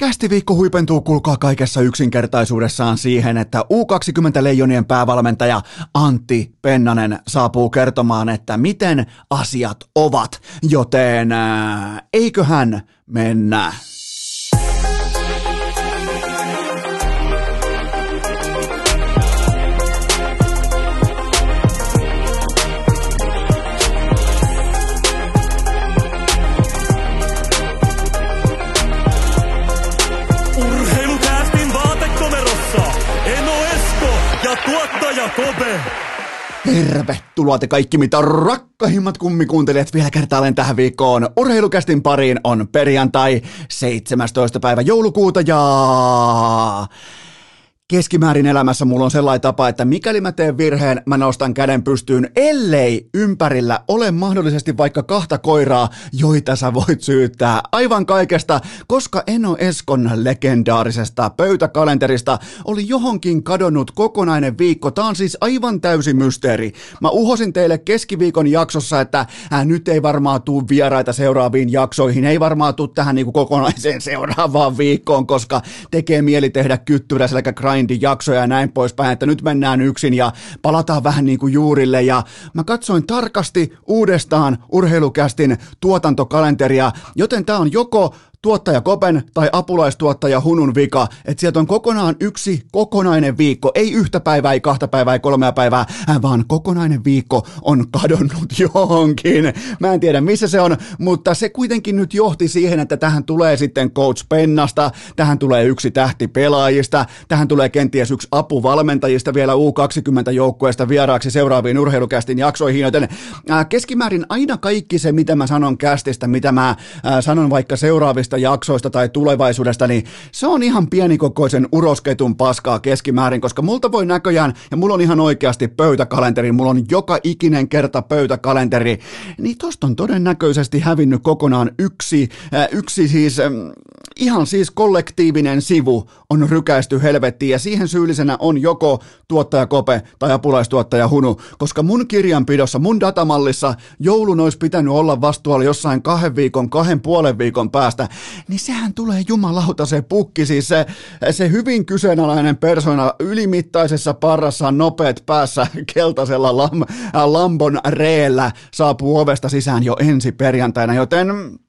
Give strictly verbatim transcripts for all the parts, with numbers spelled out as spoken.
Kästiviikko huipentuu, kuulkaa, kaikessa yksinkertaisuudessaan siihen, että U kaksikymmentä Leijonien päävalmentaja Antti Pennanen saapuu kertomaan, että miten asiat ovat, joten ää, eiköhän mennä. Tuottaja Kope. Tervetuloa te kaikki mitä rakkahimmat kummikuuntelijat vielä kertaalleen tähän viikkoon. Urheilukästin pariin on perjantai seitsemästoista päivä joulukuuta ja keskimäärin elämässä mulla on sellainen tapa, että mikäli mä teen virheen, mä nostan käden pystyyn, ellei ympärillä ole mahdollisesti vaikka kahta koiraa, joita sä voit syyttää aivan kaikesta, koska Eno Eskon legendaarisesta pöytäkalenterista oli johonkin kadonnut kokonainen viikko. Tää on siis aivan täysi mysteeri. Mä uhosin teille keskiviikon jaksossa, että äh, nyt ei varmaan tuu vieraita seuraaviin jaksoihin, ei varmaan tuu tähän niinku kokonaiseen seuraavaan viikkoon, koska tekee mieli tehdä kyttyrä selkä jaksoja ja näin poispäin, että nyt mennään yksin ja palataan vähän niin kuin juurille, ja mä katsoin tarkasti uudestaan Urheilukästin tuotantokalenteria, joten tää on joko tuottaja Kopen tai apulaistuottaja Hunun vika, että sieltä on kokonaan yksi kokonainen viikko, ei yhtä päivää, ei kahta päivää, ei kolmea päivää, vaan kokonainen viikko on kadonnut johonkin. Mä en tiedä missä se on, mutta se kuitenkin nyt johti siihen, että tähän tulee sitten Coach Pennasta, tähän tulee yksi tähti pelaajista, tähän tulee kenties yksi apuvalmentajista vielä U kaksikymmentä joukkueesta vieraaksi seuraaviin Urheilukästin jaksoihin, joten keskimäärin aina kaikki se, mitä mä sanon kästistä, mitä mä sanon vaikka seuraavista jaksoista tai tulevaisuudesta, niin se on ihan pienikokoisen urosketun paskaa keskimäärin, koska multa voi näköjään, ja mulla on ihan oikeasti pöytäkalenteri, mulla on joka ikinen kerta pöytäkalenteri, niin tosta on todennäköisesti hävinnyt kokonaan yksi, äh, yksi siis, äh, ihan siis kollektiivinen sivu on rykäisty helvettiin, ja siihen syyllisenä on joko tuottaja Kope tai apulaistuottaja Hunu, koska mun kirjanpidossa, mun datamallissa joulun olisi pitänyt olla vastuulla jossain kahden viikon, kahden puolen viikon päästä, niin sehän tulee jumalauta se pukki, siis se, se hyvin kyseenalainen persona ylimittaisessa parrassa nopeat päässä keltaisella lam, Lambon reellä saapuu ovesta sisään jo ensi perjantaina, joten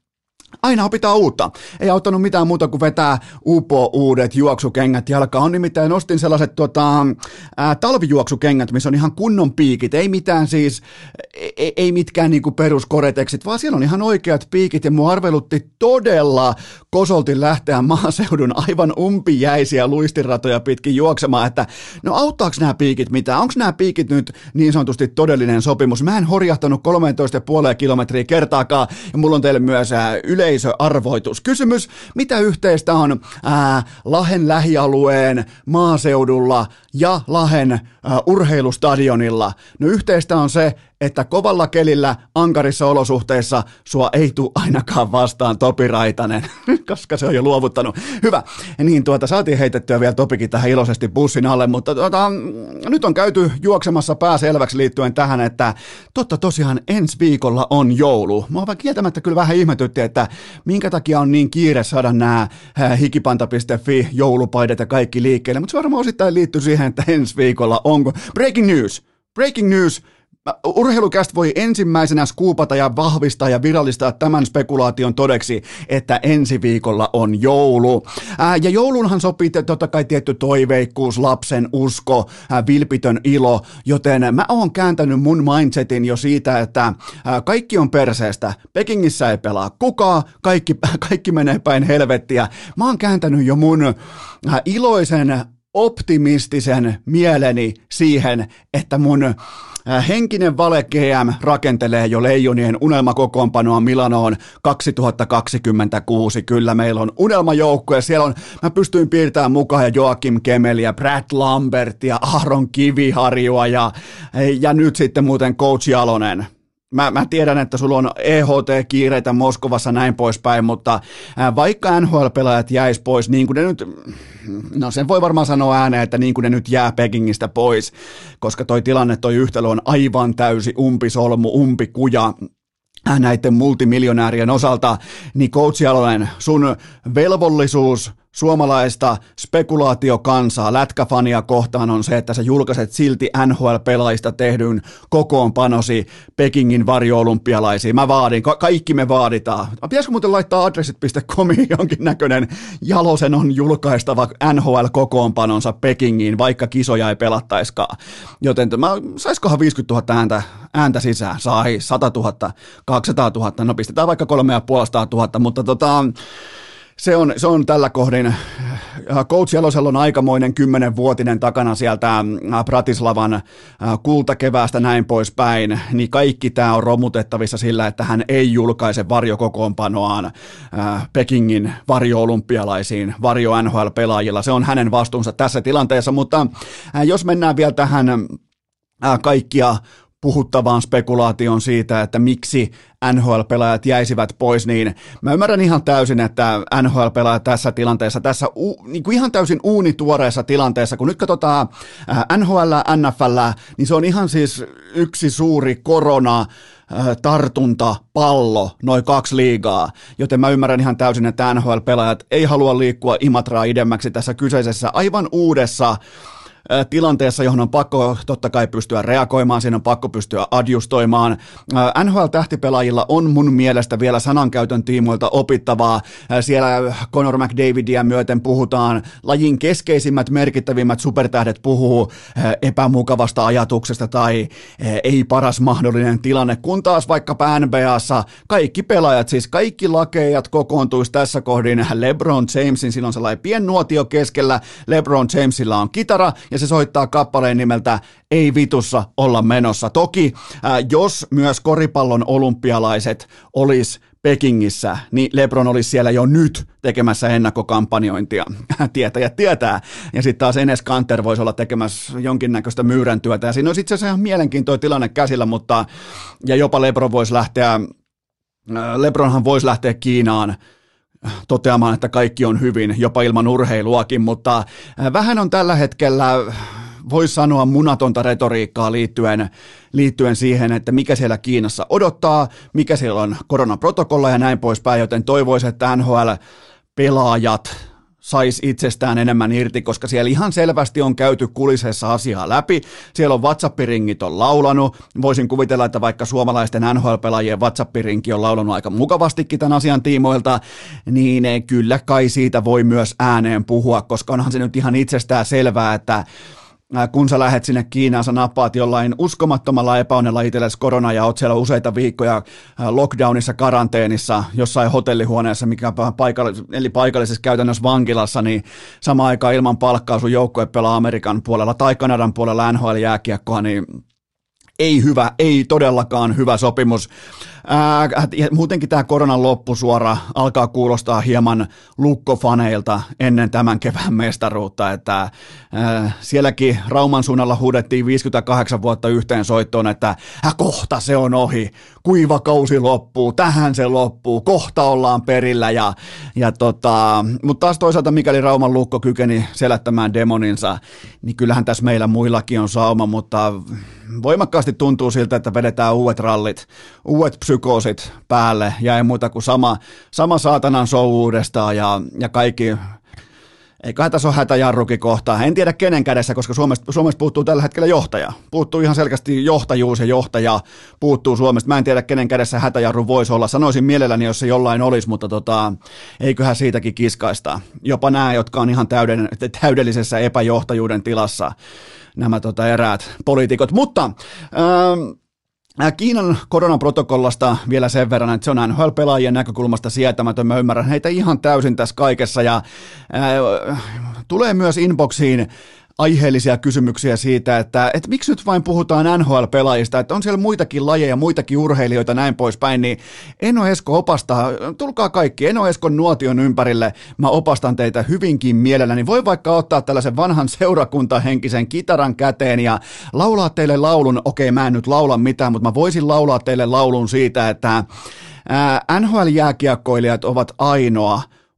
aina opitaan uutta. Ei auttanut mitään muuta kuin vetää upo-uudet juoksukengät jalkaan. On nimittäin ostin sellaiset tota, ää, talvijuoksukengät, missä on ihan kunnon piikit. Ei mitään siis, ei, ei mitkään niinku peruskoreteksit, vaan siellä on ihan oikeat piikit. Ja mua arvelutti todella kosolti lähteä maaseudun aivan umpijäisiä luistiratoja pitkin juoksemaan, että no auttaako nämä piikit mitään? Onko nämä piikit nyt niin sanotusti todellinen sopimus? Mä en horjahtanut kolmetoista pilkku viisi kilometriä kertaakaan, ja mulla on teille myös ää, yleisöarvoitus. Kysymys, mitä yhteistä on ää, Lahen lähialueen maaseudulla ja Lahen ää, urheilustadionilla? No yhteistä on se, että kovalla kelillä, ankarissa olosuhteissa sua ei tule ainakaan vastaan Topi Raitanen, koska se on jo luovuttanut. Hyvä, niin tuota saatiin heitettyä vielä Topikin tähän iloisesti bussin alle, mutta tuota, nyt on käyty juoksemassa pää selväksi liittyen tähän, että totta tosiaan ensi viikolla on joulu. Mua vaan kieltämättä kyllä vähän ihmetytti, että minkä takia on niin kiire saada nämä hikipanta piste fi joulupaidat ja kaikki liikkeelle, mutta se varmaan osittain liittyy siihen, että ensi viikolla onko. Breaking news! Breaking news! Urheilukäst voi ensimmäisenä skuupata ja vahvistaa ja virallistaa tämän spekulaation todeksi, että ensi viikolla on joulu. Ää, ja joulunhan sopii totta kai tietty toiveikkuus, lapsen usko, ää, vilpitön ilo, joten mä oon kääntänyt mun mindsetin jo siitä, että ää, kaikki on perseestä. Pekingissä ei pelaa kukaan, kaikki, kaikki menee päin helvettiä. Mä oon kääntänyt jo mun ää, iloisen, optimistisen mieleni siihen, että mun henkinen vale G M rakentelee jo Leijonien unelmakokoonpanoa Milanoon kaksituhattakaksikymmentäkuusi. Kyllä meillä on unelmajoukkue. Siellä on, mä pystyin piirtämään mukaan ja Joakim Kemeliä, Brad Lambertia, Aaron Kiviharjua ja, ja nyt sitten muuten Coach Jalonen. Mä, mä tiedän, että sulla on E H T-kiireitä Moskovassa näin poispäin, mutta vaikka N H L-pelaajat jäis pois, niin kuin ne nyt, no sen voi varmaan sanoa ääneen, että niin kuin ne nyt jää Pekingistä pois, koska toi tilanne, toi yhtälö on aivan täysi umpisolmu, umpikuja. näiden multimiljonäärien osalta, niin Coach Jalonen, sun velvollisuus suomalaista spekulaatiokansaa, lätkäfania kohtaan on se, että sä julkaiset silti N H L-pelaajista tehdyn kokoonpanosi Pekingin varjo-olympialaisiin. Mä vaadin, ka- kaikki me vaaditaan. Pitäisikö muuten laittaa adressit piste comiin jonkinnäköinen Jalosen on julkaistava N H L-kokoonpanonsa Pekingiin, vaikka kisoja ei pelattaiskaan. Joten mä, saiskohan viisikymmentätuhatta ääntä, ääntä sisään? Sai sata tuhatta, kaksisataatuhatta, no pistetään vaikka kolmesataaviisikymmentätuhatta, mutta tota... Se on, se on tällä kohdin. Coach Jalosella on aikamoinen kymmenvuotinen takana sieltä Bratislavan kultakeväästä näin poispäin, niin kaikki tämä on romutettavissa sillä, että hän ei julkaise varjokokoonpanoaan Pekingin varjo-olympialaisiin, varjo N H L-pelaajilla. Se on hänen vastuunsa tässä tilanteessa, mutta jos mennään vielä tähän kaikkia puhuttavaan spekulaation siitä, että miksi N H L-pelaajat jäisivät pois, niin mä ymmärrän ihan täysin, että N H L-pelaajat tässä tilanteessa, tässä u, niin kuin ihan täysin uunituoreessa tilanteessa, kun nyt katsotaan N H L, N F L, niin se on ihan siis yksi suuri korona, tartuntapallo, noin kaksi liigaa, joten mä ymmärrän ihan täysin, että N H L-pelaajat ei halua liikkua Imatraa idemmäksi tässä kyseisessä aivan uudessa tilanteessa, johon on pakko totta kai pystyä reagoimaan, siinä on pakko pystyä adjustoimaan. N H L-tähtipelaajilla on mun mielestä vielä sanankäytön tiimoilta opittavaa. Siellä Connor McDavidia myöten puhutaan, lajin keskeisimmät, merkittävimmät supertähdet puhuu epämukavasta ajatuksesta tai ei paras mahdollinen tilanne, kun taas vaikka N B A:ssa kaikki pelaajat, siis kaikki lakeijat kokoontuisi tässä kohdin LeBron Jamesin, silloin sellainen pien nuotio keskellä, LeBron Jamesilla on kitara, ja se soittaa kappaleen nimeltä Ei vitussa olla menossa. Toki, äh, jos myös koripallon olympialaiset olisi Pekingissä, niin LeBron olisi siellä jo nyt tekemässä ennakkokampanjointia. Tietäjät tietää. Ja sitten taas Enes Kanter voisi olla tekemässä jonkinnäköistä myyrän työtä. Ja siinä olisi itse asiassa ihan mielenkiintoinen tilanne käsillä, mutta ja jopa LeBron voisi lähteä, äh, LeBronhan voisi lähteä Kiinaan toteamaan, että kaikki on hyvin, jopa ilman urheiluakin, mutta vähän on tällä hetkellä, voisi sanoa, munatonta retoriikkaa liittyen, liittyen siihen, että mikä siellä Kiinassa odottaa, mikä siellä on koronaprotokolla ja näin poispäin, joten toivoisin, että N H L-pelaajat saisi itsestään enemmän irti, koska siellä ihan selvästi on käyty kuliseissa asiaa läpi. Siellä on WhatsApp-ringit on laulanut. Voisin kuvitella, että vaikka suomalaisten N H L-pelaajien WhatsApp-rinki on laulanut aika mukavastikin tämän asian tiimoilta, niin kyllä kai siitä voi myös ääneen puhua, koska onhan se nyt ihan itsestään selvää, että kun sä lähet sinne Kiinaan, sä nappaat jollain uskomattomalla epäonnella itsellesi korona ja oot siellä useita viikkoja lockdownissa, karanteenissa, jossain hotellihuoneessa, mikä paikallis- eli paikallisessa käytännössä vankilassa, niin samaan aikaan ilman palkkaa sun joukkue pelaa Amerikan puolella tai Kanadan puolella N H L-jääkiekkoa, niin ei hyvä, ei todellakaan hyvä sopimus. Ää, ja muutenkin tämä koronan loppusuora alkaa kuulostaa hieman lukkofaneilta ennen tämän kevään mestaruutta, että ää, sielläkin Rauman suunnalla huudettiin viisikymmentäkahdeksan vuotta yhteen soittoon, että kohta se on ohi, kuiva kausi loppuu, tähän se loppuu, kohta ollaan perillä, ja, ja tota, mutta taas toisaalta mikäli Rauman lukko kykeni selättämään demoninsa, niin kyllähän tässä meillä muillakin on sauma, mutta voimakkaasti tuntuu siltä, että vedetään uudet rallit, uudet psykoosit päälle ja ei muuta kuin sama, sama saatanan show uudestaan ja, ja kaikki, eiköhän tässä ole hätäjarrukin kohtaa. En tiedä kenen kädessä, koska Suomesta, Suomesta puuttuu tällä hetkellä johtaja. Puuttuu ihan selkeästi johtajuus ja johtaja puuttuu Suomesta. Mä en tiedä kenen kädessä hätäjarru voisi olla. Sanoisin mielelläni, jos se jollain olisi, mutta tota, eiköhän siitäkin kiskaista. Jopa nämä, jotka on ihan täyden, täydellisessä epäjohtajuuden tilassa, nämä tota, eräät poliitikot. Mutta ähm, Kiinan koronaprotokollasta vielä sen verran, että se on N H L-pelaajien näkökulmasta sietämätön. Mä ymmärrän heitä ihan täysin tässä kaikessa ja äh, tulee myös inboxiin aiheellisia kysymyksiä siitä, että, että miksi nyt vain puhutaan N H L-pelaajista, että on siellä muitakin lajeja, muitakin urheilijoita näin poispäin, niin Eno Esko opastaa, tulkaa kaikki, Eno Eskon nuotion ympärille, mä opastan teitä hyvinkin mielelläni. Voi vaikka ottaa tällaisen vanhan seurakuntahenkisen kitaran käteen ja laulaa teille laulun, okei mä en nyt laula mitään, mutta mä voisin laulaa teille laulun siitä, että N H L-jääkiekkoilijat ovat ainoa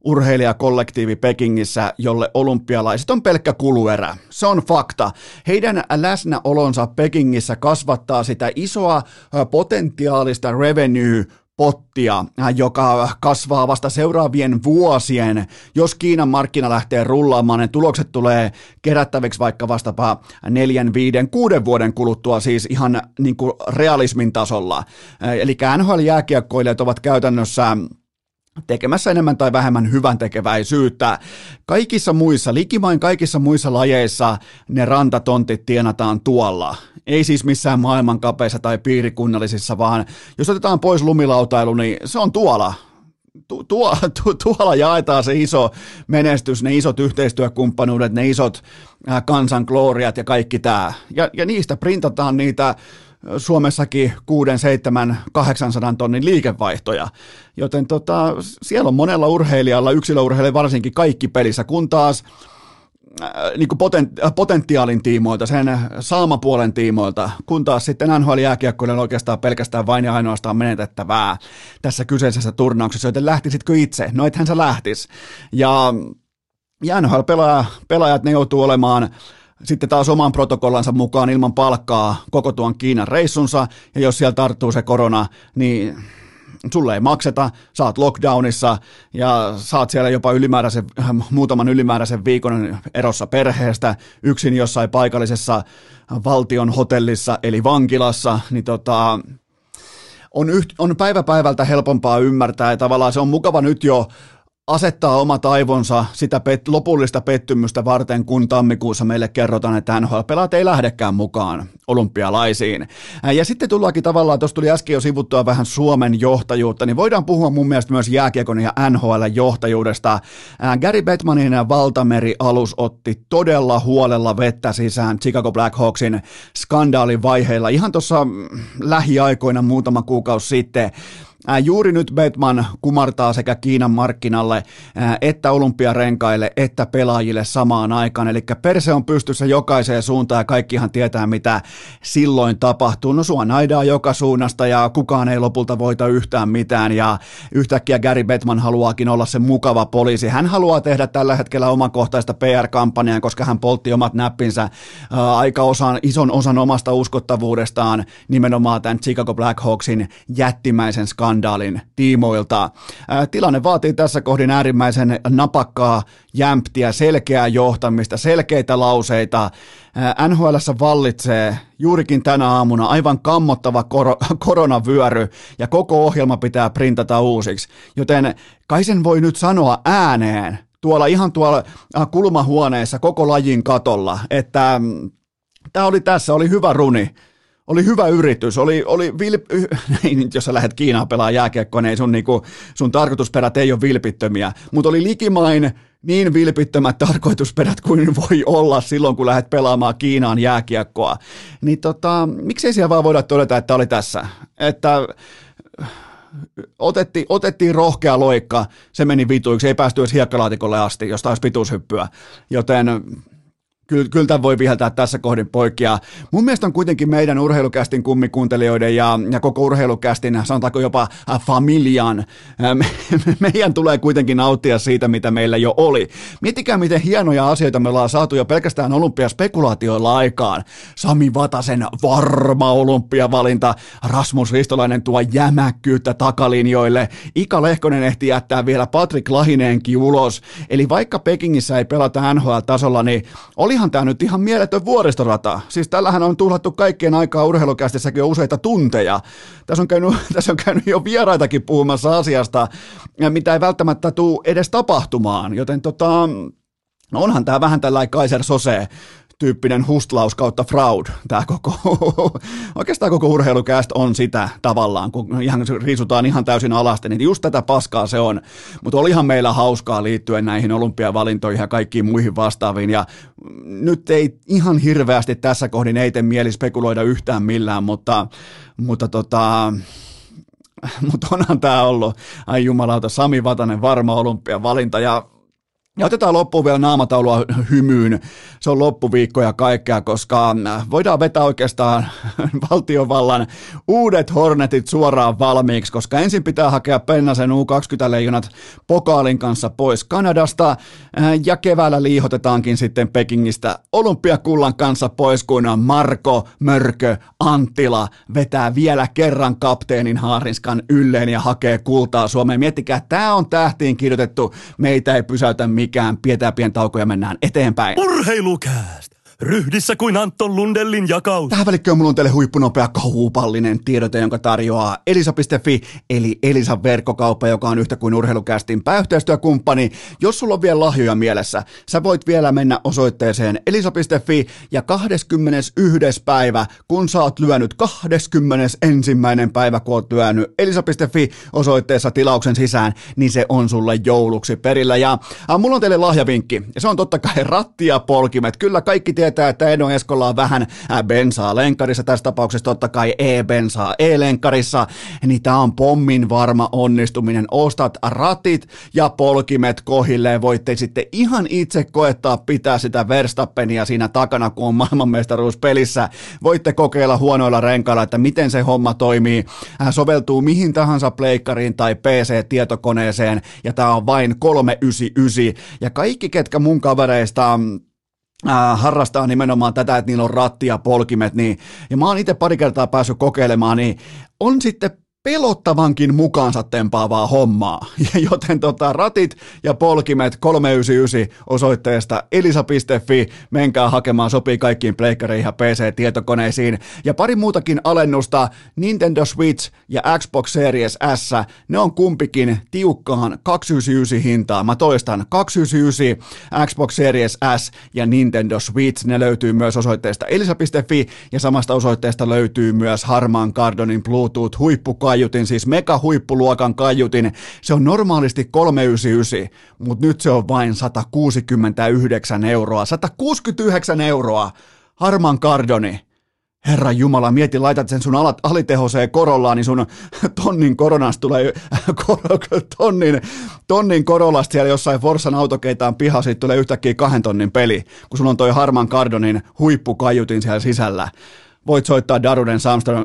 urheilijakollektiivi Pekingissä, jolle olympialaiset on pelkkä kuluerä. Se on fakta. Heidän läsnäolonsa Pekingissä kasvattaa sitä isoa potentiaalista revenue pottia, joka kasvaa vasta seuraavien vuosien. Jos Kiinan markkina lähtee rullaamaan, ne tulokset tulee kerättäviksi vaikka vastapa neljän, viiden, kuuden vuoden kuluttua, siis ihan niin kuin realismin tasolla. Eli N H L-jääkiekkoilijat ovat käytännössä tekemässä enemmän tai vähemmän hyvän tekeväisyyttä. Kaikissa muissa, likimain kaikissa muissa lajeissa ne rantatontit tienataan tuolla. Ei siis missään maailmankapeissa tai piirikunnallisissa, vaan jos otetaan pois lumilautailu, niin se on tuolla. Tu- tuo, tu- tuolla jaetaan se iso menestys, ne isot yhteistyökumppanuudet, ne isot äh, kansangloriat ja kaikki tämä. Ja, ja niistä printataan niitä Suomessakin kuuden, seitsemän, kahdeksansadan tonnin liikevaihtoja, joten tota, siellä on monella urheilijalla, yksilöurheilijalla varsinkin kaikki pelissä, kun taas äh, niin kuin poten, äh, potentiaalin tiimoilta, sen saamapuolen tiimoilta, kun taas sitten N H L-jääkiekkoille on oikeastaan pelkästään vain ja ainoastaan menetettävää tässä kyseisessä turnauksessa, joten lähtisitkö itse? No ethän sä lähtis. Ja, ja N H L-pelaajat, ne joutuu olemaan sitten taas oman protokollansa mukaan ilman palkkaa koko tuon Kiinan reissunsa, ja jos siellä tarttuu se korona, niin sulle ei makseta, sä oot lockdownissa, ja saat siellä jopa ylimääräisen, muutaman ylimääräisen viikon erossa perheestä, yksin jossain paikallisessa valtion hotellissa, eli vankilassa, niin tota, on, yht, on päivä päivältä helpompaa ymmärtää, ja tavallaan se on mukava nyt jo asettaa omat aivonsa sitä pet- lopullista pettymystä varten, kun tammikuussa meille kerrotaan, että N H L-pelaat ei lähdekään mukaan olympialaisiin. Ja sitten tullaankin tavallaan, tuossa tuli äsken jo sivuttua vähän Suomen johtajuutta, niin voidaan puhua mun mielestä myös jääkiekon ja N H L-johtajuudesta. Gary Bettmanin valtamerialus otti todella huolella vettä sisään Chicago Blackhawksin skandaalin vaiheilla ihan tuossa lähiaikoina muutama kuukausi sitten. Juuri nyt Bettman kumartaa sekä Kiinan markkinalle että olympiarenkaille että pelaajille samaan aikaan, eli perse on pystyssä jokaiseen suuntaan ja kaikkihan tietää, mitä silloin tapahtuu. No sua naidaan joka suunnasta ja kukaan ei lopulta voita yhtään mitään ja yhtäkkiä Gary Bettman haluaakin olla se mukava poliisi. Hän haluaa tehdä tällä hetkellä omakohtaista P R-kampanjaa, koska hän poltti omat näppinsä aika osan, ison osan omasta uskottavuudestaan nimenomaan tämän Chicago Blackhawksin jättimäisen skandaalin skandaalin tiimoilta. Tilanne vaatii tässä kohdin äärimmäisen napakkaa, jämptiä, selkeää johtamista, selkeitä lauseita. N H L:ssä vallitsee juurikin tänä aamuna aivan kammottava kor- koronavyöry ja koko ohjelma pitää printata uusiksi, joten kai sen voi nyt sanoa ääneen tuolla ihan tuolla kulmahuoneessa koko lajin katolla, että tämä oli tässä, oli hyvä runi. Oli hyvä yritys, oli, oli vilp- jos sä lähdet Kiinaan pelaamaan jääkiekkoa, niin sun, niinku, sun tarkoitusperät ei ole vilpittömiä, mutta oli likimain niin vilpittömät tarkoitusperät kuin voi olla silloin, kun lähdet pelaamaan Kiinaan jääkiekkoa. Niin tota, miksei siellä vaan voida todeta, että oli tässä, että otettiin, otettiin rohkea loikka, se meni vituiksi, ei päästy edes hiekkalaatikolle asti, josta olisi pituushyppyä, joten Kyllä, kyllä tämän voi viheltää tässä kohdin poikki. Ja mun mielestä on kuitenkin meidän urheilukästin kummikuuntelijoiden ja, ja koko urheilukästin, sanotaanko jopa familian, me, meidän tulee kuitenkin nauttia siitä, mitä meillä jo oli. Miettikää, miten hienoja asioita me ollaan saatu jo pelkästään olympiaspekulaatioilla aikaan. Sami Vatasen varma olympiavalinta, Rasmus Ristolainen tuo jämäkkyyttä takalinjoille, Ika Lehkonen ehti jättää vielä Patrik Lahineenkin ulos. Eli vaikka Pekingissä ei pelata N H L-tasolla, niin oli Olihan tämä nyt ihan mieletön vuoristorata. Siis tällähän on tuhlattu kaikkien aikaa urheilukästissäkin jo useita tunteja. Tässä on käynyt, tässä on käynyt jo vieraitakin puhumassa asiasta, mitä ei välttämättä tule edes tapahtumaan. Joten tota, no onhan tämä vähän tällainen Kaiser Sose tyyppinen hustlaus kautta fraud. Tämä koko, oikeastaan koko urheilukäst on sitä tavallaan, kun ihan riisutaan ihan täysin alasti, niin just tätä paskaa se on. Mutta olihan meillä hauskaa liittyen näihin olympiavalintoihin ja kaikkiin muihin vastaaviin, ja nyt ei ihan hirveästi tässä kohdin ei tee mieli spekuloida yhtään millään, mutta, mutta tota... Mutta onhan tämä ollut, ai jumalauta, Sami Vatanen varma olympiavalinta, ja Ja otetaan loppuun vielä naamataulua hymyyn. Se on loppuviikko ja kaikkea, koska voidaan vetää oikeastaan valtiovallan uudet Hornetit suoraan valmiiksi, koska ensin pitää hakea Pennasen U kaksikymmentä-leijonat pokaalin kanssa pois Kanadasta ja keväällä liihotetaankin sitten Pekingistä olympiakullan kanssa pois, kun Marko Mörkö Anttila vetää vielä kerran kapteenin haarinskan ylleen ja hakee kultaa Suomeen. Miettikää, tämä on tähtiin kirjoitettu, meitä ei pysäytä mikään. Mikään, pidetään pieni tauko ja mennään eteenpäin. Urheilukääst! Ryhdissä kuin Anton Lundellin jakaus. Tähän välikköön mulla on teille huippunopea kaupallinen tiedote, jonka tarjoaa Elisa piste fi, eli Elisan verkkokauppa, joka on yhtä kuin Urheilukästin pääyhteistyökumppani. Jos sulla on vielä lahjoja mielessä, sä voit vielä mennä osoitteeseen elisa piste fi ja kahdeskymmenesensimmäinen päivä, kun sä oot lyönyt kahdeskymmenesensimmäinen päivä, kun oot lyönyt elisa piste fi osoitteessa tilauksen sisään, niin se on sulle jouluksi perillä. Ja äh, mulla on teille lahjavinkki, ja se on totta kai ratti ja polkimet. Kyllä kaikki tietää, että Edo Eskolla on vähän bensaa lenkkarissa, tässä tapauksessa totta kai e-bensaa e-lenkkarissa, niin tää on pommin varma onnistuminen. Ostat ratit ja polkimet kohilleen, voitte sitten ihan itse koettaa pitää sitä Verstappenia siinä takana, kun on maailmanmestaruus pelissä. Voitte kokeilla huonoilla renkailla, että miten se homma toimii, soveltuu mihin tahansa pleikkariin tai P C-tietokoneeseen, ja tää on vain kolmesataayhdeksänkymmentäyhdeksän, ja kaikki ketkä mun kavereista Äh, harrastaa nimenomaan tätä, että niillä on ratti ja polkimet, niin, ja mä oon itse pari kertaa päässyt kokeilemaan, niin on sitten pelottavankin mukaansa tempaavaa hommaa, joten tota, ratit ja polkimet kolmesataayhdeksänkymmentäyhdeksän osoitteesta elisa piste fi, menkää hakemaan, sopii kaikkiin pleikkareihin ja P C-tietokoneisiin, ja pari muutakin alennusta, Nintendo Switch ja Xbox Series S, ne on kumpikin tiukkaan kaksisataayhdeksänkymmentäyhdeksän hintaa, mä toistan, kaksisataayhdeksänkymmentäyhdeksän Xbox Series S ja Nintendo Switch, ne löytyy myös osoitteesta elisa piste fi, ja samasta osoitteesta löytyy myös Harman Kardonin Bluetooth huippuka kaiutin, siis mega huippuluokan kaiutin, se on normaalisti kolmesataayhdeksänkymmentäyhdeksän, mutta nyt se on vain sata kuusikymmentäyhdeksän euroa, sata kuusikymmentäyhdeksän euroa, Harman Kardoni. Herra Jumala, mieti, laitat sen sun alat, alitehoseen korollaan, niin sun tonnin koronasta tulee, tonnin, tonnin korollasta siellä jossain Forssan autokeitaan piha, siitä tulee yhtäkkiä kahden tonnin peli, kun sulla on toi Harman Kardonin huippukaiutin siellä sisällä. Voit soittaa Daruden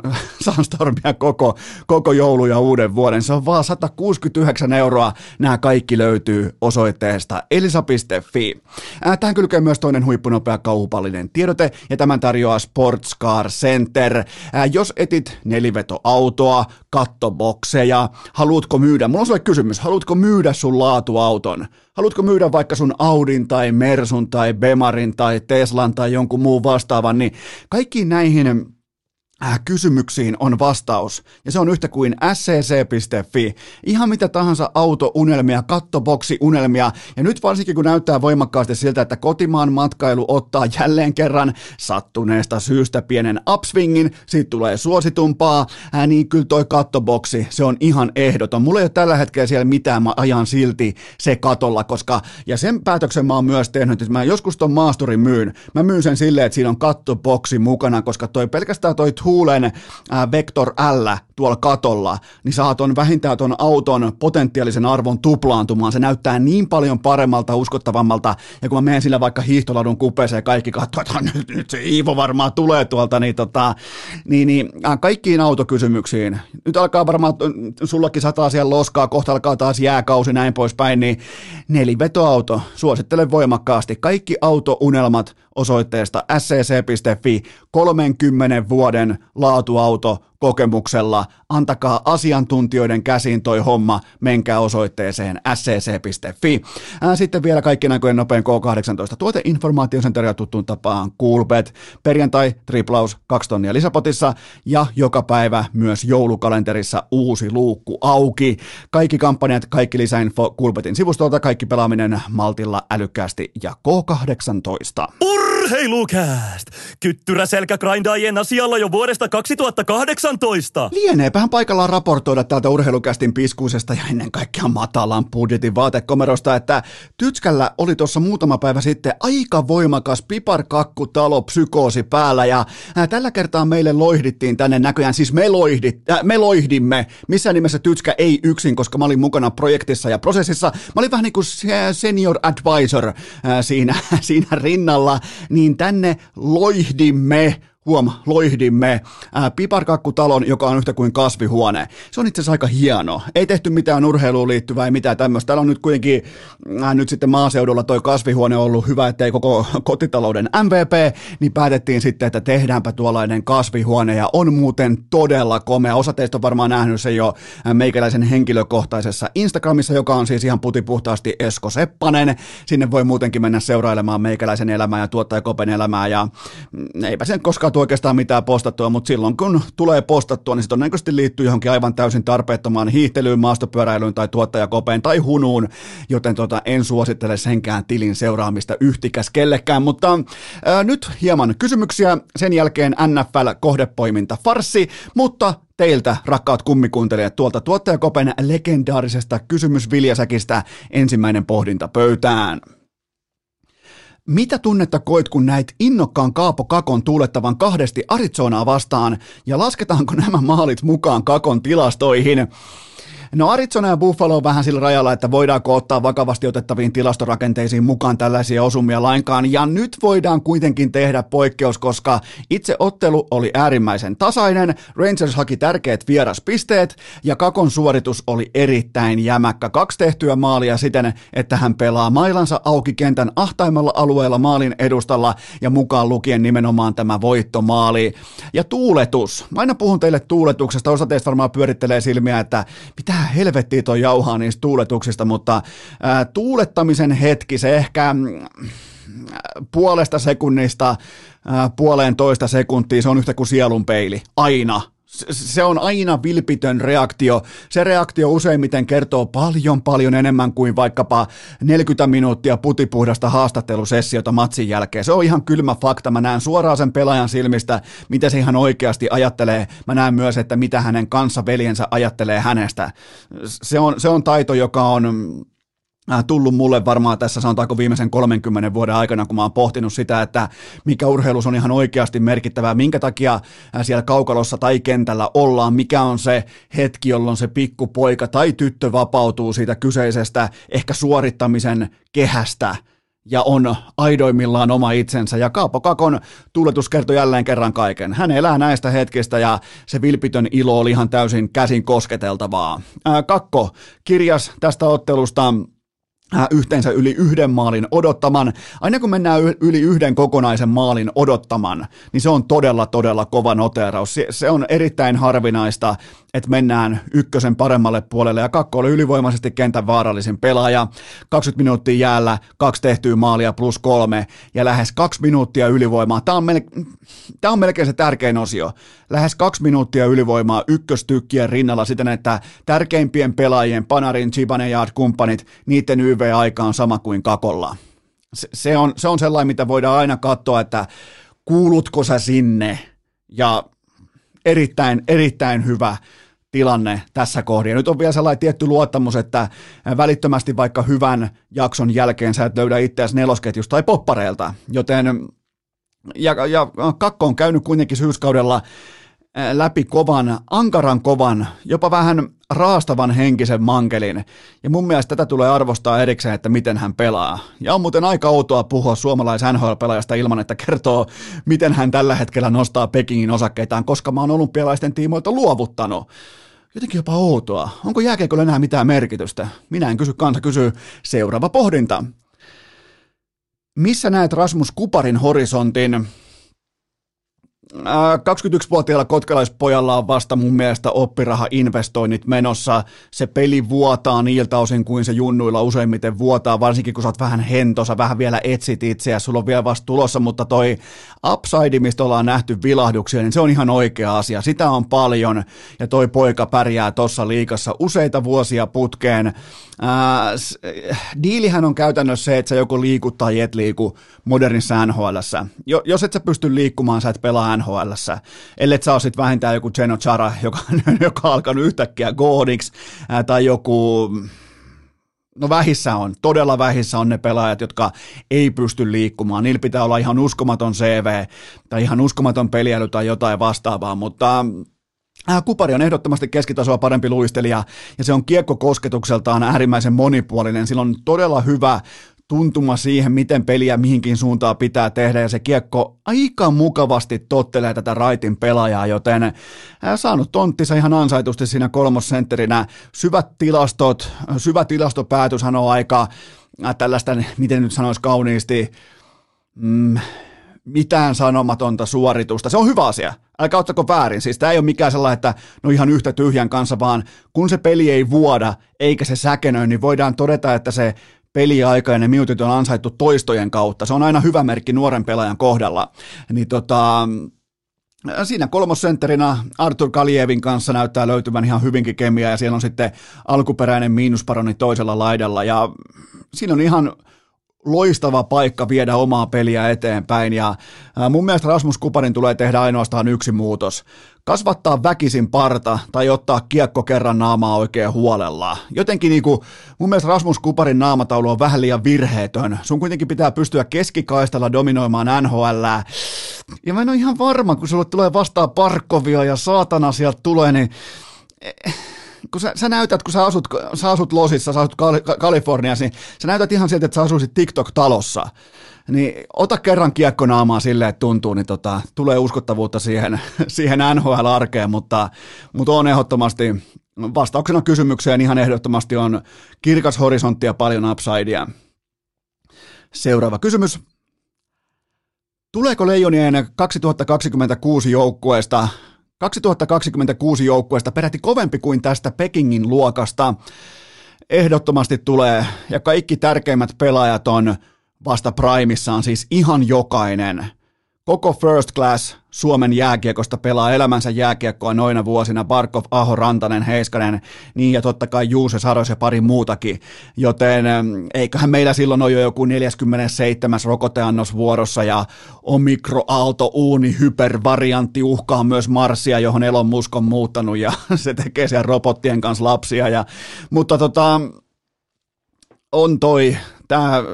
Sunstormia koko, koko joulu ja uuden vuoden. Se on vaan sata kuusikymmentäyhdeksän euroa. Nämä kaikki löytyy osoitteesta elisa piste fi. Tähän kylkee myös toinen huippunopea kaupallinen tiedote, ja tämän tarjoaa Sportscar Center. Ää, jos etit nelivetoautoa, kattobokseja, haluatko myydä? Mulla on sulle kysymys. Haluatko myydä sun laatuauton? Haluatko myydä vaikka sun Audin tai Mersun tai Bemarin tai Teslan tai jonkun muun vastaavan, niin kaikkiin näihin äh, kysymyksiin on vastaus, ja se on yhtä kuin S C C piste fi. Ihan mitä tahansa autounelmia, kattoboksiunelmia, ja nyt varsinkin kun näyttää voimakkaasti siltä, että kotimaan matkailu ottaa jälleen kerran sattuneesta syystä pienen upswingin, siitä tulee suositumpaa, ää, niin kyllä toi kattoboksi, se on ihan ehdoton. Mulla ei ole tällä hetkellä siellä mitään, mä ajan silti se katolla, koska, ja sen päätöksen mä oon myös tehnyt, että mä joskus ton maasturin myyn, mä myyn sen silleen, että siinä on kattoboksi mukana, koska toi pelkästään toi Thulen ää, Vector L tuolla katolla, niin saat on vähintään ton auton potentiaalisen arvon tuplaantumaan. Se näyttää niin paljon paremmalta, uskottavammalta, ja kun mä menen sillä vaikka hiihtoladun kupeeseen ja kaikki katsoo, että nyt, nyt se Iivo varmaan tulee tuolta, niin, tota, niin, niin äh, kaikkiin autokysymyksiin. Nyt alkaa varmaan, sullakin sataa siellä loskaa, kohta alkaa taas jääkausi, näin poispäin, niin nelivetoauto, suosittelen voimakkaasti. Kaikki autounelmat osoitteesta S C C piste fi, kolmenkymmenen vuoden laatuauto kokemuksella. Antakaa asiantuntijoiden käsiin toi homma, menkää osoitteeseen S C C piste fi. Sitten vielä kaikkien aikojen nopein K kahdeksantoista tuoteinformaatio, sen tarjoaa tuttuun tapaan Coolbet. Perjantai, triplaus, kaksi tonnia lisäpotissa, ja joka päivä myös joulukalenterissa uusi luukku auki. Kaikki kampanjat, kaikki lisäinfo Coolbetin sivustolta, kaikki pelaaminen maltilla, älykkäästi ja K kahdeksantoista. Urheilukääst! Kyttyrä selkägrindaajien asialla jo vuodesta kaksituhattakahdeksan. seitsemäntoista. Lieneepähän paikallaan raportoida täältä urheilukästin piskuisesta ja ennen kaikkea matalan budjetin vaatekomerosta, että Tytskällä oli tuossa muutama päivä sitten aika voimakas piparkakkutalo psykoosi päällä ja ää, tällä kertaa meille loihdittiin tänne näköjään, siis me, loihdit, äh, me loihdimme, missään nimessä Tytskä ei yksin, koska mä olin mukana projektissa ja prosessissa, mä olin vähän niin kuin senior advisor ää, siinä, siinä rinnalla, niin tänne loihdimme, huom, loihdimme ää, piparkakkutalon, joka on yhtä kuin kasvihuone. Se on itse asiassa aika hieno. Ei tehty mitään urheiluun liittyvää, ei mitään tämmöistä. Täällä on nyt kuitenkin ää, nyt sitten maaseudulla toi kasvihuone on ollut hyvä, ettei koko kotitalouden M V P, niin päätettiin sitten, että tehdäänpä tuollainen kasvihuone ja on muuten todella komea. Osa teistä on varmaan nähnyt sen jo meikäläisen henkilökohtaisessa Instagramissa, joka on siis ihan putipuhtaasti Esko Seppanen. Sinne voi muutenkin mennä seurailemaan meikäläisen elämää ja tuottajakopen elämää ja eipä sen koskaan oikeastaan mitään postattua, mutta silloin kun tulee postattua, niin se todennäköisesti liittyy johonkin aivan täysin tarpeettomaan hiihtelyyn, maastopyöräilyyn tai tuottajakopeen tai hunuun, joten tota, en suosittele senkään tilin seuraamista yhtikäs kellekään, mutta ää, nyt hieman kysymyksiä, sen jälkeen N F L-kohdepoiminta farssi, mutta teiltä, rakkaat kummikuuntelijat, tuolta tuottajakopen legendaarisesta kysymysviljasäkistä ensimmäinen pohdinta pöytään. Mitä tunnetta koit, kun näit innokkaan Kaapo Kakon tuulettavan kahdesti Arizonaa vastaan, ja lasketaanko nämä maalit mukaan Kakon tilastoihin? No Arizona ja Buffalo on vähän sillä rajalla, että voidaanko ottaa vakavasti otettaviin tilastorakenteisiin mukaan tällaisia osumia lainkaan, ja nyt voidaan kuitenkin tehdä poikkeus, koska itse ottelu oli äärimmäisen tasainen, Rangers haki tärkeät vieraspisteet, ja Kakon suoritus oli erittäin jämäkkä. Kaksi tehtyä maalia siten, että hän pelaa mailansa auki kentän ahtaimmalla alueella maalin edustalla, ja mukaan lukien nimenomaan tämä voittomaali. Ja tuuletus. Mä aina puhun teille tuuletuksesta, osa teistä varmaan pyörittelee silmiä, että mitä helvettiä toi jauhaa niistä tuuletuksista, mutta ää, tuulettamisen hetki, se ehkä äh, puolesta sekunnista ää, puoleen toista sekuntia, se on yhtä kuin sielun peili, aina. Se on aina vilpitön reaktio. Se reaktio useimmiten kertoo paljon paljon enemmän kuin vaikkapa neljäkymmentä minuuttia putipuhdasta haastattelusessiota matsin jälkeen. Se on ihan kylmä fakta. Mä näen suoraan sen pelaajan silmistä, mitä se ihan oikeasti ajattelee. Mä näen myös, että mitä hänen kanssaveljensä ajattelee hänestä. Se on, se on taito, joka on tullut mulle varmaan tässä sanotaanko viimeisen kolmenkymmenen vuoden aikana, kun mä oon pohtinut sitä, että mikä urheilus on ihan oikeasti merkittävää, minkä takia siellä kaukalossa tai kentällä ollaan, mikä on se hetki, jolloin se pikkupoika tai tyttö vapautuu siitä kyseisestä ehkä suorittamisen kehästä ja on aidoimmillaan oma itsensä, ja Kaapo Kakon tuuletus kertoi jälleen kerran kaiken. Hän elää näistä hetkistä, ja se vilpitön ilo oli ihan täysin käsin kosketeltavaa. Ää, Kakko kirjas tästä ottelusta yhteensä yli yhden maalin odottaman. Aina kun mennään yli yhden kokonaisen maalin odottaman, niin se on todella, todella kova noteeraus. Se on erittäin harvinaista, että mennään ykkösen paremmalle puolelle, ja Kakko oli ylivoimaisesti kentän vaarallisin pelaaja. kaksikymmentä minuuttia jäällä, kaksi tehtyä maalia plus kolme, ja lähes kaksi minuuttia ylivoimaa. Tämä on, mel- Tämä on melkein se tärkein osio. Lähes kaksi minuuttia ylivoimaa ykköstykkien rinnalla siten, että tärkeimpien pelaajien, Panarin, Zibanejad, kumppanit, niiden Y V-aika on sama kuin Kakolla. Se, se, on, se on sellainen, mitä voidaan aina katsoa, että kuulutko sä sinne, ja erittäin, erittäin hyvä tilanne tässä kohdassa. Ja nyt on vielä sellainen tietty luottamus, että välittömästi vaikka hyvän jakson jälkeen sä et löydä itseäsi nelosketjusta tai poppareilta, joten ja, ja Kakko on käynyt kuitenkin syyskaudella läpi kovan, ankaran kovan, jopa vähän raastavan henkisen mankelin. Ja mun mielestä tätä tulee arvostaa erikseen, että miten hän pelaa. Ja on muuten aika outoa puhua suomalais-N H L-pelaajasta ilman, että kertoo, miten hän tällä hetkellä nostaa Pekingin osakkeitaan, koska mä oon olympialaisten tiimoilta luovuttanut. Jotenkin jopa outoa. Onko jääkiekolla enää mitään merkitystä? Minä en kysy, kansa kysyy. Seuraava pohdinta. Missä näet Rasmus Kuparin horisontin? kaksikymmentäyksivuotiaalla kotkalaispojalla on vasta mun mielestä oppiraha-investoinnit menossa. Se peli vuotaa niiltä osin kuin se junnuilla useimmiten vuotaa, varsinkin kun sä oot vähän hentosa, vähän vielä etsit itseä, sulla on vielä vasta tulossa, mutta toi upside, mistä ollaan nähty vilahduksia, niin se on ihan oikea asia. Sitä on paljon, ja toi poika pärjää tossa liigassa useita vuosia putkeen. Ää, diilihän on käytännössä se, että sä joko liikut tai et liiku modernissa N H L:ssä. Jo, jos et sä pysty liikkumaan, sä et pelaa N N H L:ssä, ellei sä ole sit vähintään joku Geno Chara, joka, joka on alkanut yhtäkkiä goodiksi, ää, tai joku... No vähissä on, todella vähissä on ne pelaajat, jotka ei pysty liikkumaan. Niillä pitää olla ihan uskomaton C V tai ihan uskomaton peliäly tai jotain vastaavaa, mutta äh, Kupari on ehdottomasti keskitasoa parempi luistelija ja se on kiekkokosketukseltaan äärimmäisen monipuolinen. Sillä on todella hyvä tuntuma siihen, miten peliä mihinkin suuntaan pitää tehdä, ja se kiekko aika mukavasti tottelee tätä raitin pelaajaa, joten saanut tonttinsa ihan ansaitusti siinä kolmossentterinä. Syvät tilastot, syvä tilastopäätöshän on aika tällaista, miten nyt sanoisi kauniisti, mm, mitään sanomatonta suoritusta. Se on hyvä asia. Älkää ottako väärin. Siis tämä ei ole mikään sellainen, että no ihan yhtä tyhjän kanssa, vaan kun se peli ei vuoda eikä se säkenöi, niin voidaan todeta, että se peliaika ja ne minuutit on ansaittu toistojen kautta. Se on aina hyvä merkki nuoren pelaajan kohdalla. Niin tota, siinä kolmossentterinä Artur Kaljevin kanssa näyttää löytyvän ihan hyvinkin kemiaa, ja siellä on sitten alkuperäinen miinusparoni toisella laidalla, ja siinä on ihan loistava paikka viedä omaa peliä eteenpäin, ja mun mielestä Rasmus Kuparin tulee tehdä ainoastaan yksi muutos. Kasvattaa väkisin parta tai ottaa kiekko kerran naamaa oikein huolella. Jotenkin niinku, mun mielestä Rasmus Kuparin naamataulu on vähän liian virheetön. Sun kuitenkin pitää pystyä keskikaistalla dominoimaan N H L:ää. Ja mä en ole ihan varma, kun sulle tulee vastaan Parkkovia ja saatana sieltä tulee, niin kun sä, sä näytät, kun sä asut, sä asut Losissa, sä asut Kal- Kaliforniassa, niin sä näytät ihan siltä, että sä asuisit TikTok-talossa. Niin ota kerran kiekkonaamaa silleen, että tuntuu, niin tota, tulee uskottavuutta siihen, siihen N H L-arkeen, mutta, mutta on ehdottomasti, vastauksena kysymykseen ihan ehdottomasti on kirkas horisontti ja paljon upsidea. Seuraava kysymys. Tuleeko Leijonien kaksituhattakaksikymmentäkuusi joukkueesta kaksituhattakaksikymmentäkuusi joukkueesta peräti kovempi kuin tästä Pekingin luokasta? Ehdottomasti tulee, ja kaikki tärkeimmät pelaajat on vasta primissaan, siis ihan jokainen. Koko first class Suomen jääkiekosta pelaa elämänsä jääkiekkoa noina vuosina, Barkov, Aho, Rantanen, Heiskanen, niin ja totta kai Juuse, Saros ja pari muutakin, joten eiköhän meillä silloin ole jo joku neljäskymmenesseitsemäs rokoteannos vuorossa, ja omikroaalto, uuni, hypervariantti uhkaa myös Marsia, johon Elon Musk on muuttanut, ja se tekee siellä robottien kanssa lapsia, ja, mutta tota, on toi, tää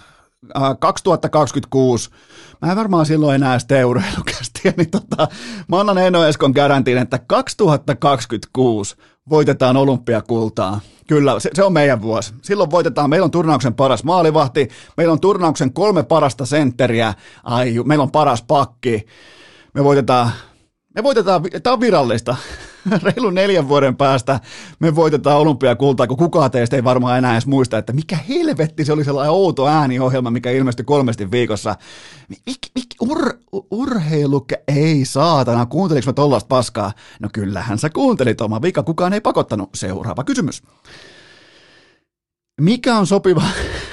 kaksituhattakaksikymmentäkuusi, mä en varmaan silloin enää sitä urheilukästiä, niin tota, mä annan Eno Eskon garantiin, että kaksituhattakaksikymmentäkuusi voitetaan olympiakultaa. Kyllä, se, se on meidän vuosi. Silloin voitetaan, meillä on turnauksen paras maalivahti, meillä on turnauksen kolme parasta sentteriä, ai, meillä on paras pakki, me voitetaan, me voitetaan, tää on virallista. Reilun neljän vuoden päästä me voitetaan olympiakultaa, kun kukaan teistä ei varmaan enää edes muista, että mikä helvetti se oli sellainen outo ääniohjelma, mikä ilmestyi kolmesti viikossa. Mik, mik, ur, urheilu, ei saatana, kuunteliko mä tollaista paskaa? No kyllähän sä kuuntelit, oma vika, kukaan ei pakottanut. Seuraava kysymys. Mikä on sopiva...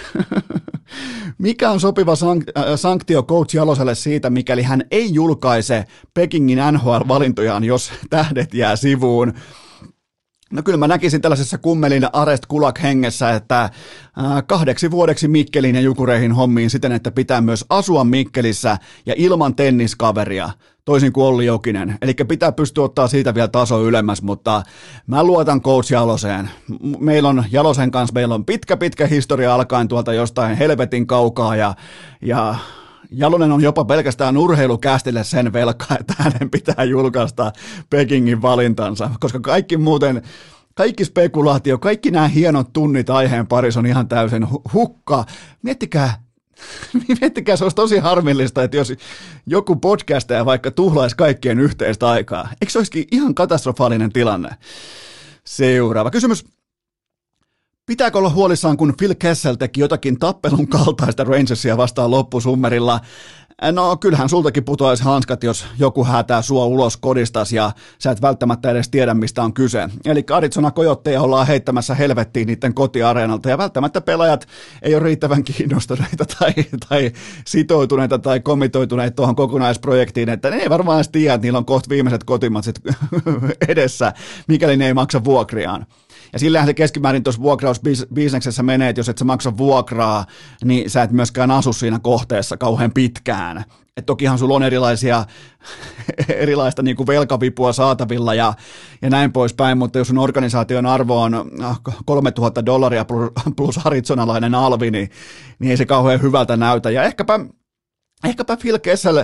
Mikä on sopiva sank- äh, sanktio coach Jaloselle siitä, mikäli hän ei julkaise Pekingin N H L-valintojaan, jos tähdet jää sivuun? No kyllä mä näkisin tällaisessa kummelin Arest Kulak hengessä, että äh, kahdeksi vuodeksi Mikkeliin ja Jukureihin hommiin siten, että pitää myös asua Mikkelissä ja ilman tenniskaveria, toisin kuin Olli Jokinen. Eli pitää pystyä ottaa siitä vielä taso ylemmäs, mutta mä luotan coach Jaloseen. Meillä on Jalosen kanssa, meillä on pitkä pitkä historia alkaen tuolta jostain helvetin kaukaa, ja, ja Jalonen on jopa pelkästään urheilukästille sen velkaa, että hänen pitää julkaista Pekingin valintansa, koska kaikki muuten, kaikki spekulaatio, kaikki nämä hienot tunnit aiheen parissa on ihan täysin hukka. Miettikää, miettikää, se olisi tosi harmillista, että jos joku podcastaja vaikka tuhlaisi kaikkien yhteistä aikaa. Eikö se olisikin ihan katastrofaalinen tilanne? Seuraava kysymys. Pitääkö olla huolissaan, kun Phil Kessel teki jotakin tappelun kaltaista Rangersia vastaan loppusummerilla? No kyllähän sultakin putoaisi hanskat, jos joku häätää sua ulos kodistas ja sä et välttämättä edes tiedä, mistä on kyse. Eli Arizona Coyoteja ollaan heittämässä helvettiin niiden kotiareenalta, ja välttämättä pelaajat ei ole riittävän kiinnostuneita tai, tai sitoutuneita tai komitoituneita tuohon kokonaisprojektiin, että ne ei varmaan edes tiedä, että niillä on kohta viimeiset kotimatsit edessä, mikäli ne ei maksa vuokriaan. Ja sillähän se keskimäärin tuossa vuokrausbisneksessä menee, että jos et sä maksa vuokraa, niin sä et myöskään asu siinä kohteessa kauhean pitkään. Et tokihan sulla on erilaisia, erilaista niin kuin velkavipua saatavilla ja, ja näin poispäin, mutta jos sun organisaation arvo on kolmetuhatta dollaria plus, plus arizonalainen alvi, niin, niin ei se kauhean hyvältä näytä. Ja ehkäpä, ehkäpä Phil Kessel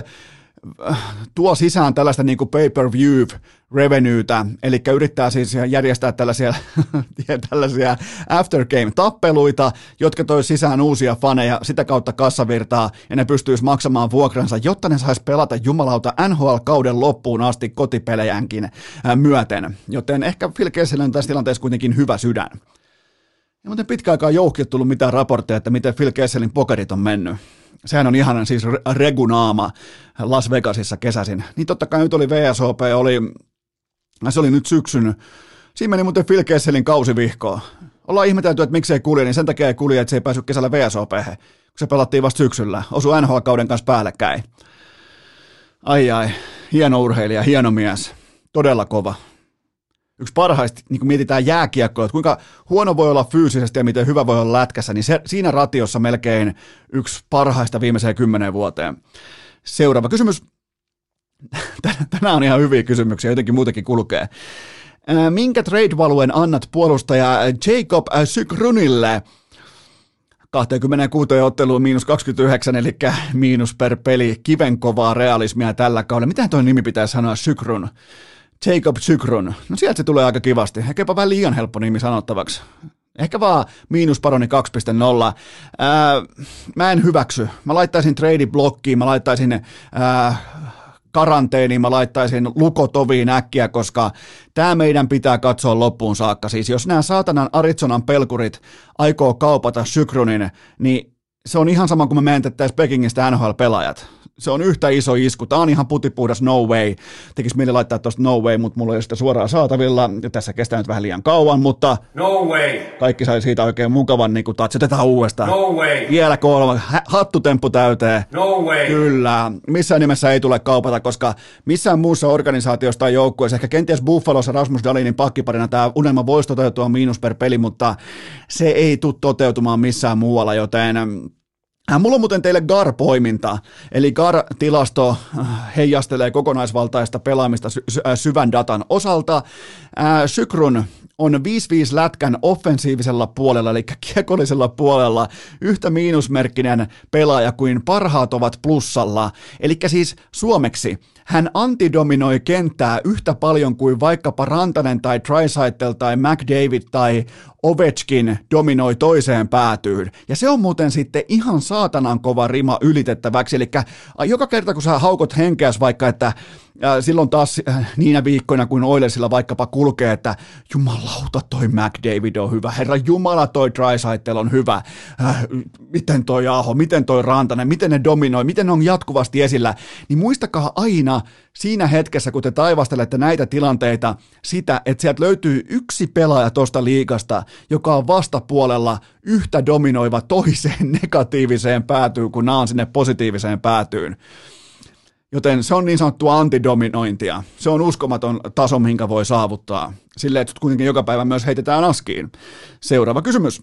tuo sisään tällaista niin kuin pay-per-view revenuetä, eli yrittää siis järjestää tällaisia, tällaisia aftergame-tappeluita, jotka tois sisään uusia faneja, sitä kautta kassavirtaa, ja ne pystyisi maksamaan vuokransa, jotta ne sais pelata jumalauta N H L-kauden loppuun asti kotipelejänkin myöten. Joten ehkä Phil Kessel on tässä tilanteessa kuitenkin hyvä sydän. Ja muuten pitkä aikaa jouhki tullut mitään raportteja, että miten Phil Kesselin pokerit on mennyt. Sehän on ihan siis regunaama Las Vegasissa kesäisin. Niin totta kai nyt oli V S O P, oli, se oli nyt syksyn. Siinä meni muuten Phil Kesselin kausivihkoa. Ollaan ihmetelty, että miksei kulje, niin sen takia ei kulje, että se ei päässyt kesällä V S O P:hen, kun se pelattiin vasta syksyllä. Osui N H L-kauden kanssa päällekkäin. Ai ai, hieno urheilija, hieno mies. Todella kova. Yksi parhaista, niin kun mietitään jääkiekkoa, että kuinka huono voi olla fyysisesti ja miten hyvä voi olla lätkässä, niin se, siinä ratiossa melkein yksi parhaista viimeiseen kymmeneen vuoteen. Seuraava kysymys. Tänään on ihan hyviä kysymyksiä, jotenkin muutenkin kulkee. Minkä trade-valuen annat puolustaja Jacob Sykrunille? kaksikymmentäkuusi otteluun miinus kaksikymmentäyhdeksän, eli miinus per peli, kivenkovaa realismia tällä kaudella. Mitähän toi nimi pitää sanoa, Sykrun? Jacob Sykrun. No sieltä se tulee aika kivasti. Ehkä jopa vähän liian helppo nimi sanottavaksi. Ehkä vaan miinusparoni kaksi piste nolla. Ää, mä en hyväksy. Mä laittaisin trade-blokkiin, mä laittaisin ää, karanteeniin, mä laittaisin lukotoviin äkkiä, koska tämä meidän pitää katsoa loppuun saakka. Siis jos nämä saatanan Arizonan pelkurit aikoo kaupata Sykrunin, niin se on ihan sama kuin me mentettäisiin Pekingistä N H L-pelaajat. Se on yhtä iso isku. Tämä on ihan putipuhdas no way. Tekisi mieli laittaa tuosta no way, mutta mulla ei ole sitä suoraan saatavilla. Ja tässä kestää nyt vähän liian kauan, mutta No way. Kaikki sai siitä oikein mukavan, niin kuin tatsotetaan uudestaan. No way. Vielä kolme. Hattutemppu täyteen. No way. Kyllä. Missään nimessä ei tule kaupata, koska missään muussa organisaatiossa tai joukkueessa, ehkä kenties Buffalossa Rasmus Dalinin pakkiparina tämä unelma voisi toteutua miinus per peli, mutta se ei tule toteutumaan missään muualla, joten mulla on muuten teille G A R-poiminta, eli G A R-tilasto heijastelee kokonaisvaltaista pelaamista sy- syvän datan osalta. Sykrun on viisi viisi lätkän offensiivisella puolella, eli kiekollisella puolella, yhtä miinusmerkkinen pelaaja kuin parhaat ovat plussalla. Eli siis suomeksi hän antidominoi kenttää yhtä paljon kuin vaikkapa Rantanen tai Draisaitl tai McDavid tai Ovechkin dominoi toiseen päätyyn. Ja se on muuten sitten ihan saatanan kova rima ylitettäväksi. Eli joka kerta kun sä haukot henkeäs vaikka, että ja silloin taas niinä viikkoina, kun Oilersilla vaikkapa kulkee, että jumalauta toi McDavid on hyvä, herra jumala toi Draisaitl on hyvä, äh, miten toi Aho, miten toi Rantanen, miten ne dominoi, miten ne on jatkuvasti esillä, niin muistakaa aina siinä hetkessä, kun te taivastelette näitä tilanteita, sitä, että sieltä löytyy yksi pelaaja tuosta liigasta, joka on vastapuolella yhtä dominoiva toiseen negatiiviseen päätyyn, kun nämä on sinne positiiviseen päätyyn. Joten se on niin sanottua antidominointia. Se on uskomaton taso, minkä voi saavuttaa. Silleen, että kuitenkin joka päivä myös heitetään askiin. Seuraava kysymys.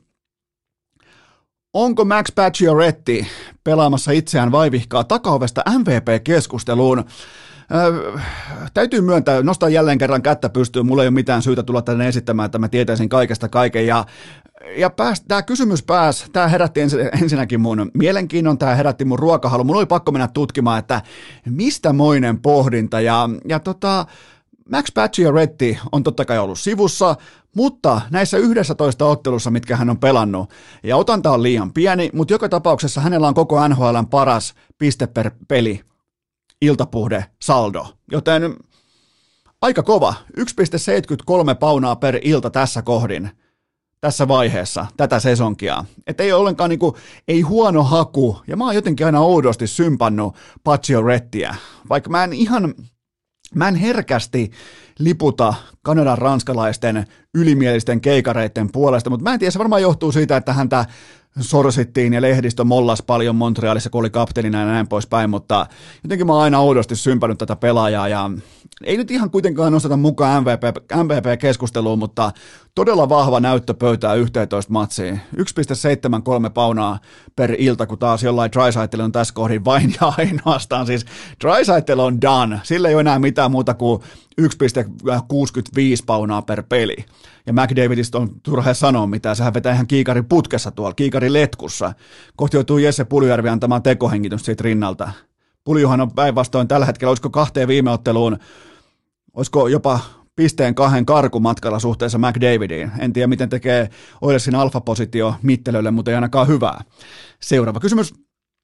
Onko Max Pacioretty pelaamassa itseään vaivihkaa takaovesta M V P-keskusteluun? Öö, täytyy myöntää, nostaa jälleen kerran kättä pystyyn, mulla ei ole mitään syytä tulla tänne esittämään, että mä tietäisin kaikesta kaiken, ja, ja pääs, tämä kysymys pääsi, tämä herätti ens, ensinnäkin mun mielenkiinnon, tämä herätti mun ruokahalu, mun oli pakko mennä tutkimaan, että mistä moinen pohdinta, ja, ja tota, Max Pacioretty on totta kai ollut sivussa, mutta näissä yksitoista ottelussa, mitkä hän on pelannut, ja otanta on liian pieni, mutta joka tapauksessa hänellä on koko N H L:n paras piste per peli, iltapuhde, saldo, joten aika kova, yksi pilkku seitsemänkymmentäkolme paunaa per ilta tässä kohdin, tässä vaiheessa, tätä sesonkia. Että ei ole ollenkaan niinku, ei huono haku, ja mä oon jotenkin aina oudosti sympannut Paciorettyä, vaikka mä en ihan, mä en herkästi liputa Kanadan ranskalaisten ylimielisten keikareiden puolesta, mutta mä en tiedä, se varmaan johtuu siitä, että häntä sorsittiin ja lehdistö mollas paljon Montrealissa, kun oli kapteenina ja näin poispäin, mutta jotenkin mä oon aina oudosti sympännyt tätä pelaajaa ja ei nyt ihan kuitenkaan nosteta mukaan M V P, M V P-keskusteluun, mutta todella vahva näyttö pöytää yhteentoista matsiin. yksi pilkku seitsemänkymmentäkolme paunaa per ilta, kun taas jollain Draisaitl on tässä kohdin vain ja ainoastaan. Siis Draisaitl on done. Sillä ei ole enää mitään muuta kuin yksi pilkku kuusikymmentäviisi paunaa per peli. Ja McDavidista on turha sanoa mitään. Sehän vetää ihan kiikarin putkessa tuolla, kiikarin letkussa. Kohti joutuu Jesse Puljujärvi antamaan tekohengitystä siitä rinnalta. Puljuhan on päinvastoin tällä hetkellä, olisiko kahteen viime otteluun, olisiko jopa pisteen kahden karkumatkalla suhteessa McDavidiin. En tiedä, miten tekee Oilersin alfapositio mittelölle, mutta ei ainakaan hyvää. Seuraava kysymys.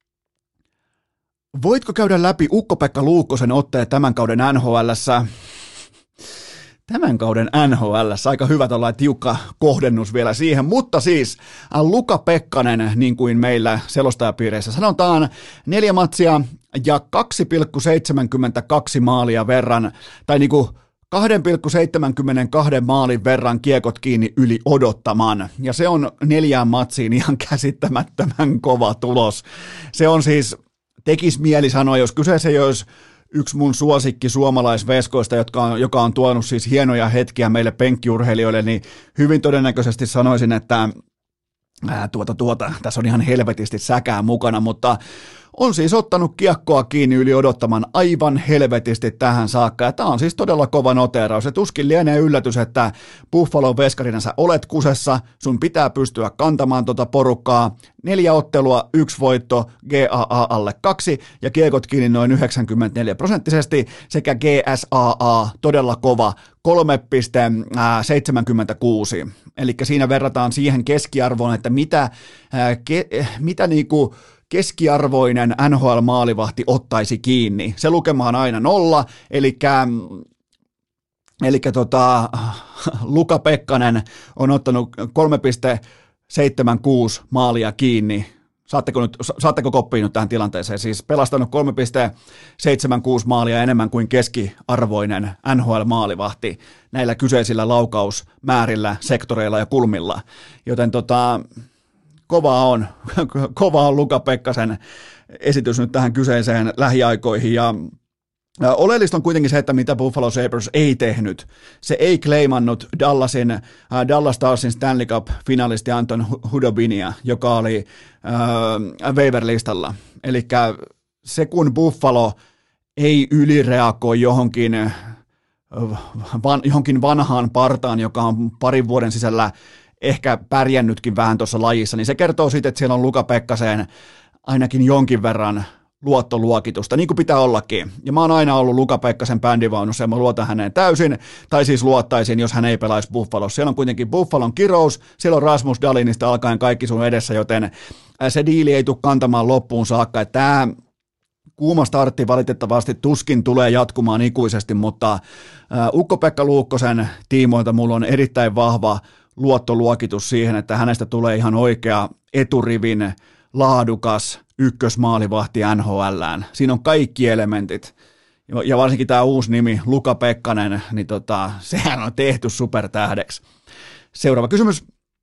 Voitko käydä läpi Ukko-Pekka Luukkosen otteet tämän kauden N H L:ssä? Tämän kauden N H L:ssä aika hyvä tällainen tiukka kohdennus vielä siihen, mutta siis Luka Pekkanen, niin kuin meillä selostajapiireissä sanotaan, neljä matsia ja kaksi pilkku seitsemänkymmentäkaksi maalia verran, tai niin kuin kaksi pilkku seitsemänkymmentäkaksi maalin verran kiekot kiinni yli odottaman, ja se on neljään matsiin ihan käsittämättömän kova tulos. Se on siis, tekisi mieli sanoa, jos kyseessä ei olisi yksi mun suosikki suomalaisveskoista, jotka on, joka on tuonut siis hienoja hetkiä meille penkkiurheilijoille, niin hyvin todennäköisesti sanoisin, että ää, tuota, tuota, tässä on ihan helvetisti säkää mukana, mutta on siis ottanut kiekkoa kiinni yli odottaman aivan helvetisti tähän saakka, ja tämä on siis todella kova noteeraus, ja tuskin lienee yllätys, että Buffalon veskarina sä olet kusessa, sun pitää pystyä kantamaan tota porukkaa, neljä ottelua, yksi voitto, G A A alle kaksi, ja kiekot kiinni noin yhdeksänkymmentäneljä prosenttisesti, sekä G S A A todella kova, kolme pilkku seitsemänkymmentäkuusi, eli siinä verrataan siihen keskiarvoon, että mitä, ää, ke, mitä niinku keskiarvoinen N H L-maalivahti ottaisi kiinni. Se lukema on aina nolla, eli eli tota, Luka Pekkanen on ottanut kolme pilkku seitsemänkymmentäkuusi maalia kiinni. Saatteko, nyt, saatteko koppiin nyt tähän tilanteeseen? Siis pelastanut kolme pilkku seitsemänkymmentäkuusi maalia enemmän kuin keskiarvoinen N H L-maalivahti näillä kyseisillä laukausmäärillä, sektoreilla ja kulmilla. Joten tota, kova on, kova on Luka Pekkasen esitys nyt tähän kyseiseen lähiaikoihin, ja oleellista on kuitenkin se, että mitä Buffalo Sabres ei tehnyt. Se ei claimannut Dallasin, äh, Dallas Starsin Stanley Cup-finalisti Anton Hudobinia, joka oli äh, waiver-listalla. Eli se, kun Buffalo ei ylireagoi johonkin, äh, van, johonkin vanhaan partaan, joka on parin vuoden sisällä ehkä pärjännytkin vähän tuossa lajissa, niin se kertoo siitä, että siellä on Luka Pekkaseen ainakin jonkin verran luottoluokitusta, niin kuin pitää ollakin. Ja mä oon aina ollut Luka Pekkasen bändivaunussa, ja mä luotan häneen täysin, tai siis luottaisin, jos hän ei pelaisi Buffalossa. Siellä on kuitenkin Buffalon kirous, siellä on Rasmus Dalinista alkaen kaikki sun edessä, joten se diili ei tule kantamaan loppuun saakka. Tämä kuuma startti valitettavasti tuskin tulee jatkumaan ikuisesti, mutta Ukko-Pekka Luukkosen tiimoilta mulla on erittäin vahva luottoluokitus siihen, että hänestä tulee ihan oikea eturivin laadukas ykkösmaalivahti N H L:ään. Siinä on kaikki elementit. Ja varsinkin tämä uusi nimi, Luka Pekkanen, niin tota, sehän on tehty supertähdeksi. Seuraava kysymys.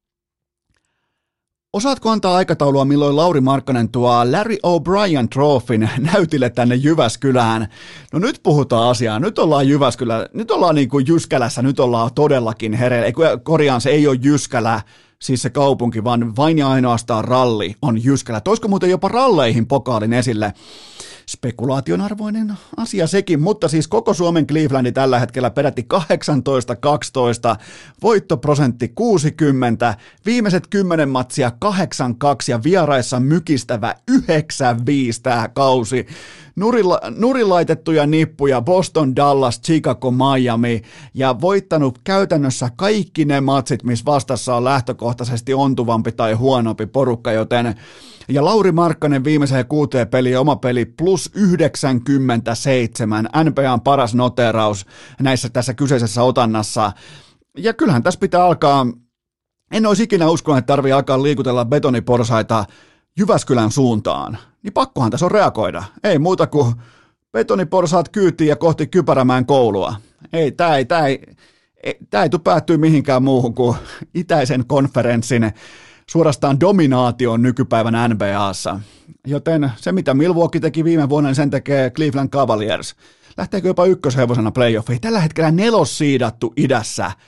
Osaatko antaa aikataulua, milloin Lauri Markkanen tuo Larry O'Brien Trophyn näytille tänne Jyväskylään? No nyt puhutaan asiaa. Nyt ollaan Jyväskylä, nyt ollaan niin kuin Jyskälässä, nyt ollaan todellakin hereillä. Korjaan, se ei ole Jyskälä, siis se kaupunki, vaan vain ja ainoastaan ralli on Jyskälä. Toisko muuten jopa ralleihin pokaalin esille? Spekulaation arvoinen asia sekin, mutta siis koko Suomen Clevelandi tällä hetkellä peräti kahdeksantoista kaksitoista, voittoprosentti kuusikymmentä, viimeiset kymmenen matsia kahdeksan kaksi ja vieraissa mykistävä yhdeksän viisi tämä kausi. Nurilla, nurilaitettuja nippuja Boston, Dallas, Chicago, Miami ja voittanut käytännössä kaikki ne matsit, missä vastassa on lähtökohtaisesti ontuvampi tai huonompi porukka, joten ja Lauri Markkanen viimeiseen kuuteen peliin oma peli plus yhdeksänkymmentäseitsemän, N B A:n paras noteraus näissä tässä kyseisessä otannassa. Ja kyllähän tässä pitää alkaa, en olisi ikinä uskonut, että tarvii alkaa liikutella betoniporsaita Jyväskylän suuntaan, niin pakkohan tässä on reagoida. Ei muuta kuin betoniporsaat kyytiin ja kohti Kypärämään koulua. Ei, tämä ei, tää ei, tää ei tule päättyä mihinkään muuhun kuin itäisen konferenssin suorastaan dominaation nykypäivän N B A:ssa. Joten se, mitä Milwaukee teki viime vuonna, niin sen tekee Cleveland Cavaliers. Lähteekö jopa ykköshevosena playoffiin? Tällä hetkellä nelossiidattu idässä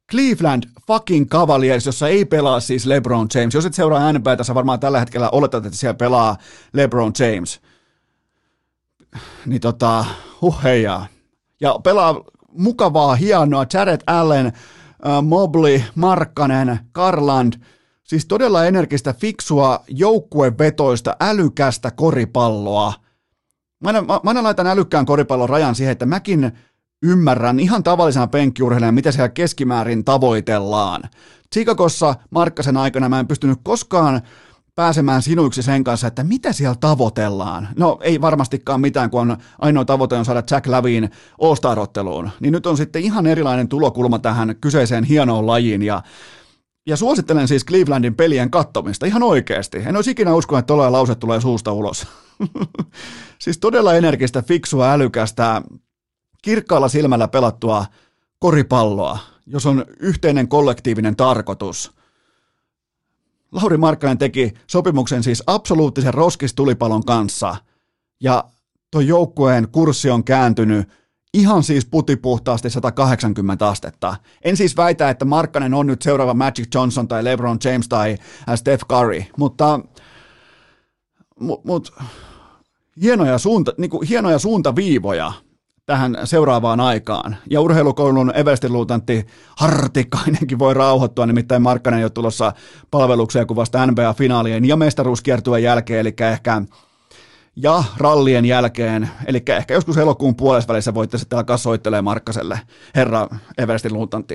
Cleveland fucking Cavaliers, jossa ei pelaa siis LeBron James. Jos et seuraa N B A:tä, sä varmaan tällä hetkellä oletat, että siellä pelaa LeBron James. Niin tota, huh heijaa. Ja pelaa mukavaa, hienoa, Jared Allen, äh, Mobley, Markkanen, Garland, siis todella energistä, fiksua, joukkuevetoista, älykästä koripalloa. Mä aina, mä aina laitan älykkään koripallon rajan siihen, että mäkin ymmärrän ihan tavallisena penkkiurheilijana, mitä siellä keskimäärin tavoitellaan. Chicagossa Markkasen aikana mä en pystynyt koskaan pääsemään sinuiksi sen kanssa, että mitä siellä tavoitellaan. No ei varmastikaan mitään, kun on ainoa tavoite on saada Jack Lavin All-Star-otteluun. Niin nyt on sitten ihan erilainen tulokulma tähän kyseiseen hienoon lajiin ja Ja suosittelen siis Clevelandin pelien kattomista, ihan oikeasti. En olisi ikinä uskonut, että tuollainen lause tulee suusta ulos. Siis todella energistä, fiksua, älykästä, kirkkaalla silmällä pelattua koripalloa, jos on yhteinen kollektiivinen tarkoitus. Lauri Markkanen teki sopimuksen siis absoluuttisen roskistulipalon kanssa, ja tuo joukkueen kurssi on kääntynyt ihan siis putipuhtaasti sata kahdeksankymmentä astetta. En siis väitä, että Markkanen on nyt seuraava Magic Johnson tai LeBron James tai Steph Curry, mutta mut, mut, hienoja, suunta, niin kuin, hienoja suuntaviivoja tähän seuraavaan aikaan. Ja urheilukoulun everstin luutantti Hartikainenkin voi rauhoittua, nimittäin Markkanen ei ole tulossa palvelukseen kuin vasta N B A-finaalien ja mestaruuskiertueen jälkeen, eli ehkä ja rallien jälkeen, eli ehkä joskus elokuun puolessa välissä voitte sitten alkaa soittelemaan Markkaselle, herra everstin luutantti.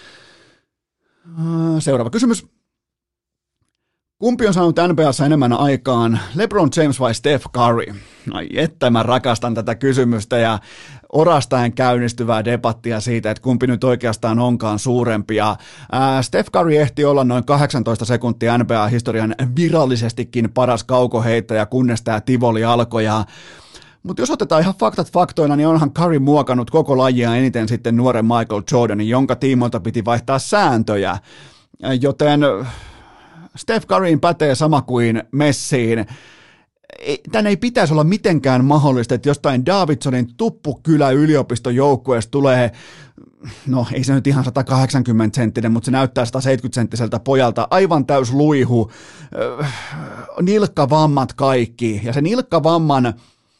Seuraava kysymys. Kumpi on saanut N B A:ssa enemmän aikaan, LeBron James vai Steph Curry? Ai että mä rakastan tätä kysymystä ja orastaen käynnistyvää debattia siitä, että kumpi nyt oikeastaan onkaan suurempi. Ja, ää, Steph Curry ehti olla noin kahdeksantoista sekuntia N B A-historian virallisestikin paras kaukoheittäjä, kunnes tämä tivoli alkoi. Mutta jos otetaan ihan faktat faktoina, niin onhan Curry muokannut koko lajia eniten sitten nuoren Michael Jordanin, jonka tiimoilta piti vaihtaa sääntöjä, joten Steph Curryin pätee sama kuin Messiin. Tän ei pitäisi olla mitenkään mahdollista, että jostain Davidsonin tuppukylä yliopiston joukkueesta tulee, no ei se nyt ihan sata kahdeksankymmentä senttinen, mutta se näyttää sata seitsemänkymmentä senttiseltä pojalta, aivan täys luihu, nilkkavammat kaikki, ja se nilkkavamman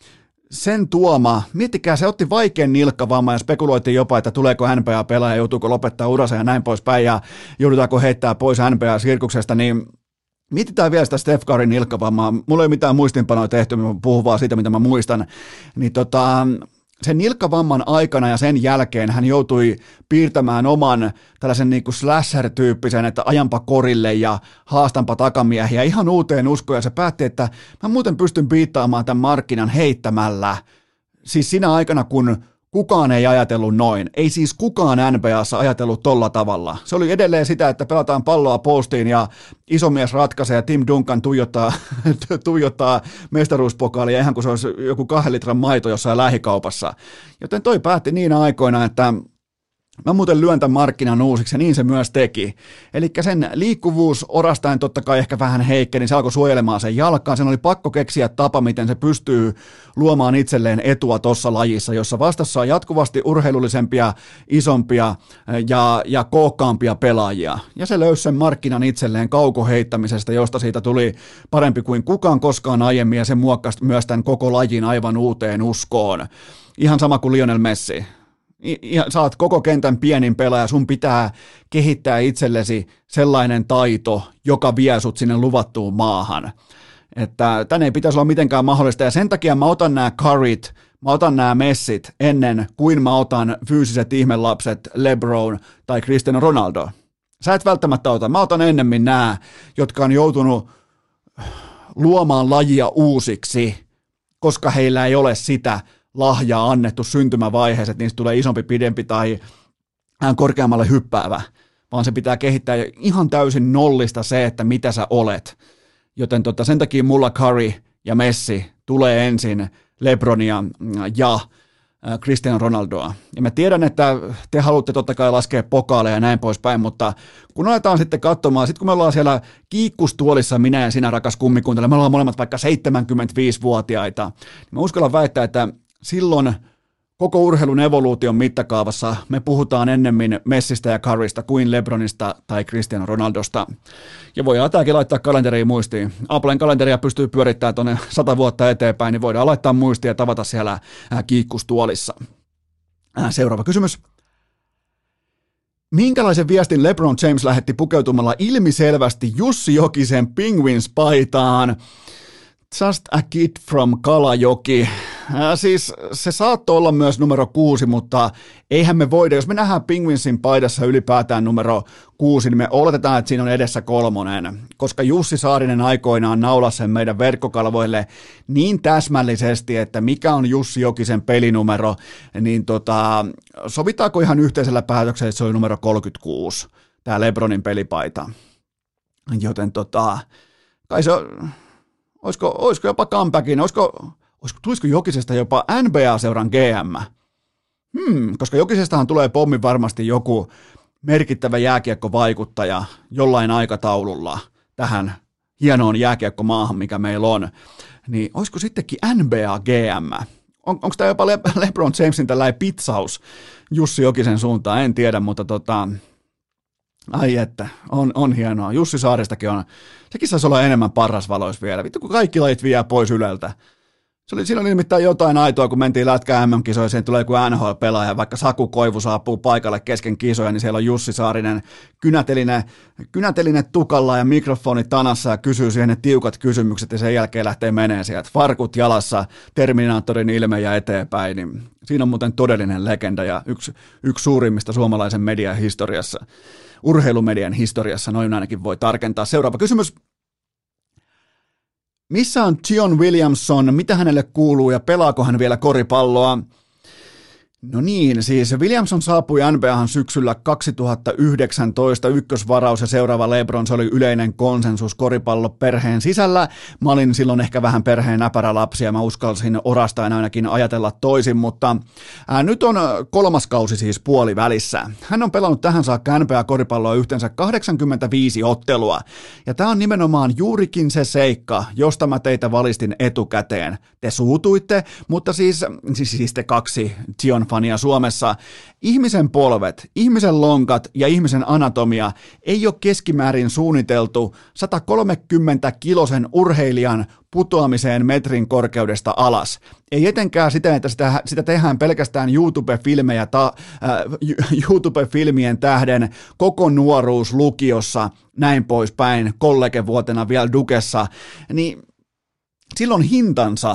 sen tuoma, miettikää, se otti vaikean nilkkavamman ja spekuloitiin jopa, että tuleeko N B A-pelaaja, joutuuko lopettaa uransa ja näin poispäin ja joudutaanko heittää pois N B A-sirkuksesta, niin mietitään vielä sitä Steph Curryn nilkkavammaa. Mulla ei ole mitään muistinpanoja tehty, mä puhun vaan siitä, mitä mä muistan. Niin tota, sen nilkkavamman aikana ja sen jälkeen hän joutui piirtämään oman tällaisen niin kuin slasher-tyyppisen, että ajanpa korille ja haastanpa takamiehiä ihan uuteen uskoon. Ja se päätti, että mä muuten pystyn piittaamaan tämän markkinan heittämällä. Siis siinä aikana, kun kukaan ei ajatellut noin. Ei siis kukaan N B A:ssa ajatellut tolla tavalla. Se oli edelleen sitä, että pelataan palloa postiin ja isomies ratkaisee ja Tim Duncan tuijottaa, tuijottaa mestaruuspokaalia ihan kuin se olisi joku kahden litran maito jossain lähikaupassa. Joten toi päätti niinä aikoina, että mä muuten lyön tämän markkinan uusiksi ja niin se myös teki. Eli sen liikkuvuus orastaen totta kai ehkä vähän heikkeni, se alkoi suojelemaan sen jalkaan. Sen oli pakko keksiä tapa, miten se pystyy luomaan itselleen etua tuossa lajissa, jossa vastassa on jatkuvasti urheilullisempia, isompia ja, ja kookkaampia pelaajia. Ja se löysi sen markkinan itselleen kaukoheittämisestä, josta siitä tuli parempi kuin kukaan koskaan aiemmin ja se muokkasi myös tämän koko lajin aivan uuteen uskoon. Ihan sama kuin Lionel Messi. Ja sä oot koko kentän pienin pelaaja, sun pitää kehittää itsellesi sellainen taito, joka vie sut sinne luvattuun maahan. Että tän ei pitäisi olla mitenkään mahdollista, ja sen takia mä otan nämä Curryt, mä otan nämä Messit ennen kuin mä otan fyysiset ihmelapset LeBron tai Cristiano Ronaldo. Sä et välttämättä ota, mä otan ennemmin nämä, jotka on joutunut luomaan lajia uusiksi, koska heillä ei ole sitä lahjaa annettu syntymävaiheessa, että niistä tulee isompi, pidempi tai korkeammalle hyppäävä, vaan se pitää kehittää ihan täysin nollista se, että mitä sä olet. Joten tota, sen takia mulla Curry ja Messi tulee ensin LeBronia ja Cristiano Ronaldoa. Ja mä tiedän, että te haluatte totta kai laskea pokaaleja ja näin poispäin, mutta kun aletaan sitten katsomaan, sitten kun me ollaan siellä kiikkustuolissa, minä ja sinä rakas kummikuuntele, me ollaan molemmat vaikka seitsemänkymmentäviisivuotiaita, niin mä uskallan väittää, että silloin koko urheilun evoluution mittakaavassa me puhutaan ennemmin Messistä ja Currysta kuin LeBronista tai Cristiano Ronaldosta. Ja voidaan tämäkin laittaa kalenteriin muistiin. Applen kalenteria pystyy pyörittämään tuonne sata vuotta eteenpäin, niin voidaan laittaa muistia ja tavata siellä kiikkustuolissa. Seuraava kysymys. Minkälaisen viestin LeBron James lähetti pukeutumalla ilmiselvästi Jussi Jokisen Penguins-paitaan? Just a kid from Kalajoki. Äh, siis se saattoi olla myös numero kuusi, mutta eihän me voida, jos me nähdään Penguinsin paidassa ylipäätään numero kuusi, niin me oletetaan, että siinä on edessä kolmonen, koska Jussi Saarinen aikoinaan naulasi sen meidän verkkokalvoille niin täsmällisesti, että mikä on Jussi Jokisen pelinumero, niin tota, sovitaanko ihan yhteisellä päätöksellä, että se oli numero kolmekymmentäkuusi, tämä LeBronin pelipaita, joten tota, kai se on... Olisiko, olisiko jopa comebackin, olisiko, olisiko, tulisiko Jokisesta jopa N B A-seuran G M? Hmm, koska Jokisestahan tulee pommin varmasti joku merkittävä jääkiekkovaikuttaja jollain aikataululla tähän hienoon jääkiekkomaahan, mikä meillä on. Niin olisiko sittenkin N B A G M? On, onko tämä jopa Le- LeBron Jamesin tällainen pitsaus Jussi Jokisen suuntaan? En tiedä, mutta tota... Ai että, on, on hienoa. Jussi Saaristakin on, sekin saisi olla enemmän parrasvaloissa vielä. Vittu, kun kaikki lajit vie pois Yleltä. Se oli, siinä oli nimittäin jotain aitoa, kun mentiin lätkää M M-kisoja, siihen tulee joku N H L-pelaaja, vaikka Saku Koivu saapuu paikalle kesken kisoja, niin siellä on Jussi Saarinen kynäteline, kynäteline tukalla ja mikrofoni tanassa ja kysyy siihen ne tiukat kysymykset ja sen jälkeen lähtee menee sieltä. Farkut jalassa, Terminaattorin ilme ja eteenpäin. Niin siinä on muuten todellinen legenda ja yksi, yksi suurimmista suomalaisen median historiassa. Urheilumedian historiassa, noin ainakin voi tarkentaa. Seuraava kysymys. Missä on Zion Williamson, mitä hänelle kuuluu ja pelaako hän vielä koripalloa? No niin, siis Williamson saapui N B A:han syksyllä kaksituhattayhdeksäntoista, ykkösvaraus ja seuraava LeBron, se oli yleinen konsensus koripallo perheen sisällä. Mä olin silloin ehkä vähän perheen näpärä lapsi ja mä uskalsin orastain ainakin ajatella toisin, mutta ää, nyt on kolmas kausi siis puolivälissä. Hän on pelannut tähän saakka N B A-koripalloa yhteensä kahdeksankymmentäviisi ottelua ja tää on nimenomaan juurikin se seikka, josta mä teitä valistin etukäteen. Te suutuitte, mutta siis, siis, siis te kaksi Zion fania Suomessa. Ihmisen polvet, ihmisen lonkat ja ihmisen anatomia ei ole keskimäärin suunniteltu sata kolmekymmentä kilosen urheilijan putoamiseen metrin korkeudesta alas. Ei etenkään siten, että sitä, sitä tehdään pelkästään YouTube-filmejä ta, äh, YouTube-filmien tähden koko nuoruus lukiossa, näin poispäin, kollegevuotena vielä Dukessa, niin silloin hintansa.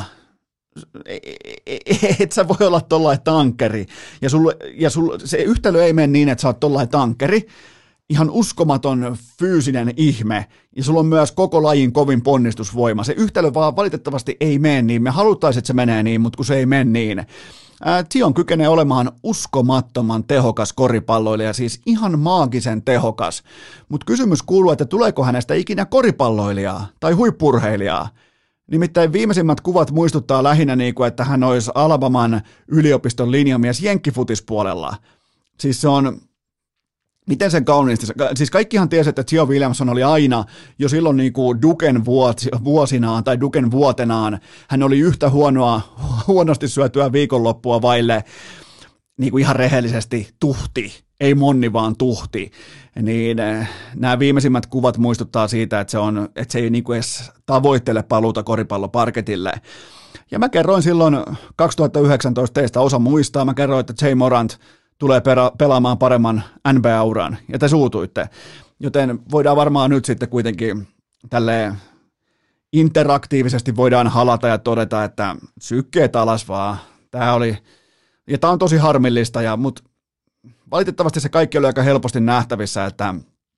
Et sä voi olla tollain tankkeri, ja, sul, ja sul, se yhtälö ei mene niin, että sä oot tollain tankkeri, ihan uskomaton fyysinen ihme, ja sulla on myös koko lajin kovin ponnistusvoima. Se yhtälö vaan valitettavasti ei mene niin, me haluttaisiin, että se menee niin, mutta kun se ei mene niin. Zion kykenee olemaan uskomattoman tehokas koripalloilija, siis ihan maagisen tehokas, mutta kysymys kuuluu, että tuleeko hänestä ikinä koripalloilijaa tai huippurheilijaa? Nimittäin viimeisimmät kuvat muistuttaa lähinnä niin kuin, että hän olisi Alabaman yliopiston linjamies jenkkifutispuolella. Siis se on, miten sen kauniisti, siis kaikkihan tiesi, että Zion Williamson oli aina jo silloin niin kuin Duken vuosinaan tai Duken vuotenaan, hän oli yhtä huonoa, huonosti syötyä viikonloppua vaille, niin kuin ihan rehellisesti tuhti, ei monni vaan tuhti, niin nämä viimeisimmät kuvat muistuttaa siitä, että se, on, että se ei niin kuin edes tavoittele paluuta koripalloparketille. Ja mä kerroin silloin kaksituhattayhdeksäntoista, teistä osa muistaa, mä kerroin, että Jay Morant tulee pera- pelaamaan paremman N B A-uran, ja te suutuitte. Joten voidaan varmaan nyt sitten kuitenkin tälleen interaktiivisesti voidaan halata ja todeta, että sykkeet alas vaan. Tämä oli, ja tämä on tosi harmillista, ja, mutta valitettavasti se kaikki oli aika helposti nähtävissä, että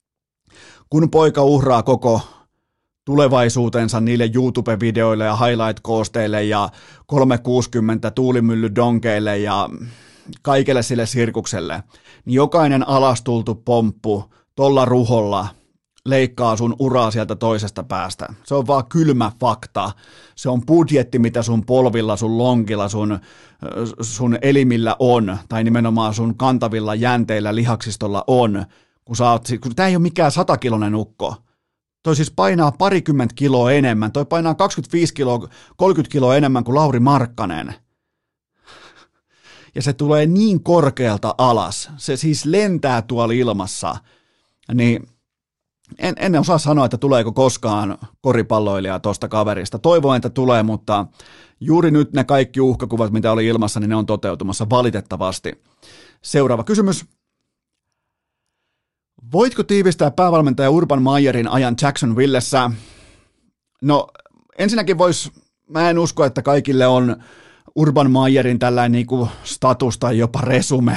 kun poika uhraa koko tulevaisuutensa niille YouTube-videoille ja highlight-koosteille ja kolmesataakuusikymmentä tuulimyllydonkeille ja kaikelle sille sirkukselle, niin jokainen alastultu pomppu tolla ruholla leikkaa sun uraa sieltä toisesta päästä. Se on vaan kylmä fakta. Se on budjetti, mitä sun polvilla, sun lonkilla, sun, sun elimillä on, tai nimenomaan sun kantavilla jänteillä, lihaksistolla on. Kun sä oot, kun tää ei ole mikään satakilonen ukko. Toi siis painaa parikymmentä kiloa enemmän. Toi painaa kaksikymmentäviisi kiloa, kolmekymmentä kiloa enemmän kuin Lauri Markkanen. ja se tulee niin korkealta alas, se siis lentää tuolla ilmassa, niin en, en osaa sanoa, että tuleeko koskaan koripalloilija tuosta kaverista. Toivon, että tulee, mutta juuri nyt ne kaikki uhkakuvat, mitä oli ilmassa, niin ne on toteutumassa valitettavasti. Seuraava kysymys. Voitko tiivistää päävalmentaja Urban Meyerin ajan Jacksonvillessä? No ensinnäkin vois, mä en usko, että kaikille on Urban Meyerin tällainen niin kuin status tai jopa resume,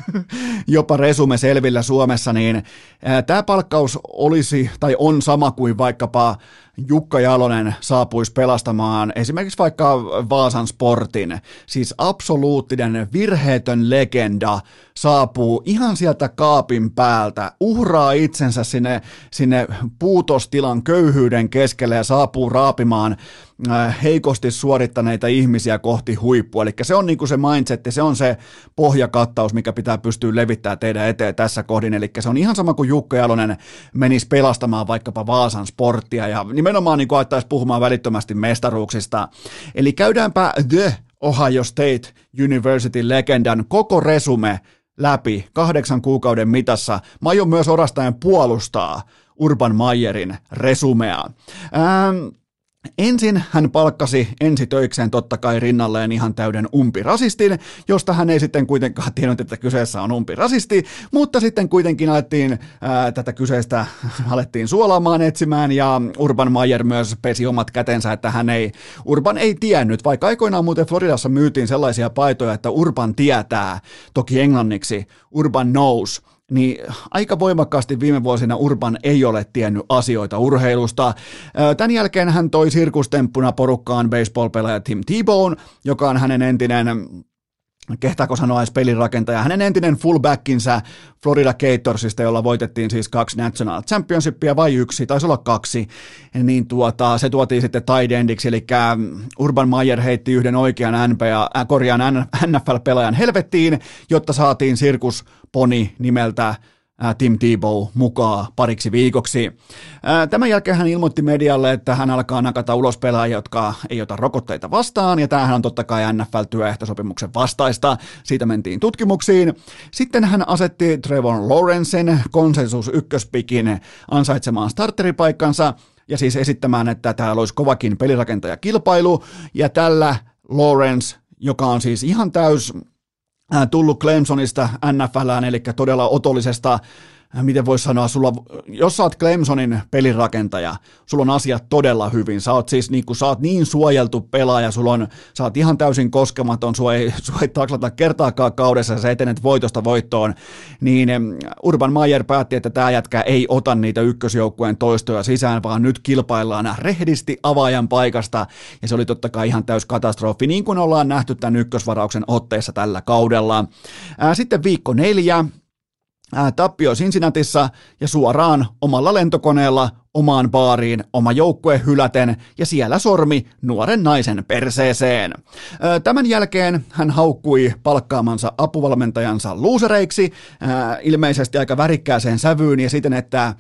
jopa resume selvillä Suomessa, niin tämä palkkaus olisi tai on sama kuin vaikkapa Jukka Jalonen saapuisi pelastamaan esimerkiksi vaikka Vaasan Sportin. Siis absoluuttinen virheetön legenda saapuu ihan sieltä kaapin päältä, uhraa itsensä sinne, sinne puutostilan köyhyyden keskelle ja saapuu raapimaan heikosti suorittaneita ihmisiä kohti huippua. Eli se on niinku se mindset, se on se pohjakattaus, mikä pitää pystyä levittämään teidän eteen tässä kohdin. Eli se on ihan sama kuin Jukka Jalonen menisi pelastamaan vaikkapa Vaasan Sporttia ja nimenomaan niin kuin alettaisiin puhumaan välittömästi mestaruuksista. Eli käydäänpä The Ohio State University legendan koko resume läpi kahdeksan kuukauden mitassa. Mä aion myös orastaen puolustaa Urban Meyerin resumea. Ähm, Ensin hän palkkasi ensitöikseen totta kai rinnalleen ihan täyden umpirasistin, josta hän ei sitten kuitenkaan tiennyt, että kyseessä on umpirasisti, mutta sitten kuitenkin alettiin ää, tätä kyseistä alettiin suolaamaan, etsimään ja Urban Meyer myös pesi omat kätensä, että hän ei, Urban ei tiennyt, vaikka aikoinaan muuten Floridassa myytiin sellaisia paitoja, että Urban tietää, toki englanniksi, Urban knows, niin aika voimakkaasti viime vuosina Urban ei ole tiennyt asioita urheilusta. Tämän jälkeen hän toi sirkustemppuna porukkaan baseball-pelaaja Tim Tebow, joka on hänen entinen, kehtaako sanoa edes pelirakentaja, hänen entinen fullbackinsä Florida Gatorsista, jolla voitettiin siis kaksi National Championshipia vai yksi, taisi olla kaksi, niin tuota, se tuotiin sitten tight endiksi, eli Urban Meyer heitti yhden oikean N B A, äh, korjaan N F L-pelaajan helvettiin, jotta saatiin sirkusponi nimeltä Tim Tebow mukaan pariksi viikoksi. Tämän jälkeen hän ilmoitti medialle, että hän alkaa nakata ulos pelaajia, jotka ei ota rokotteita vastaan, ja tämähän on totta kai N F L-työehtosopimuksen vastaista. Siitä mentiin tutkimuksiin. Sitten hän asetti Trevor Lawrencen konsensus ykköspikin ansaitsemaan starteripaikkansa, ja siis esittämään, että täällä olisi kovakin pelirakentajakilpailu, ja tällä Lawrence, joka on siis ihan täys tullut Clemsonista N F L:ään, eli todella otollisesta, miten voisi sanoa, sulla, jos sä oot Clemsonin pelirakentaja, sulla on asiat todella hyvin, sä oot siis niin, kuin, sä oot niin suojeltu pelaaja, sulla on, sä oot ihan täysin koskematon, sua ei, sua ei taklata kertaakaan kaudessa, sä etenet voitosta voittoon, niin Urban Meyer päätti, että tämä jätkä ei ota niitä ykkösjoukkueen toistoja sisään, vaan nyt kilpaillaan rehdisti avaajan paikasta, ja se oli totta kai ihan täys katastrofi, niin kuin ollaan nähty tämän ykkösvarauksen otteessa tällä kaudella. Sitten viikko neljä, tappio Cincinnatissa ja suoraan omalla lentokoneella omaan baariin oma joukkue hyläten ja siellä sormi nuoren naisen perseeseen. Tämän jälkeen hän haukkui palkkaamansa apuvalmentajansa luusereiksi, ilmeisesti aika värikkääseen sävyyn ja siten, että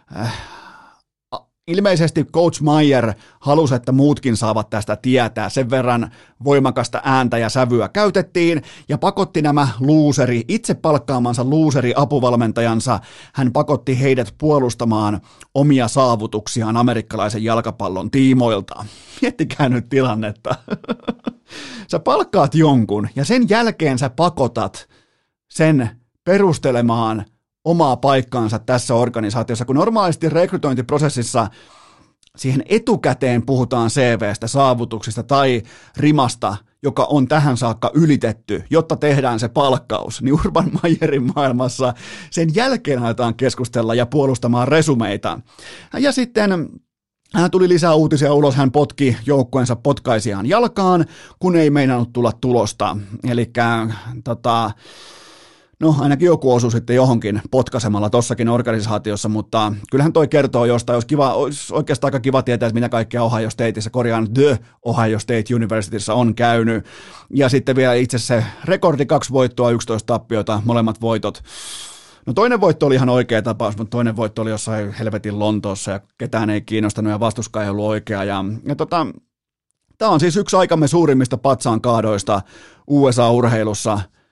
ilmeisesti Coach Meyer halusi, että muutkin saavat tästä tietää. Sen verran voimakasta ääntä ja sävyä käytettiin ja pakotti nämä luuseri, itse palkkaamansa luuseri apuvalmentajansa. Hän pakotti heidät puolustamaan omia saavutuksiaan amerikkalaisen jalkapallon tiimoilta. Miettikää nyt tilannetta. Sä palkkaat jonkun ja sen jälkeen sä pakotat sen perustelemaan omaa paikkaansa tässä organisaatiossa, kun normaalisti rekrytointiprosessissa siihen etukäteen puhutaan C V:stä, saavutuksista tai rimasta, joka on tähän saakka ylitetty, jotta tehdään se palkkaus, niin Urban Meyerin maailmassa sen jälkeen aletaan keskustella ja puolustamaan resumeita. Ja sitten hän tuli lisää uutisia ulos, hän potki joukkueensa potkaisiaan jalkaan, kun ei meinannut tulla tulosta. Eli tota... No ainakin joku osui sitten johonkin potkaisemalla tossakin organisaatiossa, mutta kyllähän toi kertoo jostain, olisi, kiva, olisi oikeastaan aika kiva tietää, että mitä kaikkea Ohio Stateissa, korjaan The Ohio State Universityssä on käynyt. Ja sitten vielä itse se rekordi, kaksi voittoa, yksitoista tappiota, molemmat voitot. No toinen voitto oli ihan oikea tapaus, mutta toinen voitto oli jossain helvetin Lontoossa ja ketään ei kiinnostanut ja vastuskaan ei ollut oikea. Ja, ja tota, tämä on siis yksi aikamme suurimmista patsaan kaadoista U S A-urheilussa.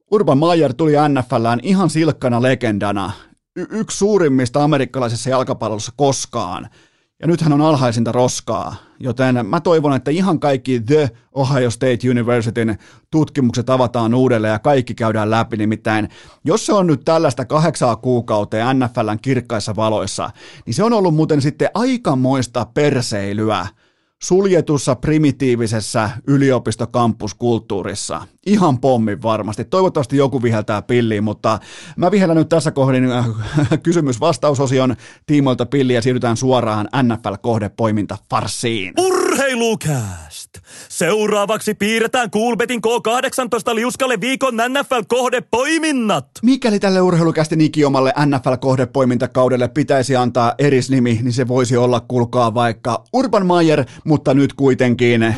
Urban Meyer tuli N F L:ään ihan silkkana legendana, y- yksi suurimmista amerikkalaisessa jalkapallossa koskaan. Ja nyt hän on alhaisinta roskaa, joten mä toivon, että ihan kaikki The Ohio State Universityn tutkimukset avataan uudelleen ja kaikki käydään läpi. Nimittäin, jos se on nyt tällaista kahdeksaa kuukautta N F L:n kirkkaissa valoissa, niin se on ollut muuten sitten aikamoista perseilyä suljetussa primitiivisessä yliopistokampuskulttuurissa. Ihan pommin varmasti. Toivottavasti joku viheltää pilliin, mutta mä vihellän nyt tässä kohdin kysymys-vastausosion tiimoilta pilliä ja siirrytään suoraan N F L-kohdepoiminta farssiin. Urheilukääst! Seuraavaksi piirretään Coolbetin K kahdeksantoista liuskalle viikon N F L-kohdepoiminnat. Mikäli tälle urheilukästin ikiomalle N F L-kohdeboimintakaudelle pitäisi antaa erisnimi, niin se voisi olla, kuulkaa, vaikka Urban Meyer, mutta nyt kuitenkin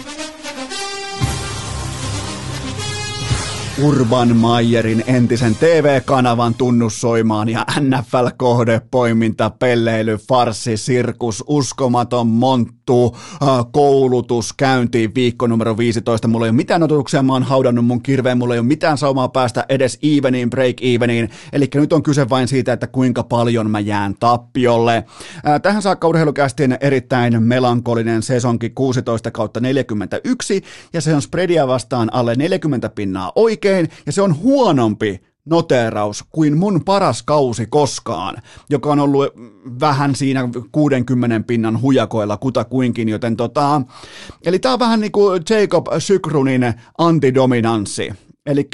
Urban Meyerin entisen T V-kanavan tunnussoimaan ja N F L-kohdepoiminta, pelleily, farssi, sirkus, uskomaton monttu, koulutus, käyntiin viikko numero viisitoista. Mulla ei ole mitään odotuksia, mä oon haudannut mun kirveen, mulla ei ole mitään saumaa päästä edes eveniin, break eveniin, eli nyt on kyse vain siitä, että kuinka paljon mä jään tappiolle. Tähän saakka urheilukästin erittäin melankolinen sesonki kuusitoista kautta neljäkymmentäyksi, ja se on spreadia vastaan alle neljäkymmentä pinnaa oikein, ja se on huonompi noteeraus kuin mun paras kausi koskaan, joka on ollut vähän siinä kuudenkymmenen pinnan hujakoilla kutakuinkin, joten tota, eli tää on vähän niin kuin Jacob Sykrunin antidominanssi. Eli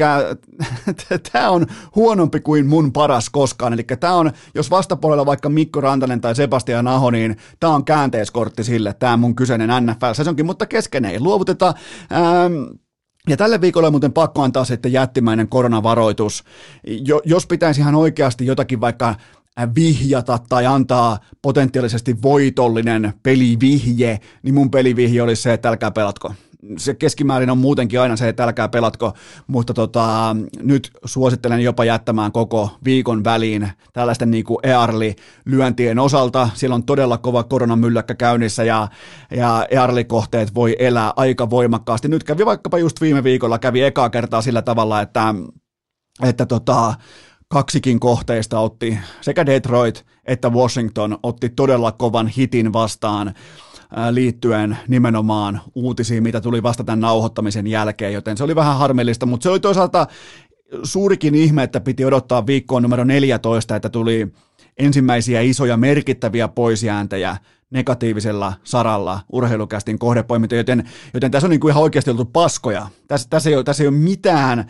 tämä on huonompi kuin mun paras koskaan, eli tämä on, jos vastapuolella vaikka Mikko Rantanen tai Sebastian Aho, niin tämä on käänteiskortti sille, tämä mun kyseinen N F L-sesonkin, mutta kesken ei luovuteta. Ähm, Ja tälle viikolle on muuten pakko antaa sitten jättimäinen koronavaroitus. Jo, jos pitäisi ihan oikeasti jotakin vaikka vihjata tai antaa potentiaalisesti voitollinen pelivihje, niin mun pelivihje olisi se, että älkää pelatko. Se keskimäärin on muutenkin aina se, että älkää pelatko, mutta tota, nyt suosittelen jopa jättämään koko viikon väliin tällaisten niin kuin E A R L-lyöntien osalta. Siellä on todella kova koronamylläkkä käynnissä ja, ja E A R L-kohteet voi elää aika voimakkaasti. Nyt kävi vaikkapa just viime viikolla, kävi ekaa kertaa sillä tavalla, että, että tota, kaksikin kohteista otti, sekä Detroit että Washington otti todella kovan hitin vastaan liittyen nimenomaan uutisiin, mitä tuli vasta tämän nauhoittamisen jälkeen, joten se oli vähän harmillista, mutta se oli toisaalta suurikin ihme, että piti odottaa viikkoon numero neljätoista, että tuli ensimmäisiä isoja merkittäviä poisjääntejä negatiivisella saralla urheilukästin kohdepoiminta, joten, joten tässä on niin kuin ihan oikeasti oltu paskoja. Tässä, tässä, ei ole, tässä ei ole mitään,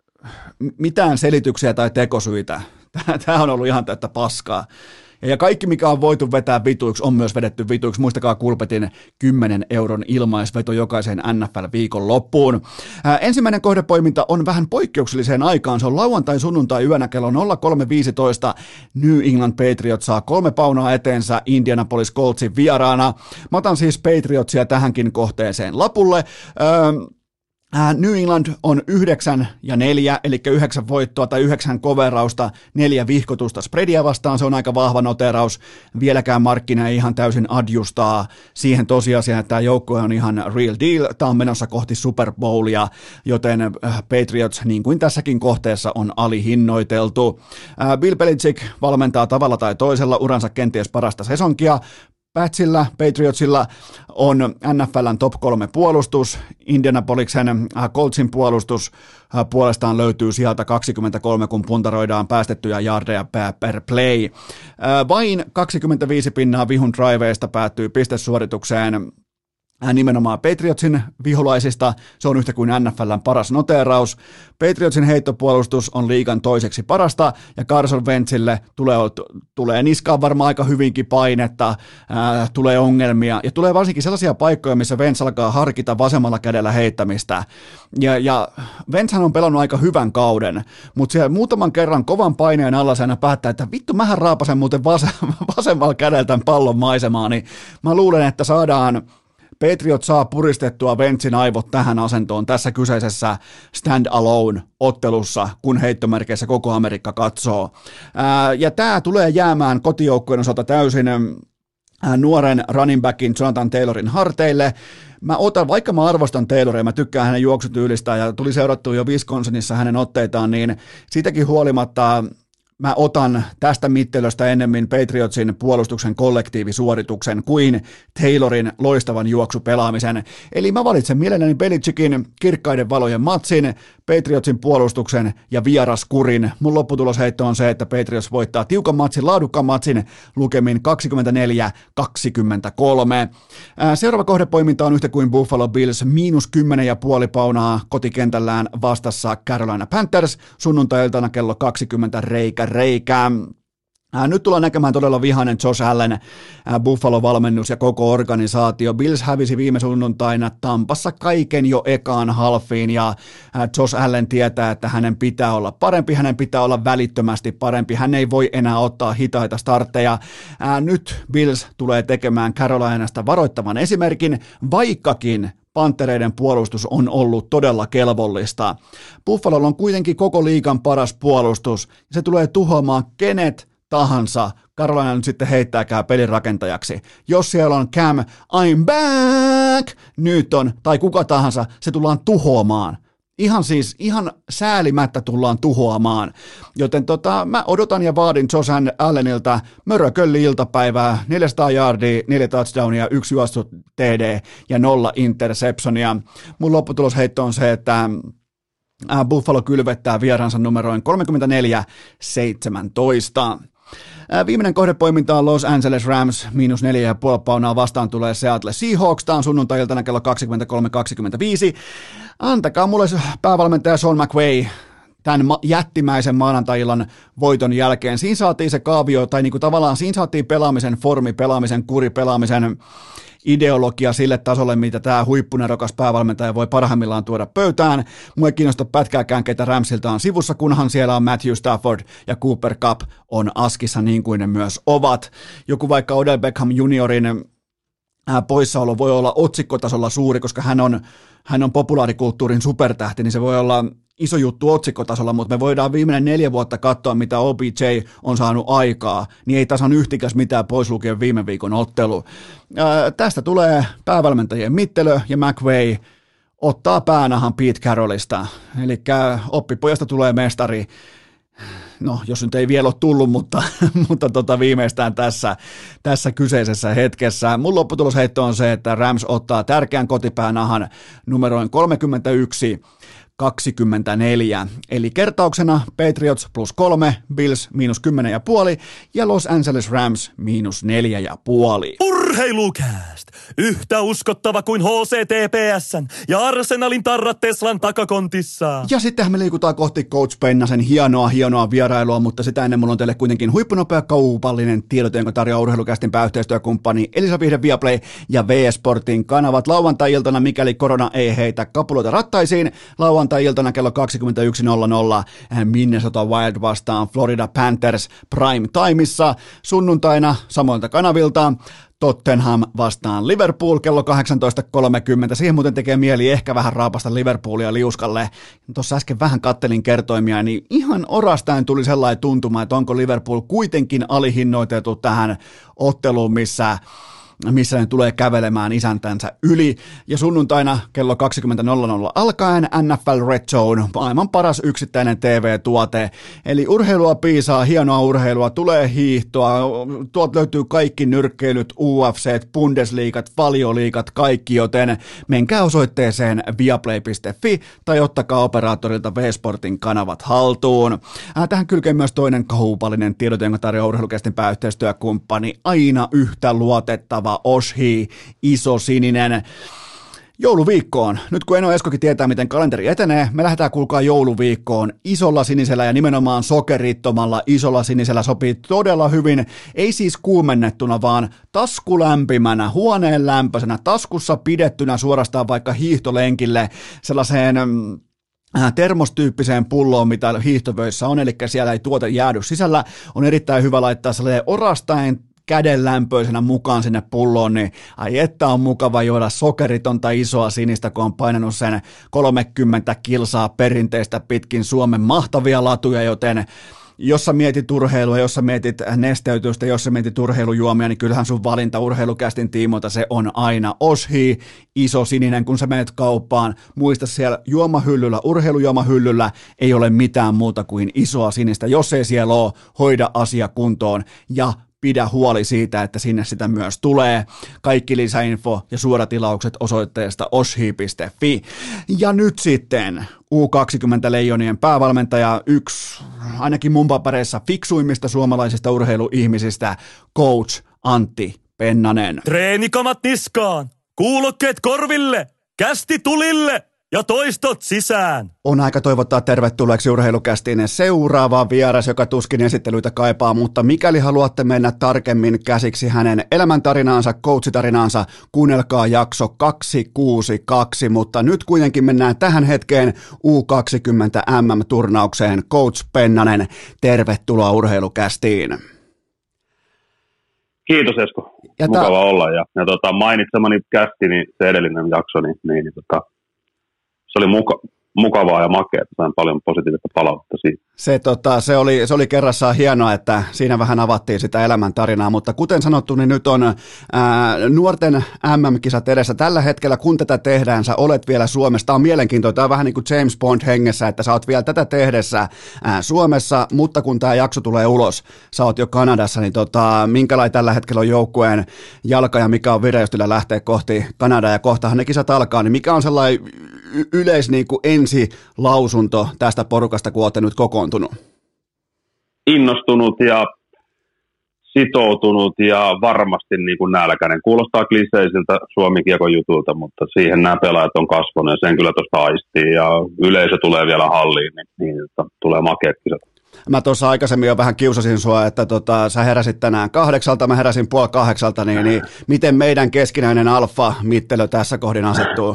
mitään selityksiä tai tekosyitä. Tämä on ollut ihan täyttä paskaa. Ja kaikki, mikä on voitu vetää vituiksi, on myös vedetty vituiksi. Muistakaa Coolbetin kymmenen euron ilmaisveto jokaiseen N F L-viikon loppuun. Ää, ensimmäinen kohdepoiminta on vähän poikkeukselliseen aikaan. Se on lauantai-sunnuntai-yönä kello nolla kolme viisitoista. New England Patriots saa kolme paunaa eteensä Indianapolis Coltsin vieraana. Mä otan siis Patriotsia tähänkin kohteeseen lapulle. Ää, New England on yhdeksän ja neljä, eli yhdeksän voittoa tai yhdeksän coverausta, neljä vihkotusta spreadia vastaan, se on aika vahva noteraus. Vieläkään markkina ei ihan täysin adjustaa siihen tosiasiaan, että tämä joukkue on ihan real deal, tämä on menossa kohti Super Bowlia, joten Patriots, niin kuin tässäkin kohteessa, on alihinnoiteltu. Bill Belichick valmentaa tavalla tai toisella uransa kenties parasta sesonkia. Patsilla, Patriotsilla on N F L:n top kolme puolustus, Indianapoliksen Coltsin puolustus puolestaan löytyy sieltä kaksikymmentäkolme, kun puntaroidaan päästettyjä yardeja per play. Vain kaksikymmentäviisi pinnaa vihun driveista päättyy pistesuoritukseen nimenomaan Patriotsin viholaisista, se on yhtä kuin N F L:n paras noteeraus. Patriotsin heittopuolustus on liigan toiseksi parasta, ja Carson Wentzille tulee, tulee niskaan varmaan aika hyvinkin painetta, ää, tulee ongelmia, ja tulee varsinkin sellaisia paikkoja, missä Wentz alkaa harkita vasemmalla kädellä heittämistä. Ja, ja Wentzhän on pelannut aika hyvän kauden, mutta siellä muutaman kerran kovan paineen alla se aina päättää, että vittu, mähän raapasen muuten vas- vasemmalla kädellä tämän pallon maisemaan, niin mä luulen, että saadaan Patriot saa puristettua Wentzin aivot tähän asentoon tässä kyseisessä stand-alone-ottelussa, kun heittomerkeissä koko Amerikka katsoo. Ää, ja tämä tulee jäämään kotijoukkojen osalta täysin ää, nuoren running backin Jonathan Taylorin harteille. mä otan, vaikka mä arvostan Tayloria, mä tykkään hänen juoksutyylistään ja tuli seurattua jo Wisconsinissa hänen otteitaan, niin siitäkin huolimatta mä otan tästä mittelöstä ennemmin Patriotsin puolustuksen kollektiivisuorituksen kuin Taylorin loistavan juoksupelaamisen. Eli mä valitsen mielelläni Belichickin kirkkaiden valojen matsin, Patriotsin puolustuksen ja vieraskurin. Mun lopputulosheitto on se, että Patriots voittaa tiukan matsin, laadukkaan matsin lukemin kaksikymmentäneljä kaksikymmentäkolme. Seuraava kohdepoiminta on yhtä kuin Buffalo Bills, miinus kymmenen ja puoli paunaa kotikentällään vastassa Carolina Panthers, sunnuntai-iltana kello kaksikymmentä reikä reikää. Ää, nyt tullaan näkemään todella vihainen Josh Allen, ää, Buffalo-valmennus ja koko organisaatio. Bills hävisi viime sunnuntaina Tampassa kaiken jo ekaan halfiin ja ää, Josh Allen tietää, että hänen pitää olla parempi, hänen pitää olla välittömästi parempi, hän ei voi enää ottaa hitaita startteja. Ää, nyt Bills tulee tekemään Carolinasta varoittavan esimerkin, vaikkakin Pantereiden puolustus on ollut todella kelvollista. Buffalolla on kuitenkin koko liigan paras puolustus, ja se tulee tuhoamaan kenet tahansa. Carolina nyt sitten heittääkää pelin rakentajaksi. Jos siellä on Cam, I'm back, Newton tai kuka tahansa, se tullaan tuhoamaan. Ihan siis, ihan säälimättä tullaan tuhoamaan. Joten tota, mä odotan ja vaadin Josh Allenilta mörökölli iltapäivää, neljäsataa yardia, neljä touchdownia, yksi juostu T D ja nolla interceptionia. Mun lopputulosheitto on se, että Buffalo kylvettää vieraansa numeroin kolmekymmentäneljä seitsemäntoista. Viimeinen kohdepoiminta on Los Angeles Rams, miinus neljä ja puoli paunaa vastaan tulee Seattle Seahawks, tämä on sunnuntai-iltana kello kaksikymmentäkolme kaksikymmentäviisi. Antakaa mulle päävalmentaja Sean McVay tämän jättimäisen maanantai-illan voiton jälkeen. Siinä saatiin se kaavio, tai niinku tavallaan siinä saatiin pelaamisen formi, pelaamisen kuri, pelaamisen ideologia sille tasolle, mitä tämä huippunerokas päävalmentaja voi parhaimmillaan tuoda pöytään. Mua ei kiinnosta pätkääkään, ketä Ramsilta on sivussa, kunhan siellä on Matthew Stafford ja Cooper Kupp on askissa niin kuin ne myös ovat. Joku vaikka Odell Beckham juniorin poissaolo voi olla otsikkotasolla suuri, koska hän on, hän on populaarikulttuurin supertähti, niin se voi olla iso juttu otsikkotasolla, mutta me voidaan viimeinen neljä vuotta katsoa, mitä O B J on saanut aikaa, niin ei tasan yhtikäs mitään pois lukien viime viikon ottelu. Ää, tästä tulee päävalmentajien mittelö ja McVay ottaa päänahan Pete Carrollista, eli oppipojasta tulee mestari. No, jos nyt ei vielä ole tullut, mutta, mutta tota viimeistään tässä, tässä kyseisessä hetkessä. Mun lopputulosheitto on se, että Rams ottaa tärkeän kotipäänahan numeroin kolmekymmentäyksi kaksikymmentäneljä. Eli kertauksena Patriots plus kolme, Bills miinus kymmenen ja puoli ja Los Angeles Rams miinus neljä ja puoli. Urheilukääst! Yhtä uskottava kuin H C T P S:n ja Arsenalin tarrat Teslan takakontissa. Ja sittenhän me liikutaan kohti Coach Pennasen hienoa, hienoa vierailua, mutta sitä ennen mulla on teille kuitenkin huippunopea kaupallinen tiedote, jonka tarjoaa Urheilukästin pääyhteistyökumppani Elisa Vihde Viaplay ja V-Sportin kanavat lauantai-iltana, mikäli korona ei heitä kapuloita rattaisiin. Lauantai-iltana kello kaksikymmentäyksi nolla nolla Minnesota Wild vastaan Florida Panthers prime timeissa. Sunnuntaina samoilta kanavilta Tottenham vastaan Liverpool kello kahdeksantoista kolmekymmentä. Siihen muuten tekee mieli ehkä vähän raapasta Liverpoolia liuskalle. Tuossa äsken vähän kattelin kertoimia, niin ihan orastain tuli sellainen tuntuma, että onko Liverpool kuitenkin alihinnoitettu tähän otteluun, missä missä ne tulee kävelemään isäntänsä yli. Ja sunnuntaina kello kaksikymmentä nolla nolla alkaen N F L Red Zone, maailman paras yksittäinen T V-tuote. Eli urheilua piisaa, hienoa urheilua, tulee hiihtoa, tuolta löytyy kaikki nyrkkeilyt, U F C:t, Bundesliigat, valioliigat, kaikki, joten menkää osoitteeseen viaplay piste fi tai ottakaa operaattorilta V-Sportin kanavat haltuun. Tähän kylkee myös toinen kaupallinen tiedote, jonka tarjoaa Urheilukästin pääyhteistyökumppani, aina yhtä luotettava Oshi, iso sininen. Jouluviikkoon. Nyt kun Eno Eskokin tietää, miten kalenteri etenee, me lähdetään kuulkaa jouluviikkoon isolla sinisellä ja nimenomaan sokerittomalla isolla sinisellä sopii todella hyvin. Ei siis kuumennettuna, vaan taskulämpimänä, huoneen lämpöisenä, taskussa pidettynä suorastaan vaikka hiihtolenkille sellaiseen termostyyppiseen pulloon, mitä hiihtovöissä on, eli siellä ei tuote jäädy sisällä. On erittäin hyvä laittaa sellainen orastain kädenlämpöisenä mukaan sinne pulloon, niin ai että on mukava juoda sokeritonta isoa sinistä, kun on painanut sen kolmekymmentä kilsaa perinteistä pitkin Suomen mahtavia latuja, joten jos sä mietit urheilua, jos sä mietit nesteytystä, jos sä mietit urheilujuomia, niin kyllähän sun valinta urheilukästin tiimoilta se on aina Oshi, iso sininen, kun sä menet kauppaan. Muista siellä juomahyllyllä, urheilujuomahyllyllä ei ole mitään muuta kuin isoa sinistä. Jos ei siellä ole, hoida asia kuntoon ja pidä huoli siitä, että sinne sitä myös tulee. Kaikki lisäinfo ja suoratilaukset osoitteesta oshi piste fi. Ja nyt sitten U kaksikymmentä Leijonien päävalmentaja, yksi ainakin mun papereissa fiksuimmista suomalaisista urheiluihmisistä, coach Antti Pennanen. Treenikamat niskaan, kuulokkeet korville, kästi tulille ja toistot sisään. On aika toivottaa tervetulleeksi urheilukästiin seuraava vieras, joka tuskin esittelyitä kaipaa, mutta mikäli haluatte mennä tarkemmin käsiksi hänen elämäntarinaansa, coachitarinaansa, kuunnelkaa jakso kaksisataakuusikymmentäkaksi, mutta nyt kuitenkin mennään tähän hetkeen U kaksikymmentä M M-turnaukseen. Coach Pennanen, tervetuloa urheilukästiin. Kiitos Esko, ja mukava ta- olla ja, ja tota, mainitsemani kästi, niin se edellinen jakso, niin, niin, niin tota, se oli muka, mukavaa ja makea, että sain paljon positiivista palautetta siitä. Se, tota, se, oli, se oli kerrassaan hienoa, että siinä vähän avattiin sitä elämäntarinaa, mutta kuten sanottu, niin nyt on ää, nuorten M M-kisat edessä. Tällä hetkellä, kun tätä tehdään, sä olet vielä Suomessa. Tämä on mielenkiintoista, tämä on vähän niin kuin James Bond hengessä, että sä oot vielä tätä tehdessä ää, Suomessa, mutta kun tämä jakso tulee ulos, sä oot jo Kanadassa, niin tota, minkälainen tällä hetkellä on joukkueen jalka ja mikä on vireystila lähteä kohti Kanadaa ja kohtahan ne kisat alkaa, niin mikä on sellainen y- yleis niin kuin ensilausunto tästä porukasta, kun olette nyt kokoontunut? Innostunut ja sitoutunut ja varmasti niin kuin nälkäinen. Kuulostaa kliseisiltä Suomi-kiekon jutulta, mutta siihen nämä pelaajat on kasvanut ja sen kyllä tuosta aistii ja yleisö tulee vielä halliin, niin, niin että tulee makeat kisat. Mä tuossa aikaisemmin jo vähän kiusasin sua, että tota, sä heräsit tänään kahdeksalta, mä heräsin puoli kahdeksalta, niin, niin miten meidän keskinäinen alfa-mittelö tässä kohdin asettuu?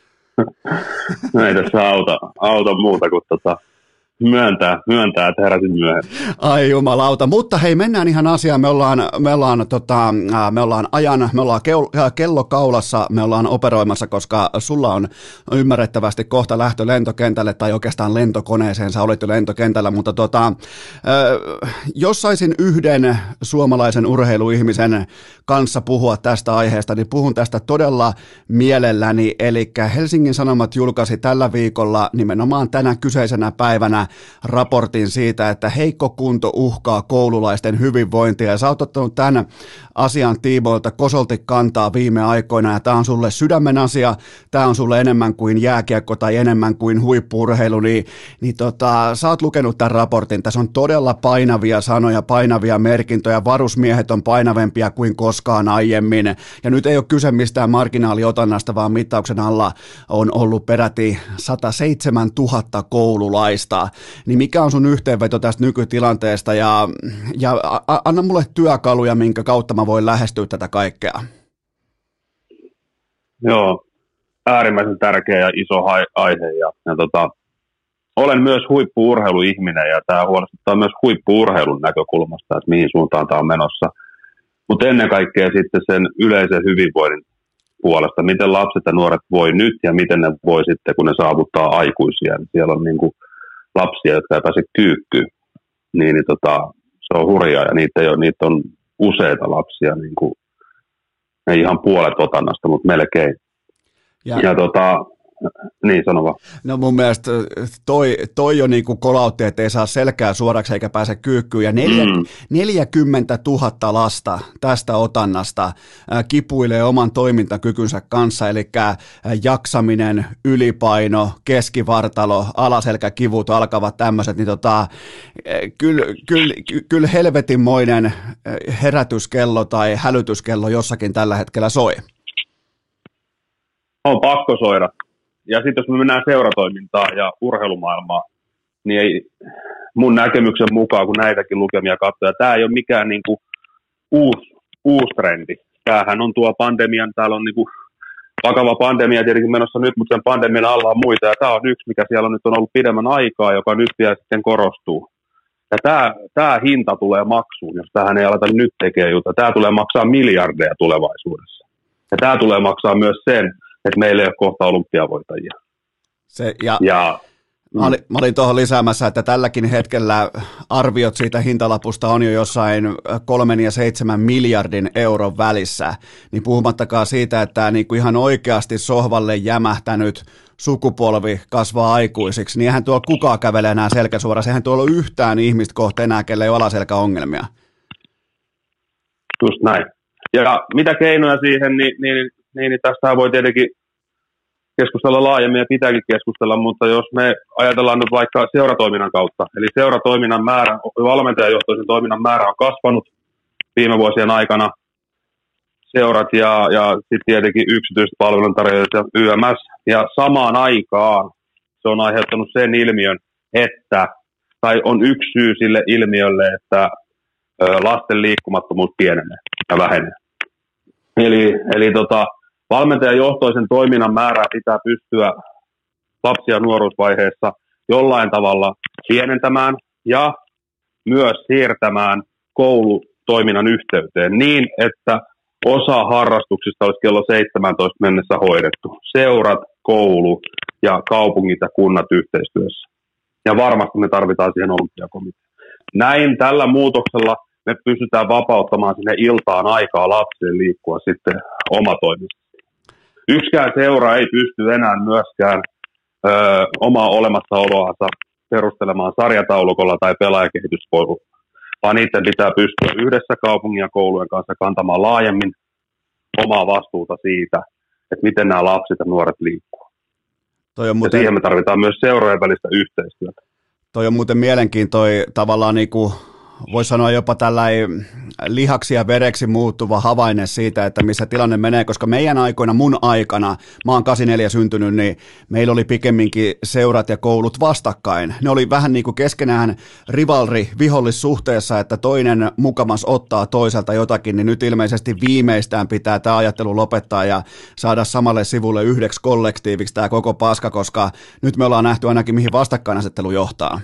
No ei tässä auta, auta muuta kuin tota, myöntää, myöntää, että heräsin myöhemmin. Ai jumalauta, mutta hei, mennään ihan asiaan. Me ollaan, me ollaan, tota, me ollaan ajan, me ollaan kello kaulassa, me ollaan operoimassa, koska sulla on ymmärrettävästi kohta lähtö lentokentälle, tai oikeastaan lentokoneeseen, sä olit jo lentokentällä, mutta tota, jos saisin yhden suomalaisen urheiluihmisen kanssa puhua tästä aiheesta, niin puhun tästä todella mielelläni, eli Helsingin Sanomat julkaisi tällä viikolla nimenomaan tänä kyseisenä päivänä raportin siitä, että heikko kunto uhkaa koululaisten hyvinvointia, ja sä oot ottanut tämän asian tiimoilta kosolti kantaa viime aikoina, ja tämä on sulle sydämen asia, tämä on sulle enemmän kuin jääkiekko tai enemmän kuin huippu-urheilu, niin, niin tota, sä oot lukenut tämän raportin, tässä on todella painavia sanoja, painavia merkintöjä, varusmiehet on painavempia kuin koskaan aiemmin, ja nyt ei ole kyse mistään marginaaliotannasta, vaan mittauksen alla on ollut peräti sata seitsemän tuhatta koululaista. Niin mikä on sun yhteenveto tästä nykytilanteesta ja, ja a, anna mulle työkaluja, minkä kautta mä voin lähestyä tätä kaikkea. Joo, äärimmäisen tärkeä ja iso aihe ja, ja tota, olen myös huippu-urheiluihminen ja tämä huolestuttaa myös huippu-urheilun näkökulmasta, että mihin suuntaan tämä on menossa. Mutta ennen kaikkea sitten sen yleisen hyvinvoinnin puolesta, miten lapset ja nuoret voi nyt ja miten ne voi sitten, kun ne saavuttaa aikuisia. Siellä on niin kuin lapsia, jotka ei pääse kyykkyyn, niin, niin tota, se on hurjaa ja niitä, ei ole, niitä on useita lapsia, niin kuin, ei ihan puolet otannasta, mutta melkein. Ja, ja tota, niin sano vaan. No mun mielestä toi, toi jo niin kuin kolautti, että ei saa selkää suoraksi eikä pääse kyykkyyn, ja neljä, mm. neljäkymmentätuhatta lasta tästä otannasta äh, kipuilee oman toimintakykynsä kanssa, eli äh, jaksaminen, ylipaino, keskivartalo, alaselkäkivut alkavat tämmöiset, niin tota, äh, kyllä kyl, kyl helvetinmoinen herätyskello tai hälytyskello jossakin tällä hetkellä soi. On pakko soida. Ja sitten jos me mennään seuratoimintaan ja urheilumaailmaan, niin ei, mun näkemyksen mukaan, kun näitäkin lukemia katsoo, tämä ei ole mikään niinku uusi, uusi trendi. Tämähän on tuo pandemian, täällä on niinku vakava pandemia tietenkin menossa nyt, mutta sen pandemian alla on muita, ja tämä on yksi, mikä siellä on nyt on ollut pidemmän aikaa, joka nyt vielä sitten korostuu. Ja tämä, tämä hinta tulee maksuun, jos tähän ei aleta nyt tekemään juttua. Tämä tulee maksaa miljardeja tulevaisuudessa. Ja tämä tulee maksaa myös sen, että meillä ei ole kohta olympiavoittajia. Se, ja, ja Mä olin, mä olin tuohon lisäämässä, että tälläkin hetkellä arviot siitä hintalapusta on jo jossain kolmen ja seitsemän miljardin euron välissä, niin puhumattakaan siitä, että niin kuin ihan oikeasti sohvalle jämähtänyt sukupolvi kasvaa aikuisiksi, niin eihän tuolla kukaan kävelee enää selkäsuorassa, eihän tuolla ole yhtään ihmistä kohta enää, kelle ei ole alaselkäongelmia. Just näin. Ja mitä keinoja siihen, niin, niin, niin, niin tästä voi tietenkin keskustella laajemmin ja pitääkin keskustella, mutta jos me ajatellaan nyt vaikka seuratoiminnan kautta, eli seuratoiminnan määrä, valmentajajohtoisen toiminnan määrä on kasvanut viime vuosien aikana, seurat ja, ja sitten tietenkin yksityiset palveluntarjoajat ja Y M S, ja samaan aikaan se on aiheuttanut sen ilmiön, että, tai on yksi syy sille ilmiölle, että lasten liikkumattomuus pienenee ja vähenee. Eli, eli tota, valmentajajohtoisen toiminnan määrää pitää pystyä lapsi- ja nuoruusvaiheessa jollain tavalla pienentämään ja myös siirtämään koulutoiminnan yhteyteen niin, että osa harrastuksista olisi kello seitsemäntoista mennessä hoidettu. Seurat, koulu ja kaupungit ja kunnat yhteistyössä. Ja varmasti me tarvitaan siihen olympiakomitea. Näin tällä muutoksella me pystytään vapauttamaan sinne iltaan aikaa lapsille liikkua sitten omatoimisesti. Yksikään seura ei pysty enää myöskään ö, omaa olemassaoloansa perustelemaan sarjataulukolla tai pelaajakehitysporulla, vaan niiden pitää pystyä yhdessä kaupungin ja koulujen kanssa kantamaan laajemmin omaa vastuuta siitä, että miten nämä lapset ja nuoret liikkuu. Toi on muuten... Ja siihen me tarvitaan myös seurojen välistä yhteistyötä. Toi on muuten mielenkiintoinen tavallaan niinku, voisi sanoa jopa tällainen lihaksi ja vereksi muuttuva havainne siitä, että missä tilanne menee, koska meidän aikoina, mun aikana, mä oon kahdeksankymmentäneljä syntynyt, niin meillä oli pikemminkin seurat ja koulut vastakkain. Ne oli vähän niin kuin keskenään rivalri, vihollissuhteessa, että toinen mukamas ottaa toiselta jotakin, niin nyt ilmeisesti viimeistään pitää tämä ajattelu lopettaa ja saada samalle sivulle yhdeksi kollektiiviksi tämä koko paska, koska nyt me ollaan nähty ainakin, mihin vastakkainasettelu johtaa.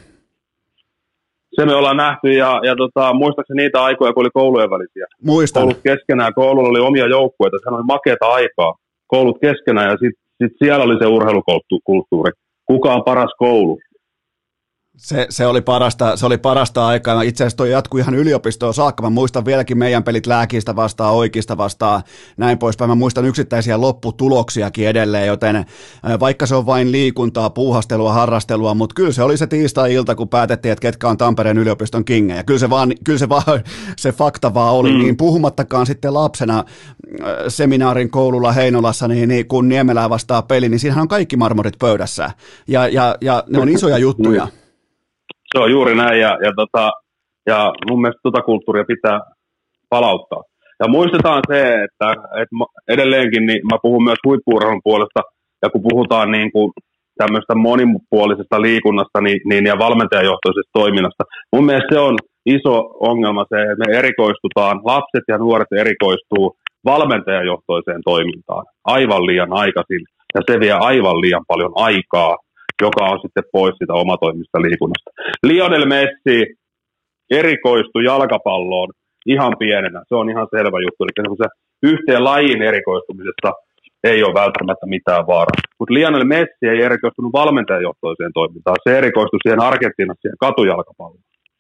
Se me ollaan nähty, ja, ja tota, muistaakseni niitä aikoja, kun oli koulujen välisiä. Muistan. Koulut keskenään, koululla oli omia joukkueita, sehän oli makeata aikaa. Koulut keskenään, ja sitten sit siellä oli se urheilukulttuuri. Kuka on paras koulu? Se, se, oli parasta, se oli parasta aikaa. Itse asiassa toi jatkui ihan yliopistoon saakka. Mä muistan vieläkin meidän pelit lääkistä vastaan, oikeista vastaan, näin poispäin. Mä muistan yksittäisiä lopputuloksiakin edelleen, joten vaikka se on vain liikuntaa, puuhastelua, harrastelua, mutta kyllä se oli se tiistai-ilta, kun päätettiin, että ketkä on Tampereen yliopiston kingejä. Kyllä se vaan, kyllä se, vaan, se fakta vaan oli. Mm. Niin puhumattakaan sitten lapsena seminaarin koululla Heinolassa, niin, niin kun Niemelää vastaa peli, niin siinähän on kaikki marmorit pöydässä. Ja, ja, ja ne on isoja juttuja. Mm. Se on juuri näin, ja, ja, tota, ja mun mielestä tota kulttuuria pitää palauttaa. Ja muistetaan se, että, että edelleenkin niin mä puhun myös huippu-urheilun puolesta, ja kun puhutaan niin kuin tämmöistä monipuolisesta liikunnasta niin, niin, ja valmentajajohtoisesta toiminnasta, mun mielestä se on iso ongelma se, että me erikoistutaan, lapset ja nuoret erikoistuu valmentajajohtoiseen toimintaan aivan liian aikaisin, ja se vie aivan liian paljon aikaa, joka on sitten pois sitä omatoimista liikunnasta. Lionel Messi erikoistui jalkapalloon ihan pienenä, se on ihan selvä juttu. Eli se yhteen lajin erikoistumisessa ei ole välttämättä mitään vaaraa. Mutta Lionel Messi ei erikoistunut valmentajajohtoiseen toimintaan, se erikoistui siihen Argentiinassa siihen katujalkapalloon.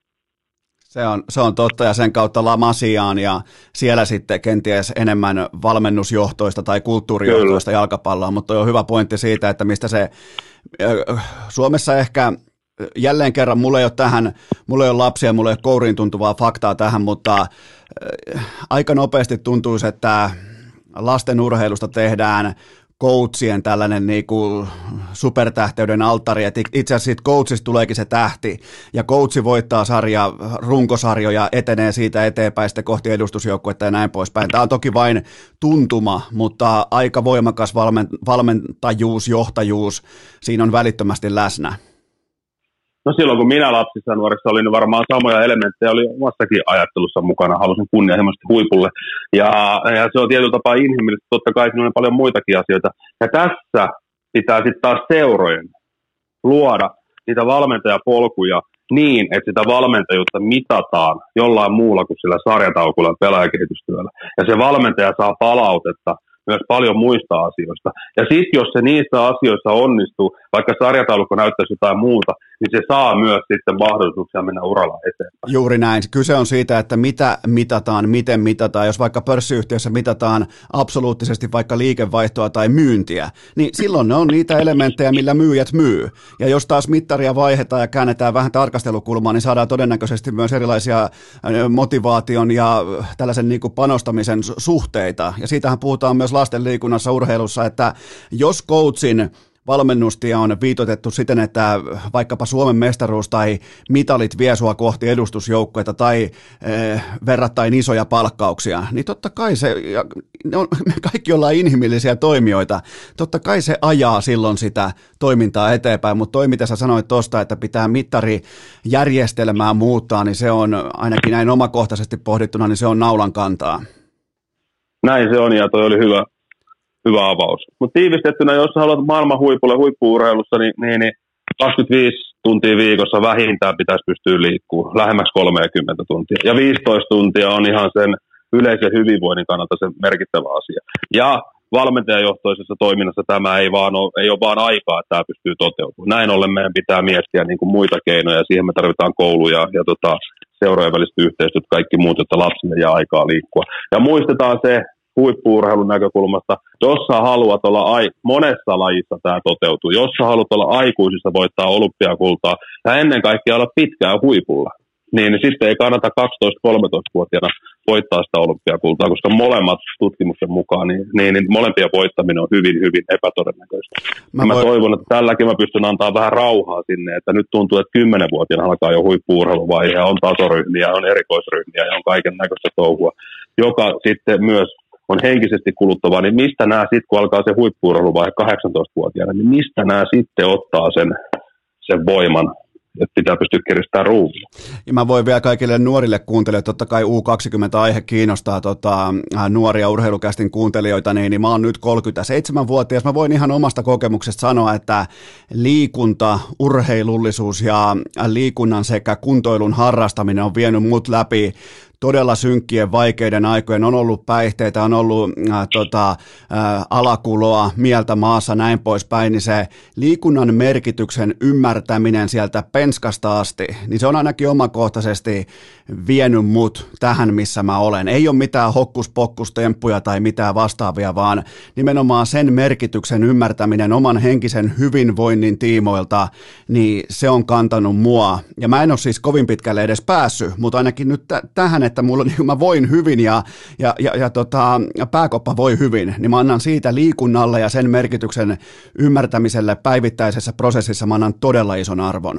Se on, se on totta, ja sen kautta La Masiaan, ja siellä sitten kenties enemmän valmennusjohtoista tai kulttuurijohtoista Kyllä. jalkapalloa, mutta on hyvä pointti siitä, että mistä se Suomessa ehkä jälleen kerran, mulla ei ole tähän, mulla ei ole lapsia, mulla ei ole kouriin tuntuvaa faktaa tähän, mutta aika nopeasti tuntuisi, että lasten urheilusta tehdään coachien tällainen niinku supertähteyden alttari, että itse asiassa siitä coachista tuleekin se tähti, ja coachi voittaa sarja, runkosarjoja, etenee siitä eteenpäin sitten kohti edustusjoukkuetta ja näin poispäin. Tämä on toki vain tuntuma, mutta aika voimakas valmentajuus, johtajuus, siinä on välittömästi läsnä. No silloin kun minä lapsissa ja nuorissa olin, niin varmaan samoja elementtejä oli omassakin ajattelussa mukana. Halusin kunnianhimoisesti huipulle. Ja, ja se on tietyllä tapaa inhimillistä. Totta kai siinä on paljon muitakin asioita. Ja tässä pitää sitten taas seurojen luoda niitä valmentajapolkuja niin, että sitä valmentajuutta mitataan jollain muulla kuin sillä sarjataukulla ja pelaajakehitystyöllä. Ja se valmentaja saa palautetta myös paljon muista asioista. Ja sitten jos se niissä asioissa onnistuu, vaikka sarjataulukko näyttäisi jotain muuta, niin se saa myös sitten mahdollisuuksia mennä uralla eteenpäin. Juuri näin. Kyse on siitä, että mitä mitataan, miten mitataan. Jos vaikka pörssiyhtiössä mitataan absoluuttisesti vaikka liikevaihtoa tai myyntiä, niin silloin ne on niitä elementtejä, millä myyjät myy. Ja jos taas mittaria vaihdetaan ja käännetään vähän tarkastelukulmaa, niin saadaan todennäköisesti myös erilaisia motivaation ja tällaisen niin kuin panostamisen suhteita. Ja siitähän puhutaan myös lasten liikunnassa, urheilussa, että jos coachin valmennustia on viitotettu siten, että vaikkapa Suomen mestaruus tai mitalit vie sua kohti edustusjoukkuetta tai eh, verrattain isoja palkkauksia, niin totta kai se, ja ne on, me kaikki ollaan inhimillisiä toimijoita, totta kai se ajaa silloin sitä toimintaa eteenpäin, mutta toi mitä sä sanoit tuosta, että pitää mittarijärjestelmää muuttaa, niin se on ainakin näin omakohtaisesti pohdittuna, niin se on naulan kantaa. Näin se on ja toi oli hyvä. Hyvä avaus. Mutta tiivistettynä, jos haluat maailman huipulle huippu-urheilussa, niin, niin, niin kaksikymmentäviisi tuntia viikossa vähintään pitäisi pystyä liikkumaan, lähemmäksi kolmekymmentä tuntia. Ja viisitoista tuntia on ihan sen yleisen hyvinvoinnin kannalta se merkittävä asia. Ja valmentajajohtoisessa toiminnassa tämä ei, vaan ole, ei ole vaan aikaa, että tämä pystyy toteutumaan. Näin ollen meidän pitää miettiä niin kuin muita keinoja, siihen me tarvitaan kouluja ja tota, seurojen välistä yhteistyötä, kaikki muut, jotta lapsille jää aikaa liikkua. Ja muistetaan se, huippu-urheilun näkökulmasta, jos sä haluat olla, ai- monessa lajissa tämä toteutuu, jos sä haluat olla aikuisissa voittaa olympiakultaa ja ennen kaikkea olla pitkään huipulla, niin sitten ei kannata kaksitoista-kolmetoista-vuotiaana voittaa sitä olympiakultaa, koska molemmat tutkimuksen mukaan, niin, niin, niin molempien voittaminen on hyvin, hyvin epätodennäköistä. Mä, mä voin... toivon, että tälläkin mä pystyn antaa vähän rauhaa sinne, että nyt tuntuu, että kymmenenvuotiaana alkaa jo huippu-urheiluvaihe, on tasoryhmiä, on erikoisryhmiä ja on kaiken näköistä touhua, joka sitten myös on henkisesti kuluttavaa, niin mistä nämä sitten, kun alkaa se huippu-urheiluvaihe kahdeksantoistavuotiaana, niin mistä nämä sitten ottaa sen, sen voiman, että pitää pystyä kiristämään ruumiin. Ja mä voin vielä kaikille nuorille kuuntelijoille, totta kai U kaksikymmentä-aihe kiinnostaa tota, nuoria urheilukästin kuuntelijoita, niin, niin mä oon nyt kolmekymmentäseitsemänvuotias. Mä voin ihan omasta kokemuksesta sanoa, että liikunta, urheilullisuus ja liikunnan sekä kuntoilun harrastaminen on vienyt mut läpi todella synkkien, vaikeiden aikojen, on ollut päihteitä, on ollut äh, tota, äh, alakuloa, mieltä maassa, näin poispäin, niin se liikunnan merkityksen ymmärtäminen sieltä penskasta asti, niin se on ainakin omakohtaisesti vienyt mut tähän, missä mä olen. Ei ole mitään hokkuspokkustemppuja tai mitään vastaavia, vaan nimenomaan sen merkityksen ymmärtäminen oman henkisen hyvinvoinnin tiimoilta, niin se on kantanut mua. Ja mä en ole siis kovin pitkälle edes päässyt, mutta ainakin nyt t- tähän, että mulla, niin mä voin hyvin ja, ja, ja, ja tota, pääkoppa voi hyvin, niin mä annan siitä liikunnalle ja sen merkityksen ymmärtämiselle päivittäisessä prosessissa mä annan todella ison arvon.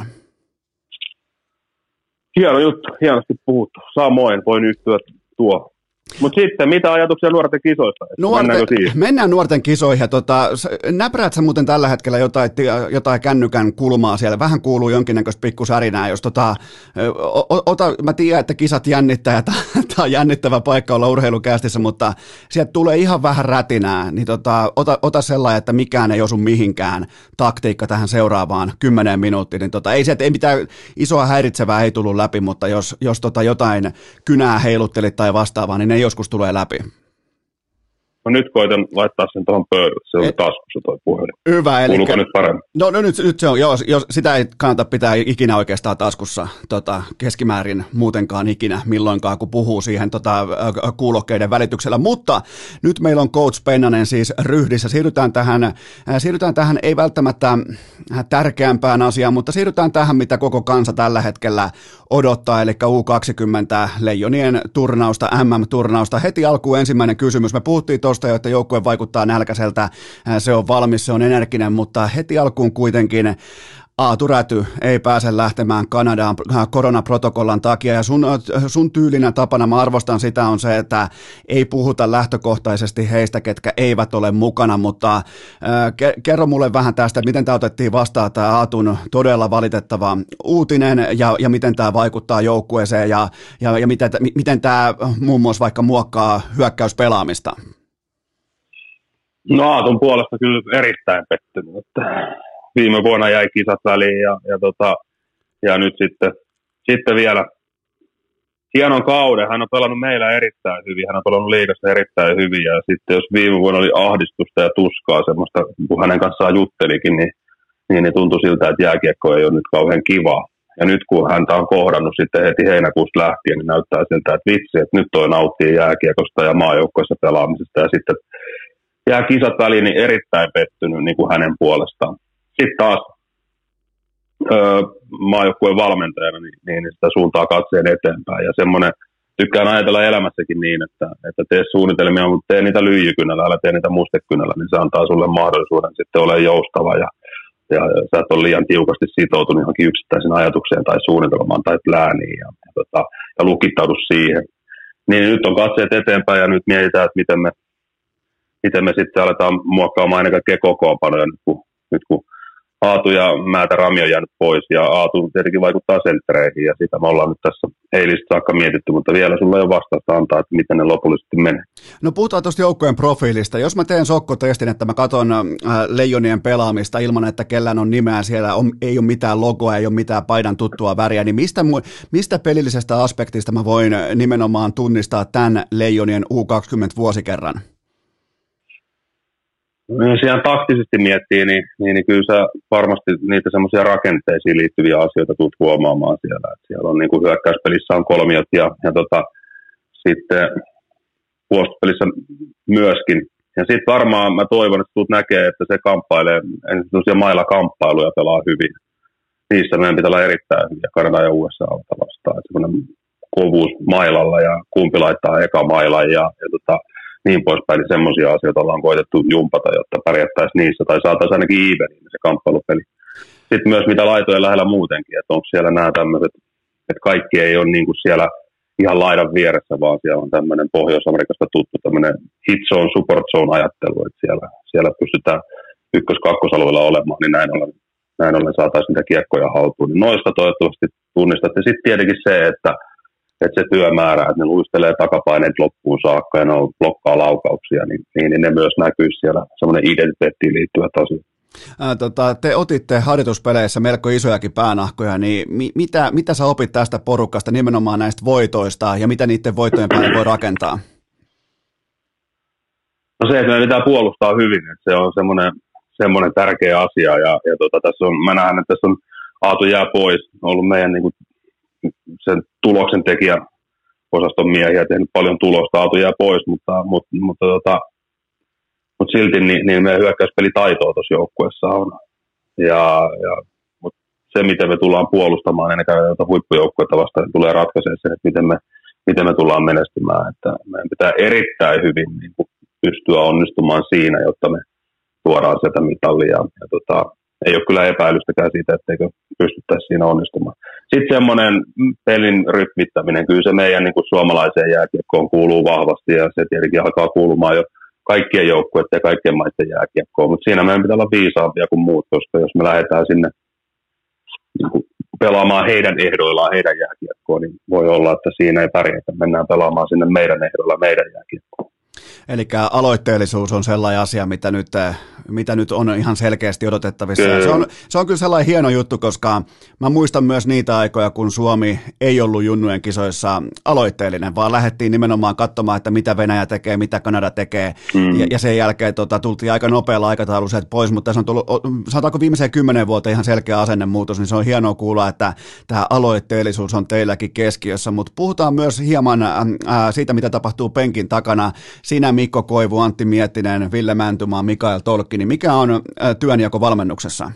Hieno juttu, hienosti puhuttu. Samoin voin yhtyä tuo. Mutta sitten, mitä ajatuksia nuorten kisoista? Nuorten, mennään nuorten kisoihin. Ja tota, näpräät sä muuten tällä hetkellä jotain, jotain kännykän kulmaa siellä? Vähän kuuluu jonkinnäköistä pikkusärinää. Jos tota, ota, mä tiedän, että kisat jännittää ja tämä on jännittävä paikka olla urheilukästissä, mutta sieltä tulee ihan vähän rätinää. Niin tota, ota, ota sellainen, että mikään ei osu mihinkään taktiikka tähän seuraavaan kymmeneen minuuttiin. Niin tota, ei, sieltä, ei mitään isoa häiritsevää ei tullut läpi, mutta jos, jos tota jotain kynää heiluttelit tai vastaavaa, niin ne joskus tulee läpi. No nyt koitan laittaa sen tuohon pöydälle. Se on Et, taskussa tuo puhelin. Hyvä. Eli kuuluuko nyt paremmin? No, no nyt, nyt se on, joo, jos, sitä ei kannata pitää ikinä oikeastaan taskussa tota, keskimäärin muutenkaan ikinä milloinkaan, kun puhuu siihen tota, kuulokkeiden välityksellä. Mutta nyt meillä on Coach Pennanen siis ryhdissä. Siirrytään tähän, äh, siirrytään tähän ei välttämättä tärkeämpään asiaan, mutta siirrytään tähän, mitä koko kansa tällä hetkellä odottaa, eli U kaksikymmentä Leijonien turnausta, M M-turnausta. Heti alkuun ensimmäinen kysymys. Me puhuttiin tuosta jo, että joukkue vaikuttaa nälkäiseltä, se on valmis, se on energinen, mutta heti alkuun kuitenkin Aatu Räty ei pääse lähtemään Kanadaan koronaprotokollan takia, ja sun, sun tyylinen tapana, mä arvostan sitä, on se, että ei puhuta lähtökohtaisesti heistä, ketkä eivät ole mukana, mutta äh, kerro mulle vähän tästä, miten tämä otettiin vastaan, tämä Aatun todella valitettava uutinen, ja, ja miten tämä vaikuttaa joukkueeseen, ja, ja, ja miten, miten tämä muun muassa vaikka muokkaa hyökkäyspelaamista? No Aatun puolesta kyllä erittäin pettynyt, että viime vuonna jäi kisat väliin ja, ja, tota, ja nyt sitten, sitten vielä, hienon kauden. Hän on pelannut meillä erittäin hyvin, hän on pelannut liigassa erittäin hyvin, ja sitten jos viime vuonna oli ahdistusta ja tuskaa semmoista, kun hänen kanssaan juttelikin, niin, niin, niin tuntui siltä, että jääkiekko ei ole nyt kauhean kivaa. Ja nyt kun häntä on kohdannut sitten heti heinäkuusta lähtien, niin näyttää siltä, että vitsi, että nyt toi nauttii jääkiekosta ja maajoukkoissa pelaamisesta, ja sitten jää kisat väliin niin erittäin pettynyt niin kuin hänen puolestaan. Sitten taas öö, maajoukkueen valmentajana, niin, niin sitä suuntaa katseen eteenpäin. Ja semmoinen, tykkään ajatella elämässäkin niin, että, että tee suunnitelmia, mutta tee niitä lyijykynällä, älä tee niitä mustekynällä, niin se antaa sulle mahdollisuuden sitten ole joustava ja, ja sä et ole liian tiukasti sitoutunut johonkin yksittäisen ajatukseen tai suunnitelmaan tai plääniin ja, ja, tota, ja lukittaudu siihen. Niin nyt on katseet eteenpäin ja nyt mietitään, että miten me, miten me sitten aletaan muokkaamaan ennen kaikkea kokoonpanoja nyt kun, nyt kun Aatu ja Määtä Rami on jäänyt pois ja Aatu tietenkin vaikuttaa senttereihin ja sitä me ollaan nyt tässä eilistä saakka mietitty, mutta vielä sulla ei ole vastausta antaa, että miten ne lopullisesti menee. No puhutaan tuosta joukkojen profiilista. Jos mä teen sokkotestin, että mä katson äh, Leijonien pelaamista ilman, että kellään on nimeä, siellä on, ei ole mitään logoa, ei ole mitään paidan tuttua väriä, niin mistä, mistä pelillisestä aspektista mä voin nimenomaan tunnistaa tämän Leijonien U kaksikymmentä vuosikerran? Jos ihan taktisesti miettii, niin, niin, niin kyllä sä varmasti niitä semmoisia rakenteisiin liittyviä asioita tulet huomaamaan siellä. Et siellä on niin kuin hyökkäyspelissä on kolmiot ja, ja tota, sitten puolustuspelissä myöskin. Ja sitten varmaan mä toivon, että tulet näkee, että se kamppailee, ensin mailakamppailuja pelaa hyvin. Niissä meidän pitää olla erittäin hyviä Kanada ja U S A vastaan. Semmoinen kovuus mailalla ja kumpi laittaa eka mailan ja, ja tota, niin poispäin, niin semmoisia asioita ollaan koetettu jumpata, jotta pärjättäisiin niissä, tai saataisiin ainakin eveniin se kamppailupeli. Sitten myös mitä laitojen lähellä muutenkin, että onko siellä nämä tämmöiset, että kaikki ei ole niin kuin siellä ihan laidan vieressä, vaan siellä on tämmöinen Pohjois-Amerikasta tuttu tämmöinen hit zone, support zone ajattelu, että siellä, siellä pystytään ykkös-kakkosalueella olemaan, niin näin ollen, näin ollen saataisiin niitä kiekkoja haltuun. Niin noista toivottavasti tunnistatte. Sitten tietenkin se, että että se työmäärä, että ne luistelee takapaineet loppuun saakka ja ne on blokkaa laukauksia, niin, niin, niin ne myös näkyy siellä, semmoinen identiteettiin liittyvät asiat. Ää, tota, te otitte harjoituspeleissä melko isojakin päänahkoja, niin mi- mitä, mitä sä opit tästä porukasta nimenomaan näistä voitoista ja mitä niiden voittojen päälle voi rakentaa? No se, että me pitää puolustaa hyvin, että se on semmoinen, semmoinen tärkeä asia ja, ja tota, tässä on, mä näen, että tässä on Aatu jää pois, on ollut meidän niin kuin sen tuloksen tekijä osaston miehiä, tehnyt paljon tulosta, Aatu jää pois, mutta, mutta, mutta, mutta, mutta silti niin, niin meidän hyökkäyspelitaitoa tuossa joukkueessa on. Ja, ja, mutta se, miten me tullaan puolustamaan ennen kaikkea huippujoukkuetta vastaan, niin tulee ratkaisemaan sen, että miten me, miten me tullaan menestymään. Että meidän pitää erittäin hyvin niin kuin pystyä onnistumaan siinä, jotta me tuodaan sieltä mitallia. Ja, tota, ei ole kyllä epäilystäkään siitä, etteikö pystyttäisi siinä onnistumaan. Sitten semmoinen pelin rytmittäminen, kyllä se meidän niin kuin suomalaiseen jääkiekkoon kuuluu vahvasti ja se tietenkin alkaa kuulumaan jo kaikkien joukkueiden ja kaikkien maiden jääkiekkoon, mutta siinä meidän pitää olla viisaampia kuin muut, koska jos me lähdetään sinne niin kuin pelaamaan heidän ehdoillaan heidän jääkiekkoon, niin voi olla, että siinä ei pärjätä. Mennään pelaamaan sinne meidän ehdoilla meidän jääkiekkoon. Eli aloitteellisuus on sellainen asia, mitä nyt, mitä nyt on ihan selkeästi odotettavissa. Se on, se on kyllä sellainen hieno juttu, koska mä muistan myös niitä aikoja, kun Suomi ei ollut junnujen kisoissa aloitteellinen, vaan lähdettiin nimenomaan katsomaan, että mitä Venäjä tekee, mitä Kanada tekee, mm. ja, ja sen jälkeen tota, tultiin aika nopealla aikataululla sieltä pois, mutta tässä on tullut, sanotaanko viimeiseen kymmenen vuoteen ihan selkeä asennemuutos, niin se on hienoa kuulla, että tämä aloitteellisuus on teilläkin keskiössä, mutta puhutaan myös hieman ää, siitä, mitä tapahtuu penkin takana. Sinä, Mikko Koivu, Antti Miettinen, Ville Mäntymaa, Mikael Tolkki, niin mikä on työnjako valmennuksessa?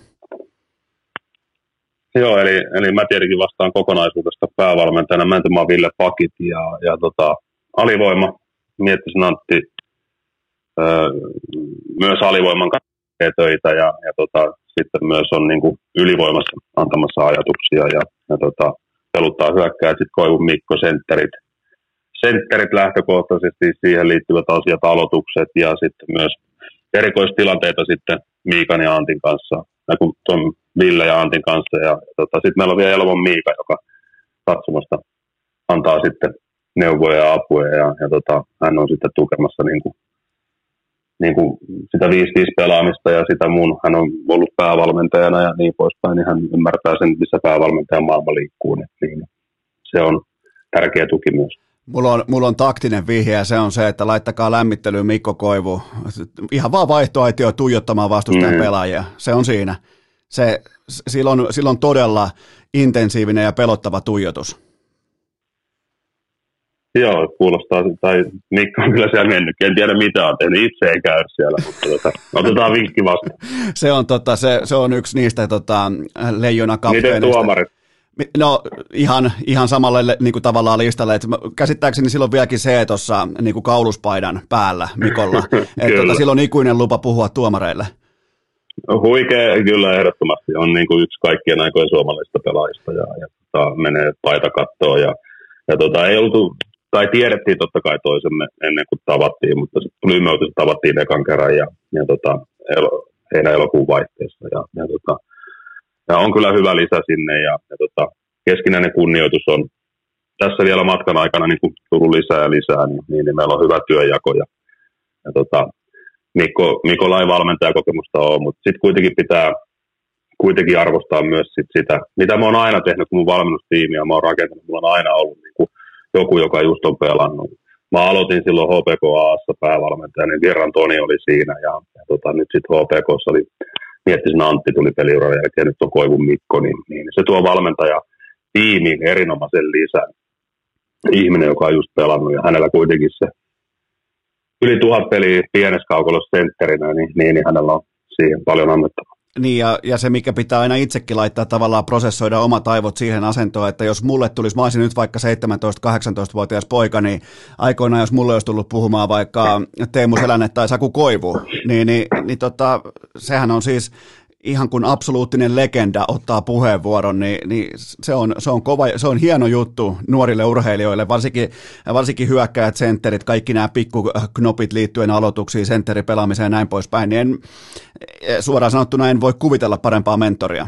Joo, eli, eli mä tietenkin vastaan kokonaisuudesta päävalmentajana Mäntymaa Ville Pakit ja, ja tota, alivoima, Miettisen Antti öö, myös alivoiman kanssa töitä ja, ja tota, sitten myös on niin kuin ylivoimassa antamassa ajatuksia ja, ja tota, peluttaa hyökkää, sitten Koivun Mikko sentterit. Sentterit lähtökohtaisesti, siihen liittyvät asiat, aloitukset ja sitten myös erikoistilanteita sitten Miikan ja Antin kanssa, ja kun tuon Ville ja Antin kanssa. Ja, ja tota, sitten meillä on vielä Elvon Miika, joka katsomasta antaa sitten neuvoja ja apuja ja, ja tota, hän on sitten tukemassa niin kuin, niin kuin sitä viisi viisi pelaamista ja sitä muun. Hän on ollut päävalmentajana ja niin poispäin, niin hän ymmärtää sen, missä päävalmentajan maailma liikkuu. Niin, niin se on tärkeä tuki myös. Mulla on, mulla on taktinen vihje ja se on se, että laittakaa lämmittelyyn Mikko Koivu. Ihan vaan vaihtoaitio tuijottamaan vastustajan mm. pelaajia. Se on siinä. Se, silloin, silloin todella intensiivinen ja pelottava tuijotus. Joo, kuulostaa, tai Mikko on kyllä siellä mennyt. En tiedä mitä on tehnyt, itse ei käy siellä, mutta tota, otetaan vinkki vastaan. se, on, tota, se, se on yksi niistä tota, leijonakapteenista. Miten tuomarit? No ihan, ihan samalle niin kuin tavallaan listalle. Et käsittääkseni silloin vieläkin se tuossa niin kuin kauluspaidan päällä Mikolla. Että tota, silloin on ikuinen lupa puhua tuomareille. Huikea, kyllä ehdottomasti. On niin kuin yksi kaikkien aikojen suomalaisista pelaajista ja, ja tota, menee paita kattoon. Ja, ja tota, ei oltu, tai tiedettiin totta kai toisemme ennen kuin tavattiin, mutta sitten Plymouthissa tavattiin ekan kerran ja, ja tota, elo, heidän elokuun vaihteessa. Ja, ja, tota, ja on kyllä hyvä lisä sinne ja, ja tota, keskinäinen kunnioitus on tässä vielä matkan aikana niin kuin tullut lisää ja lisää, niin, niin, niin meillä on hyvä työnjako ja, ja tota, Mikko, Mikolla ei valmentajakokemusta ole, mutta sitten kuitenkin pitää kuitenkin arvostaa myös sit sitä, mitä mä oon aina tehnyt, kun mun valmennustiimiä mä oon rakentanut, mulla on aina ollut niin kuin joku, joka just on pelannut. Mä aloitin silloin H P K A:ssa päävalmentajana, niin Virran Toni oli siinä ja, ja tota, nyt sitten H P K:ssa oli Miettisen Antti tuli peliuran jälkeen, nyt on Koivun Mikko, niin, niin se tuo valmentaja tiimiin erinomaisen lisän. Ihminen, joka on just pelannut ja hänellä kuitenkin se yli tuhat peliä pienessä kaukolossa sentterinä, niin, niin, niin hänellä on siihen paljon annettavaa. Niin ja, ja se, mikä pitää aina itsekin laittaa tavallaan prosessoida omat aivot siihen asentoon, että jos mulle tulisi, mä olisin nyt vaikka seitsemäntoista-kahdeksantoista-vuotias poika, niin aikoinaan jos mulle olisi tullut puhumaan vaikka Teemu Selänne tai Saku Koivu, niin, niin, niin tota, sehän on siis ihan kun absoluuttinen legenda ottaa puheenvuoron, niin, niin se, on, se, on kova, se on hieno juttu nuorille urheilijoille, varsinkin, varsinkin hyökkäjät, sentterit, kaikki nämä pikkuknopit liittyen aloituksiin, sentteripelaamiseen ja näin poispäin, niin en, suoraan sanottuna en voi kuvitella parempaa mentoria.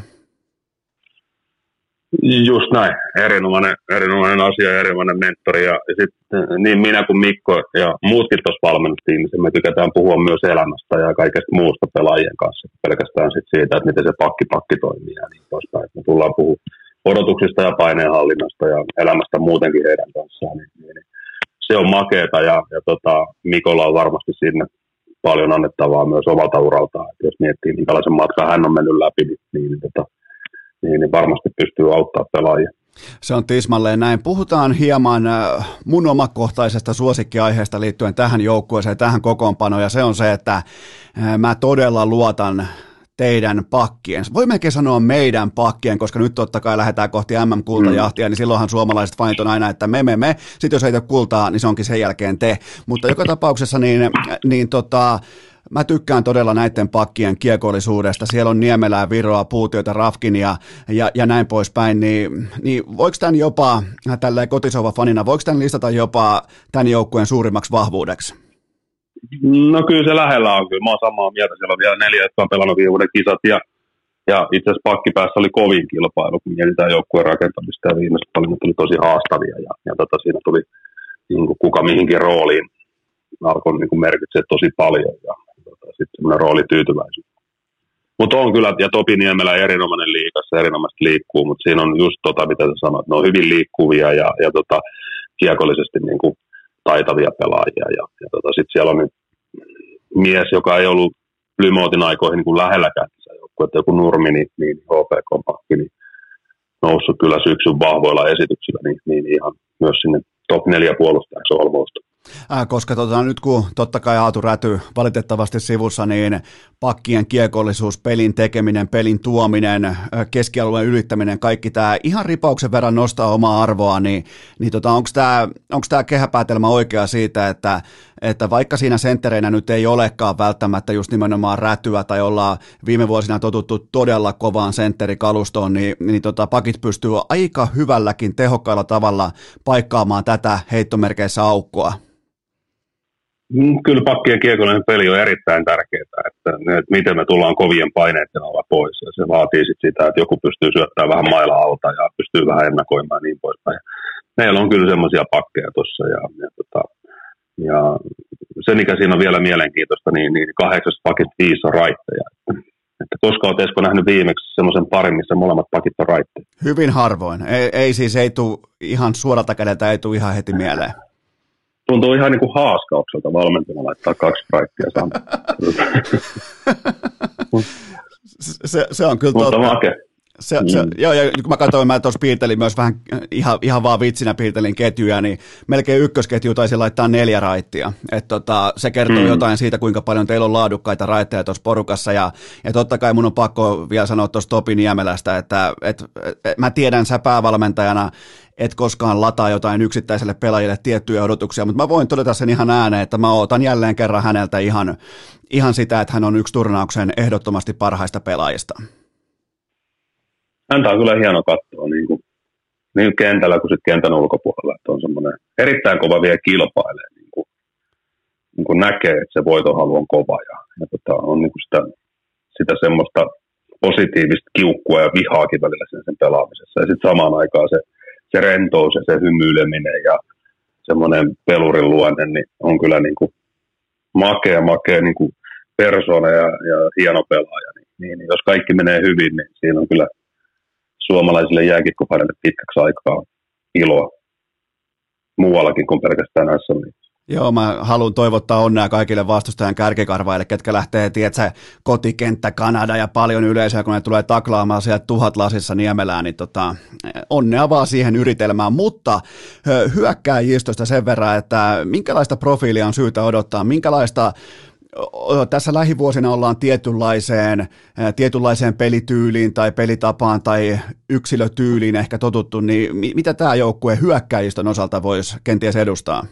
Just näin. Erinomainen, erinomainen asia ja erinomainen mentori. Ja sitten niin minä kuin Mikko ja muutkin tuossa valmennustiimissä, me tykätään puhua myös elämästä ja kaikesta muusta pelaajien kanssa. Pelkästään sit siitä, että miten se pakki pakki toimii ja niin poispäin. Me tullaan puhumaan odotuksista ja paineenhallinnasta ja elämästä muutenkin heidän kanssaan. Niin, niin, se on makeeta ja, ja tota, Mikolla on varmasti sinne paljon annettavaa myös omalta uraltaan. Et jos miettii, minkälaisen matkan hän on mennyt läpi, niin, niin tota, Niin, niin varmasti pystyy auttamaan pelaajia. Se on tismalleen näin. Puhutaan hieman mun omakohtaisesta suosikkiaiheesta liittyen tähän joukkueeseen, tähän kokoonpanoon, ja se on se, että mä todella luotan teidän pakkien. Voi melkein sanoa meidän pakkien, koska nyt totta kai lähdetään kohti M M-kultajahtia, mm. niin silloinhan suomalaiset fanit on aina, että me, me, me. Sitten jos ei ole kultaa, niin se onkin sen jälkeen te. Mutta joka tapauksessa niin, niin tota, mä tykkään todella näiden pakkien kiekollisuudesta. Siellä on Niemelää, Viroa, Puutiota, Rafkinia ja, ja näin poispäin. Niin, niin voiko tämän jopa, tälleen kotisova-fanina, voiko tämän listata jopa tämän joukkueen suurimmaksi vahvuudeksi? No kyllä se lähellä on. Kyllä mä oon samaa mieltä. Siellä on vielä neljä, jotka on pelannut viime vuoden kisat. Ja, ja itse asiassa pakkipäässä oli kovin kilpailu, kun mietitään joukkueen rakentamista. Ja viimeiset valinnat oli tosi haastavia. Ja, ja tota, siinä tuli niin kuin kuka mihinkin rooliin. Alkoi niin merkitsee tosi paljon. Ja tota, sitten semmoinen roolityytyväisyys. Mutta on kyllä, ja Topi Niemelä erinomainen liigassa, erinomaisesti liikkuu. Mutta siinä on just tota, mitä sä sanoit. Ne on hyvin liikkuvia ja, ja tota, kiekollisesti niin kuin taitavia pelaajia. Ja, ja tota, sitten siellä on nyt mies, joka ei ollut Plymouthin aikoihin niin kuin lähelläkään kisajoukkuetta, joku Nurmi, niin, niin H P K-pakki, niin noussut kyllä syksyn vahvoilla esityksillä, niin, niin ihan myös sinne top neljä puolustajaksi almost. Äh, koska tota, nyt kun totta kai Aatu Räty valitettavasti sivussa, niin pakkien kiekollisuus, pelin tekeminen, pelin tuominen, keskialueen ylittäminen, kaikki tämä ihan ripauksen verran nostaa omaa arvoa, niin, niin tota, onko tämä onko tämä kehäpäätelmä oikea siitä, että, että vaikka siinä senttereinä nyt ei olekaan välttämättä just nimenomaan Rätyä tai ollaan viime vuosina totuttu todella kovaan sentterikalustoon, niin, niin tota, pakit pystyy aika hyvälläkin tehokkaalla tavalla paikkaamaan tätä heittomerkeissä aukkoa? Kyllä pakkien kiekollinen peli on erittäin tärkeää, että, että miten me tullaan kovien paineiden alla pois. Ja se vaatii sit sitä, että joku pystyy syöttämään vähän mailla alta ja pystyy vähän ennakoimaan ja niin poispäin. Meillä on kyllä semmoisia pakkeja tuossa. Ja, ja, tota, ja se, mikä siinä on vielä mielenkiintoista, niin, niin kahdeksasta pakista viisi on raitteja. Että, että koska olet Esko nähnyt viimeksi semmoisen parin, missä molemmat pakit on raitteet? Hyvin harvoin. Ei, ei siis ei tule ihan suoralta kädeltä, ei tule ihan heti mieleen. Tuntuu ihan niin kuin haaskaukselta valmentajana laittaa kaksi raittia samaan. se, se on kyllä Mutta totta. make. Se, se, mm. Joo, ja kun mä katsoin, mä tuossa piirtelin myös vähän ihan, ihan vaan vitsinä piirtelin ketjuja, niin melkein ykkösketju taisi laittaa neljä raittia. Et tota, se kertoo mm. jotain siitä, kuinka paljon teillä on laadukkaita raitteja tuossa porukassa, ja, ja totta kai mun on pakko vielä sanoa tuosta Topi Niemelästä, että et, et, mä tiedän sä päävalmentajana, et koskaan lataa jotain yksittäiselle pelaajille tiettyjä odotuksia, mutta mä voin todeta sen ihan ääneen, että mä ootan jälleen kerran häneltä ihan, ihan sitä, että hän on yksi turnauksen ehdottomasti parhaista pelaajista. Häntä on kyllä hieno katsoa niin, kuin, niin kentällä kuin sitten kentän ulkopuolella. Että on semmoinen erittäin kova vielä kilpailee. Niin kuin, niin kuin näkee, että se voitonhalu on kova. Ja, ja tota, on niin kuin sitä, sitä semmoista positiivista kiukkua ja vihaakin välillä sen, sen pelaamisessa. Ja sitten samaan aikaan se, se rentous ja se hymyileminen ja semmoinen pelurin luonne niin on kyllä niin kuin makea, makea niin kuin persoona ja, ja hieno pelaaja. Niin, niin, niin jos kaikki menee hyvin, niin siinä on kyllä suomalaisille jääkiekkofaneille pitkäksi aikaa iloa muuallakin kuin pelkästään S M. Joo, mä haluan toivottaa onnea kaikille vastustajan kärkikarvaille, ketkä lähtee, tiedätkö, kotikenttä Kanada ja paljon yleisöä, kun ne tulee taklaamaan sieltä tuhat lasissa Niemelään, niin tota, onnea vaan siihen yritelmään, mutta hyökkääjistosta sen verran, että minkälaista profiilia on syytä odottaa, minkälaista tässä lähivuosina ollaan tietynlaiseen, tietynlaiseen pelityyliin tai pelitapaan tai yksilötyyliin ehkä totuttu, niin mitä tämä joukkue hyökkäjistön osalta voisi kenties edustaa?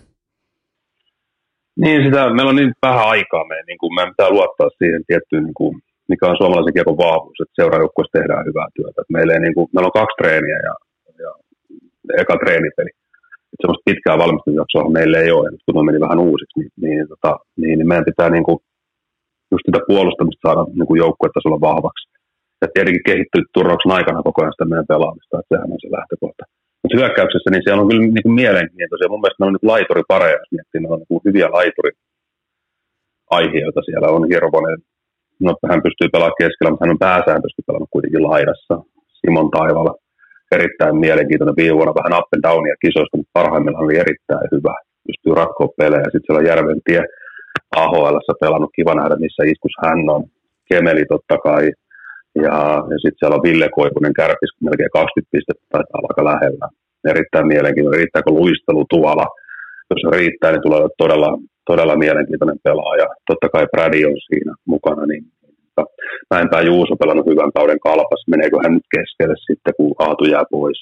Niin, sitä, meillä on niin vähän aikaa, me, niin kuin, meidän pitää luottaa siihen tiettyyn, niin kuin, mikä on suomalaisen kiekon vahvuus, että seuraajoukkueessa tehdään hyvää työtä. Meillä, ei, niin kuin, meillä on kaksi treeniä ja, ja eka treenipeli. Että semmoista pitkää valmistujaksoa meillä ei ole, kun me meni vähän uusiksi, niin, niin, tota, niin, niin meidän pitää niin kuin, just sitä puolustamista saada niin joukkuetasolla vahvaksi. Ja tietenkin kehittyy turnauksen aikana koko ajan sitä meidän pelaamista, että sehän on se lähtökohta. Mutta hyökkäyksessä niin siellä on kyllä niin kuin mielenkiintoisia. Mun mielestä meillä on niin laituripareja, jos miettii, meillä on niin hyviä laituriaiheita. Siellä on Hirvonen, no, hän pystyy pelaamaan keskellä, mutta hän on pääsääntöisesti pelannut kuitenkin laidassa. Simon Taivala, erittäin mielenkiintoinen viime vuonna, vähän up and downia kisoista, mutta parhaimmillaan oli erittäin hyvä. Pystyy ratkoa pelejä. Sitten siellä on Järventie A H L:ssä pelannut, kiva nähdä, missä iskus hän on. Kemeli totta kai. Ja, ja sitten siellä on Ville Koivunen Kärpis, melkein kaksikymmentä pistettä taitaa olla aika lähellä. Erittäin mielenkiintoinen. Riittääkö luistelu tuolla? Jos se riittää, niin tulee todella, todella mielenkiintoinen pelaaja. Totta kai Brady on siinä mukana. Niin, Mäenpää Juuso pelannut hyvän kauden Kalpas. Meneekö hän nyt keskelle sitten, kun Aatu jää pois?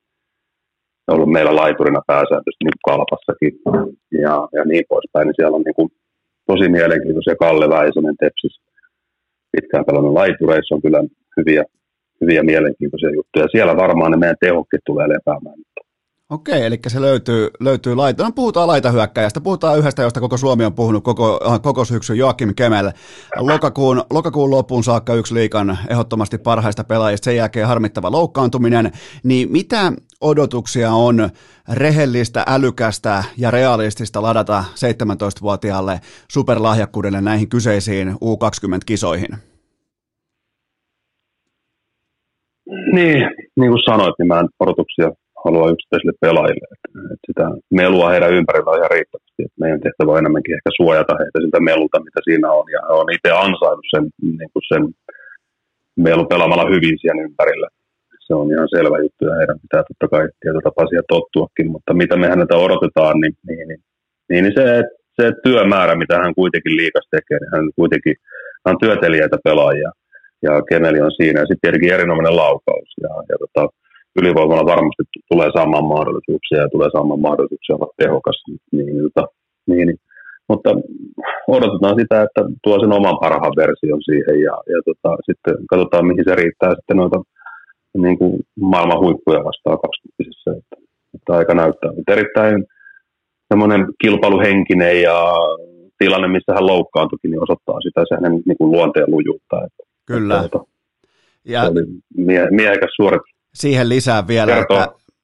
On ollut meillä laiturina pääsääntöisesti niin kuin Kalpassakin ja, ja niin poispäin. Niin siellä on niin kuin tosi mielenkiintoisia Kalle Väisänen Tepsis. Pitkään pelannut laitureissa on kyllä hyviä, hyviä mielenkiintoisia juttuja. Siellä varmaan ne meidän tehokki tulee lepäämään. Okei, eli se löytyy, löytyy laita. No, puhutaan laitahyökkäjästä. Puhutaan yhdestä, josta koko Suomi on puhunut koko, koko syksyn, Joakim Kemel. Lokakuun, lokakuun loppuun saakka yksi liigan ehdottomasti parhaista pelaajista, sen jälkeen harmittava loukkaantuminen. Niin mitä odotuksia on rehellistä, älykästä ja realistista ladata seitsemäntoistavuotiaalle superlahjakkuudelle näihin kyseisiin U kaksikymmentä-kisoihin? Niin, niin kuin sanoit, niin mä en odotuksia haluaa yksittäisille pelaajille. Että, että sitä melua heidän ympärillä on ihan riittävästi. Että meidän tehtävä on enemmänkin ehkä suojata heitä siltä melulta, mitä siinä on. Ja he on itse ansainnut sen, niin kuin sen melun pelaamalla hyvin siihen ympärillä. Se on ihan selvä juttu ja heidän pitää totta kai tietyllä tapaa siihen tottuakin. Mutta mitä me häneltä odotetaan, niin, niin, niin, niin se, se työmäärä, mitä hän kuitenkin liikas tekee, niin hän kuitenkin hän on työtelijäitä pelaajia. Ja Kemeli on siinä. Ja sitten tietenkin erinomainen laukaus. Ja, ja tota, ylivoimalla varmasti tulee saamaan mahdollisuuksia ja tulee saamaan mahdollisuuksia olla tehokas. Niin, tota, niin, niin. Mutta odotetaan sitä, että tuo sen oman parhaan version siihen ja, ja tota, sitten katsotaan, mihin se riittää sitten noita niin kuin maailman huippuja vastaan kaksikymppisessä. Että, että aika näyttää. Mutta erittäin semmoinen kilpailuhenkinen ja tilanne, missä hän loukkaantuikin, niin osoittaa sitä se hänen niin kuin luonteen lujuutta. Että, Kyllä. Että, ja se oli mie- miehekäs suoritus. Siihen lisää vielä, Kertoo. että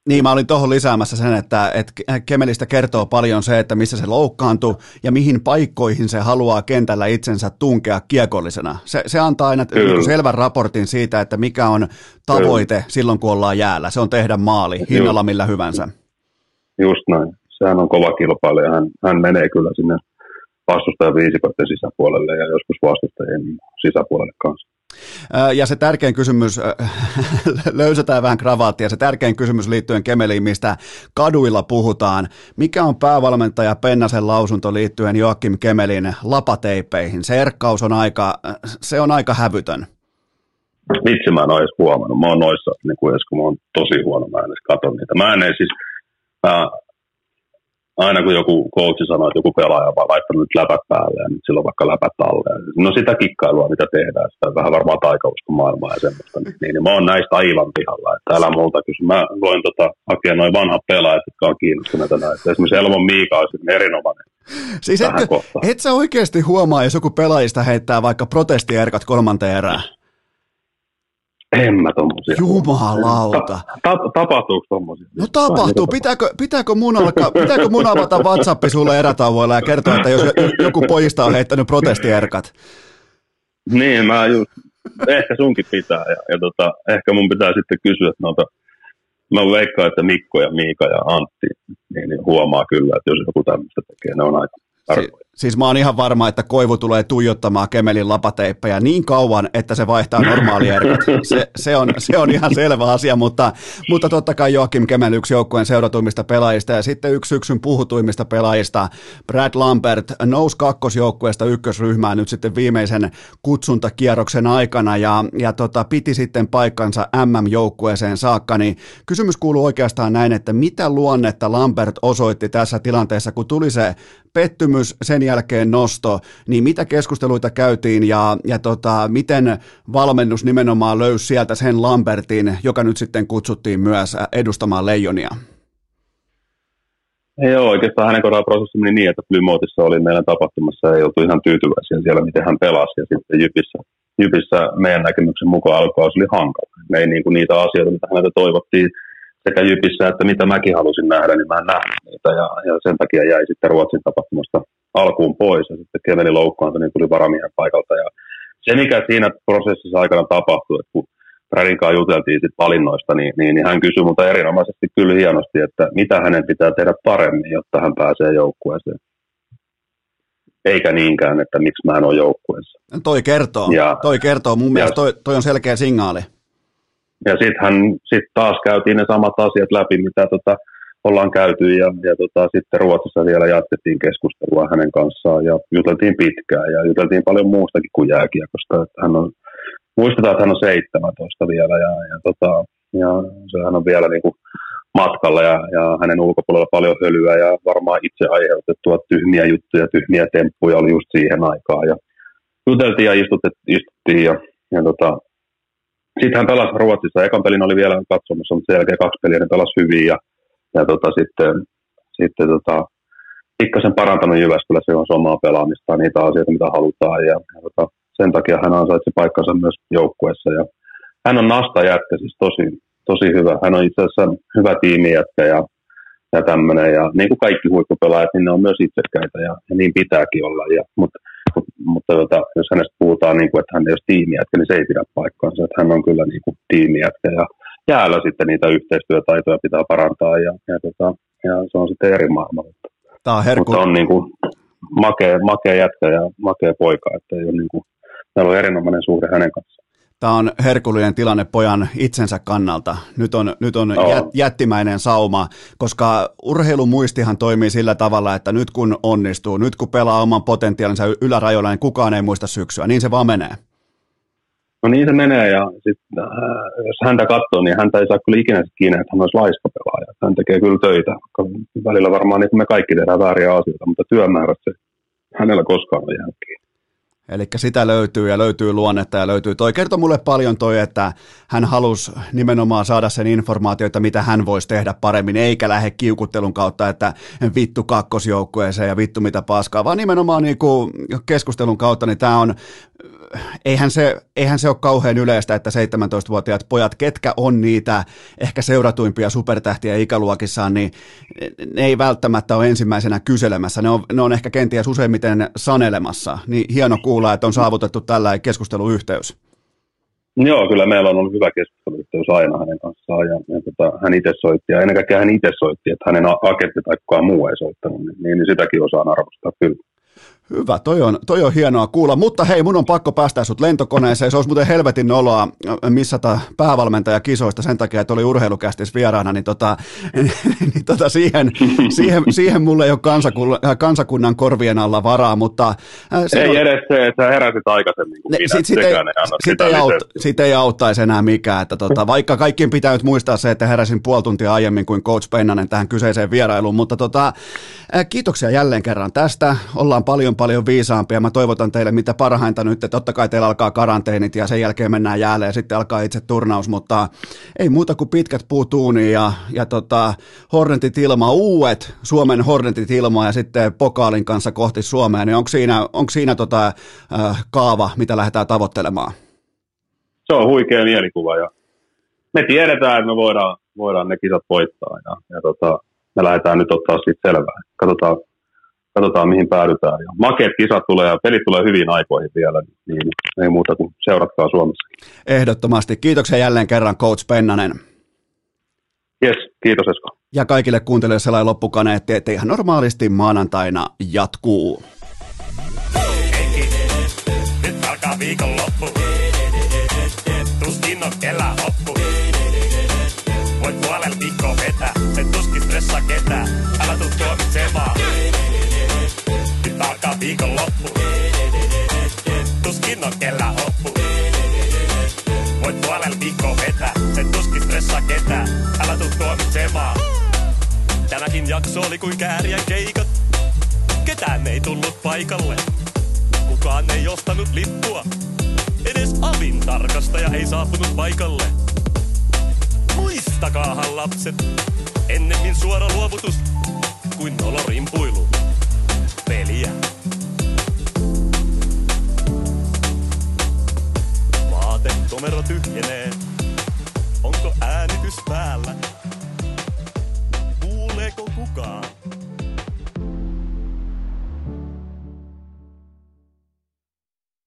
Niin, mä olin tuohon lisäämässä sen, että, että Kemelistä kertoo paljon se, että missä se loukkaantui ja mihin paikkoihin se haluaa kentällä itsensä tunkea kiekollisena. Se, se antaa aina Kyllä. selvän raportin siitä, että mikä on tavoite Kyllä. silloin, kun ollaan jäällä. Se on tehdä maali hinnalla millä hyvänsä. Just näin. Sehän on kova kilpailija. Hän, hän menee kyllä sinne vastustajan viisikoiden sisäpuolelle ja joskus vastustajien sisäpuolelle kanssa. Ja se tärkein kysymys, löysätään vähän kravaattia, se tärkein kysymys liittyen Kemeliin, mistä kaduilla puhutaan. Mikä on päävalmentaja Pennasen lausunto liittyen Joakim Kemelin lapateippeihin? Se erkkaus on aika, se on aika hävytön. Vitsi, mä en ole edes huomannut. Mä oon noissa, niin kuin edes, kun mä oon tosi huono, mä en edes katso niitä. Mä en edes siis, mä, aina kun joku coachi sanoo, että joku pelaaja on vaan laittanut nyt läpät päälle ja nyt sillä on vaikka läpät alle. No sitä kikkailua, mitä tehdään, sitä on vähän varmaan taikauskon maailmaa ja semmoista. Niin, niin mä oon näistä aivan pihalla, että älä multa kysy. Mä voin tota, hakea noin vanhat pelaajat, jotka on kiinnostuneita näistä. Esimerkiksi Elvon Miika on sitten erinomainen. Siis et, et sä oikeasti huomaa, jos joku pelaajista heittää vaikka protestierkat kolmanteen erään? En mä tommosia. Jumalauta. Ta- ta- tapahtuuko tommosia? No tapahtuu. Pitääkö, pitääkö, mun alkaa, pitääkö mun avata WhatsApp sulle erätauvoilla ja kertoa, että jos joku pojista on heittänyt protestierkat? Niin, mä just, ehkä sunkin pitää. Ja, ja tota, ehkä mun pitää sitten kysyä, että noita, mä veikkaan, että Mikko ja Miika ja Antti niin, niin huomaa kyllä, että jos joku tämmöistä tekee, ne on aika tarkoja. Siis mä oon ihan varma, että Koivu tulee tuijottamaan Kemelin lapateippejä niin kauan, että se vaihtaa normaalierkat. Se, se, on, se on ihan selvä asia, mutta, mutta totta kai Joakim Kemel yksi joukkueen seuratuimmista pelaajista ja sitten yksi syksyn puhutuimmista pelaajista. Brad Lambert nousi kakkosjoukkueesta ykkösryhmään nyt sitten viimeisen kutsuntakierroksen aikana ja, ja tota, piti sitten paikkansa M M-joukkueeseen saakka. Niin kysymys kuuluu oikeastaan näin, että mitä luonnetta Lambert osoitti tässä tilanteessa, kun tuli se pettymys, sen jälkeen nosto, niin mitä keskusteluita käytiin ja, ja tota, miten valmennus nimenomaan löysi sieltä sen Lambertin, joka nyt sitten kutsuttiin myös edustamaan Leijonia? Joo, oikeastaan hänen kohdalla prosessi meni niin, että Plymouthissa oli meidän tapahtumassa ja ei oltu ihan tyytyväisiä siellä, miten hän pelasi ja sitten Jypissä, Jypissä meidän näkemyksen mukaan alkukausi oli hankala. Me ei niin kuin niitä asioita, mitä häneltä toivottiin sekä Jypissä, että mitä mäkin halusin nähdä, niin mä en nähnyt niitä ja, ja sen takia jäi sitten Ruotsin tapahtumasta alkuun pois ja sitten Kemeli loukkaantui, niin tuli varamiehen paikalta ja se mikä siinä prosessissa aikana tapahtui, että kun Bradin kanssa juteltiin sit valinnoista, niin, niin, niin hän kysyi multa erinomaisesti kyllä hienosti, että mitä hänen pitää tehdä paremmin, jotta hän pääsee joukkueeseen. Eikä niinkään, että miksi mä en ole joukkueessa. Toi kertoo, ja, toi kertoo. Mun ja, mielestä toi, toi on selkeä signaali. Ja sitten sit taas käytiin ne samat asiat läpi, mitä tota, ollaan käyty, ja, ja tota, sitten Ruotsissa vielä jatkettiin keskustelua hänen kanssaan, ja juteltiin pitkään, ja juteltiin paljon muustakin kuin jääkiekosta. Että hän on, muistetaan, että hän on seitsemäntoista vielä, ja, ja, tota, ja sehän on vielä niin kuin matkalla, ja, ja hänen ulkopuolella paljon hölyä, ja varmaan itse aiheutettua tyhmiä juttuja, tyhmiä temppuja oli just siihen aikaan, ja juteltiin ja istuttiin, ja, ja tota, sitten hän pelasi Ruotsissa. Ekan pelin oli vielä katsomassa, mutta sen jälkeen kaksi peliä ne pelasi hyvin. Ja, ja tota, sitten, sitten tota, pikkasen parantanut Jyväskylässä, johon omaa pelaamista, niitä asioita, mitä halutaan. Ja, ja tota, sen takia hän ansaitsi paikkansa myös joukkueessa. Ja hän on nastajätkä, siis tosi, tosi hyvä. Hän on itse asiassa hyvä tiimijätkä ja, ja tämmöinen. Ja niin kuin kaikki huippupelaajat, niin ne on myös itsekkäitä ja, ja niin pitääkin olla. Ja, mutta Mutta, mutta tota, jos hänestä puhutaan, niin kuin, että hän ei ole tiimijätkä, niin se ei pidä paikkaansa. Että hän on kyllä niin kuin tiimijätkä ja jäällä sitten niitä yhteistyötaitoja pitää parantaa ja, ja, tota, ja se on sitten eri maailma. Tämä on herku... Mutta on niin kuin makea, makea jätkä ja makea poika, että ei ole niin kuin, meillä on erinomainen suhde hänen kanssaan. Tämä on herkullinen tilanne pojan itsensä kannalta. Nyt on, nyt on no. jät, jättimäinen sauma, koska urheilumuistihan toimii sillä tavalla, että nyt kun onnistuu, nyt kun pelaa oman potentiaalinsa ylärajoilla, niin kukaan ei muista syksyä. Niin se vaan menee. No niin se menee, ja sit, äh, jos häntä katsoo, niin häntä ei saa kyllä ikinä kiinni, että hän olisi laiska pelaaja. Hän tekee kyllä töitä, välillä varmaan niin kuin me kaikki tehdään vääriä asioita, mutta työmäärät se hänellä koskaan on jäänyt kiinni. Eli sitä löytyy ja löytyy luonnetta ja löytyy. Toi kertoi mulle paljon toi, että hän halusi nimenomaan saada sen informaatiota, mitä hän voisi tehdä paremmin, eikä lähde kiukuttelun kautta, että vittu kakkosjoukkueeseen ja vittu mitä paskaa, vaan nimenomaan niin kuin keskustelun kautta, niin tämä on, eihän se, eihän se ole kauhean yleistä, että seitsemäntoistavuotiaat pojat, ketkä on niitä ehkä seuratuimpia supertähtiä ikäluokissaan, niin ne ei välttämättä ole ensimmäisenä kyselemässä, ne on, ne on ehkä kenties useimmiten sanelemassa, niin hieno kuulla, että on saavutettu tällainen keskusteluyhteys. Joo, kyllä meillä on ollut hyvä keskusteluyhteys aina hänen kanssaan, ja, ja tota, hän itse soitti, ja ennen kaikkea hän itse soitti, että hänen agentti tai kukaan muu ei soittanut, niin, niin sitäkin osaan arvostaa kyllä. Hyvä, toi on, toi on hienoa kuulla, mutta hei, mun on pakko päästää sut lentokoneeseen, se olisi muuten helvetin noloa missata päävalmentajakisoista sen takia, että oli urheilukästis vieraana, niin, tota, niin tota siihen, siihen, siihen mulle ei ole kansakunnan, kansakunnan korvien alla varaa, mutta... Se ei on, edes se, että sä heräsit aikaisemmin kuin ne, minä, sit, sit ei, sit ei, aut, sit ei auttaisi enää mikään, että tota, vaikka kaikkien pitää nyt muistaa se, että heräsin puoli tuntia aiemmin kuin Coach Pennanen tähän kyseiseen vierailuun, mutta tota, kiitoksia jälleen kerran tästä, ollaan paljon paljon viisaampia. Mä toivotan teille mitä parhainta nyt, että totta kai teillä alkaa karanteenit ja sen jälkeen mennään jäälle ja sitten alkaa itse turnaus, mutta ei muuta kuin pitkät puut uuniin ja, ja tota, Hornetit ilma, uudet Suomen Hornetit ilma ja sitten pokaalin kanssa kohti Suomea, niin onko siinä, onko siinä tota, äh, kaava, mitä lähdetään tavoittelemaan? Se on huikea mielikuva ja me tiedetään, että me voidaan, voidaan ne kisat voittaa ja, ja tota, me lähdetään nyt ottaa siitä selvää. Katsotaan Katsotaan, mihin päädytään. Ja makeat kisat tulee ja pelit tulee hyviin aikoihin vielä, niin ei muuta kuin seuratkaa Suomessa. Ehdottomasti. Kiitoksia jälleen kerran, Coach Pennanen. Jes, kiitos Esko. Ja kaikille kuuntelijoille sellainen loppukaneetti, että ihan normaalisti maanantaina jatkuu. Nyt alkaa viikonloppu. Tuskin on kellään hoppu. Voit puolella viikkoa vetää, se tuskin stressaa ketään. Älä tuu tuomitsemaan. Nyt alkaa viikonloppu. Tuskin on kellään hoppu. Voit puolella viikkoa vetää, se tuskin stressaa ketään. Älä tuu tuomitsemaan. Tämäkin jakso oli kuin Kääriän keikat. Ketään ei tullut paikalle. Kukaan ei ostanut lippua. Edes avin tarkastaja ei saapunut paikalle. Muistakaahan lapset, ennemmin suora luovutus kuin nolorimpuilu. Peliä. Vaatekomero tyhjenee. Onko äänitys päällä?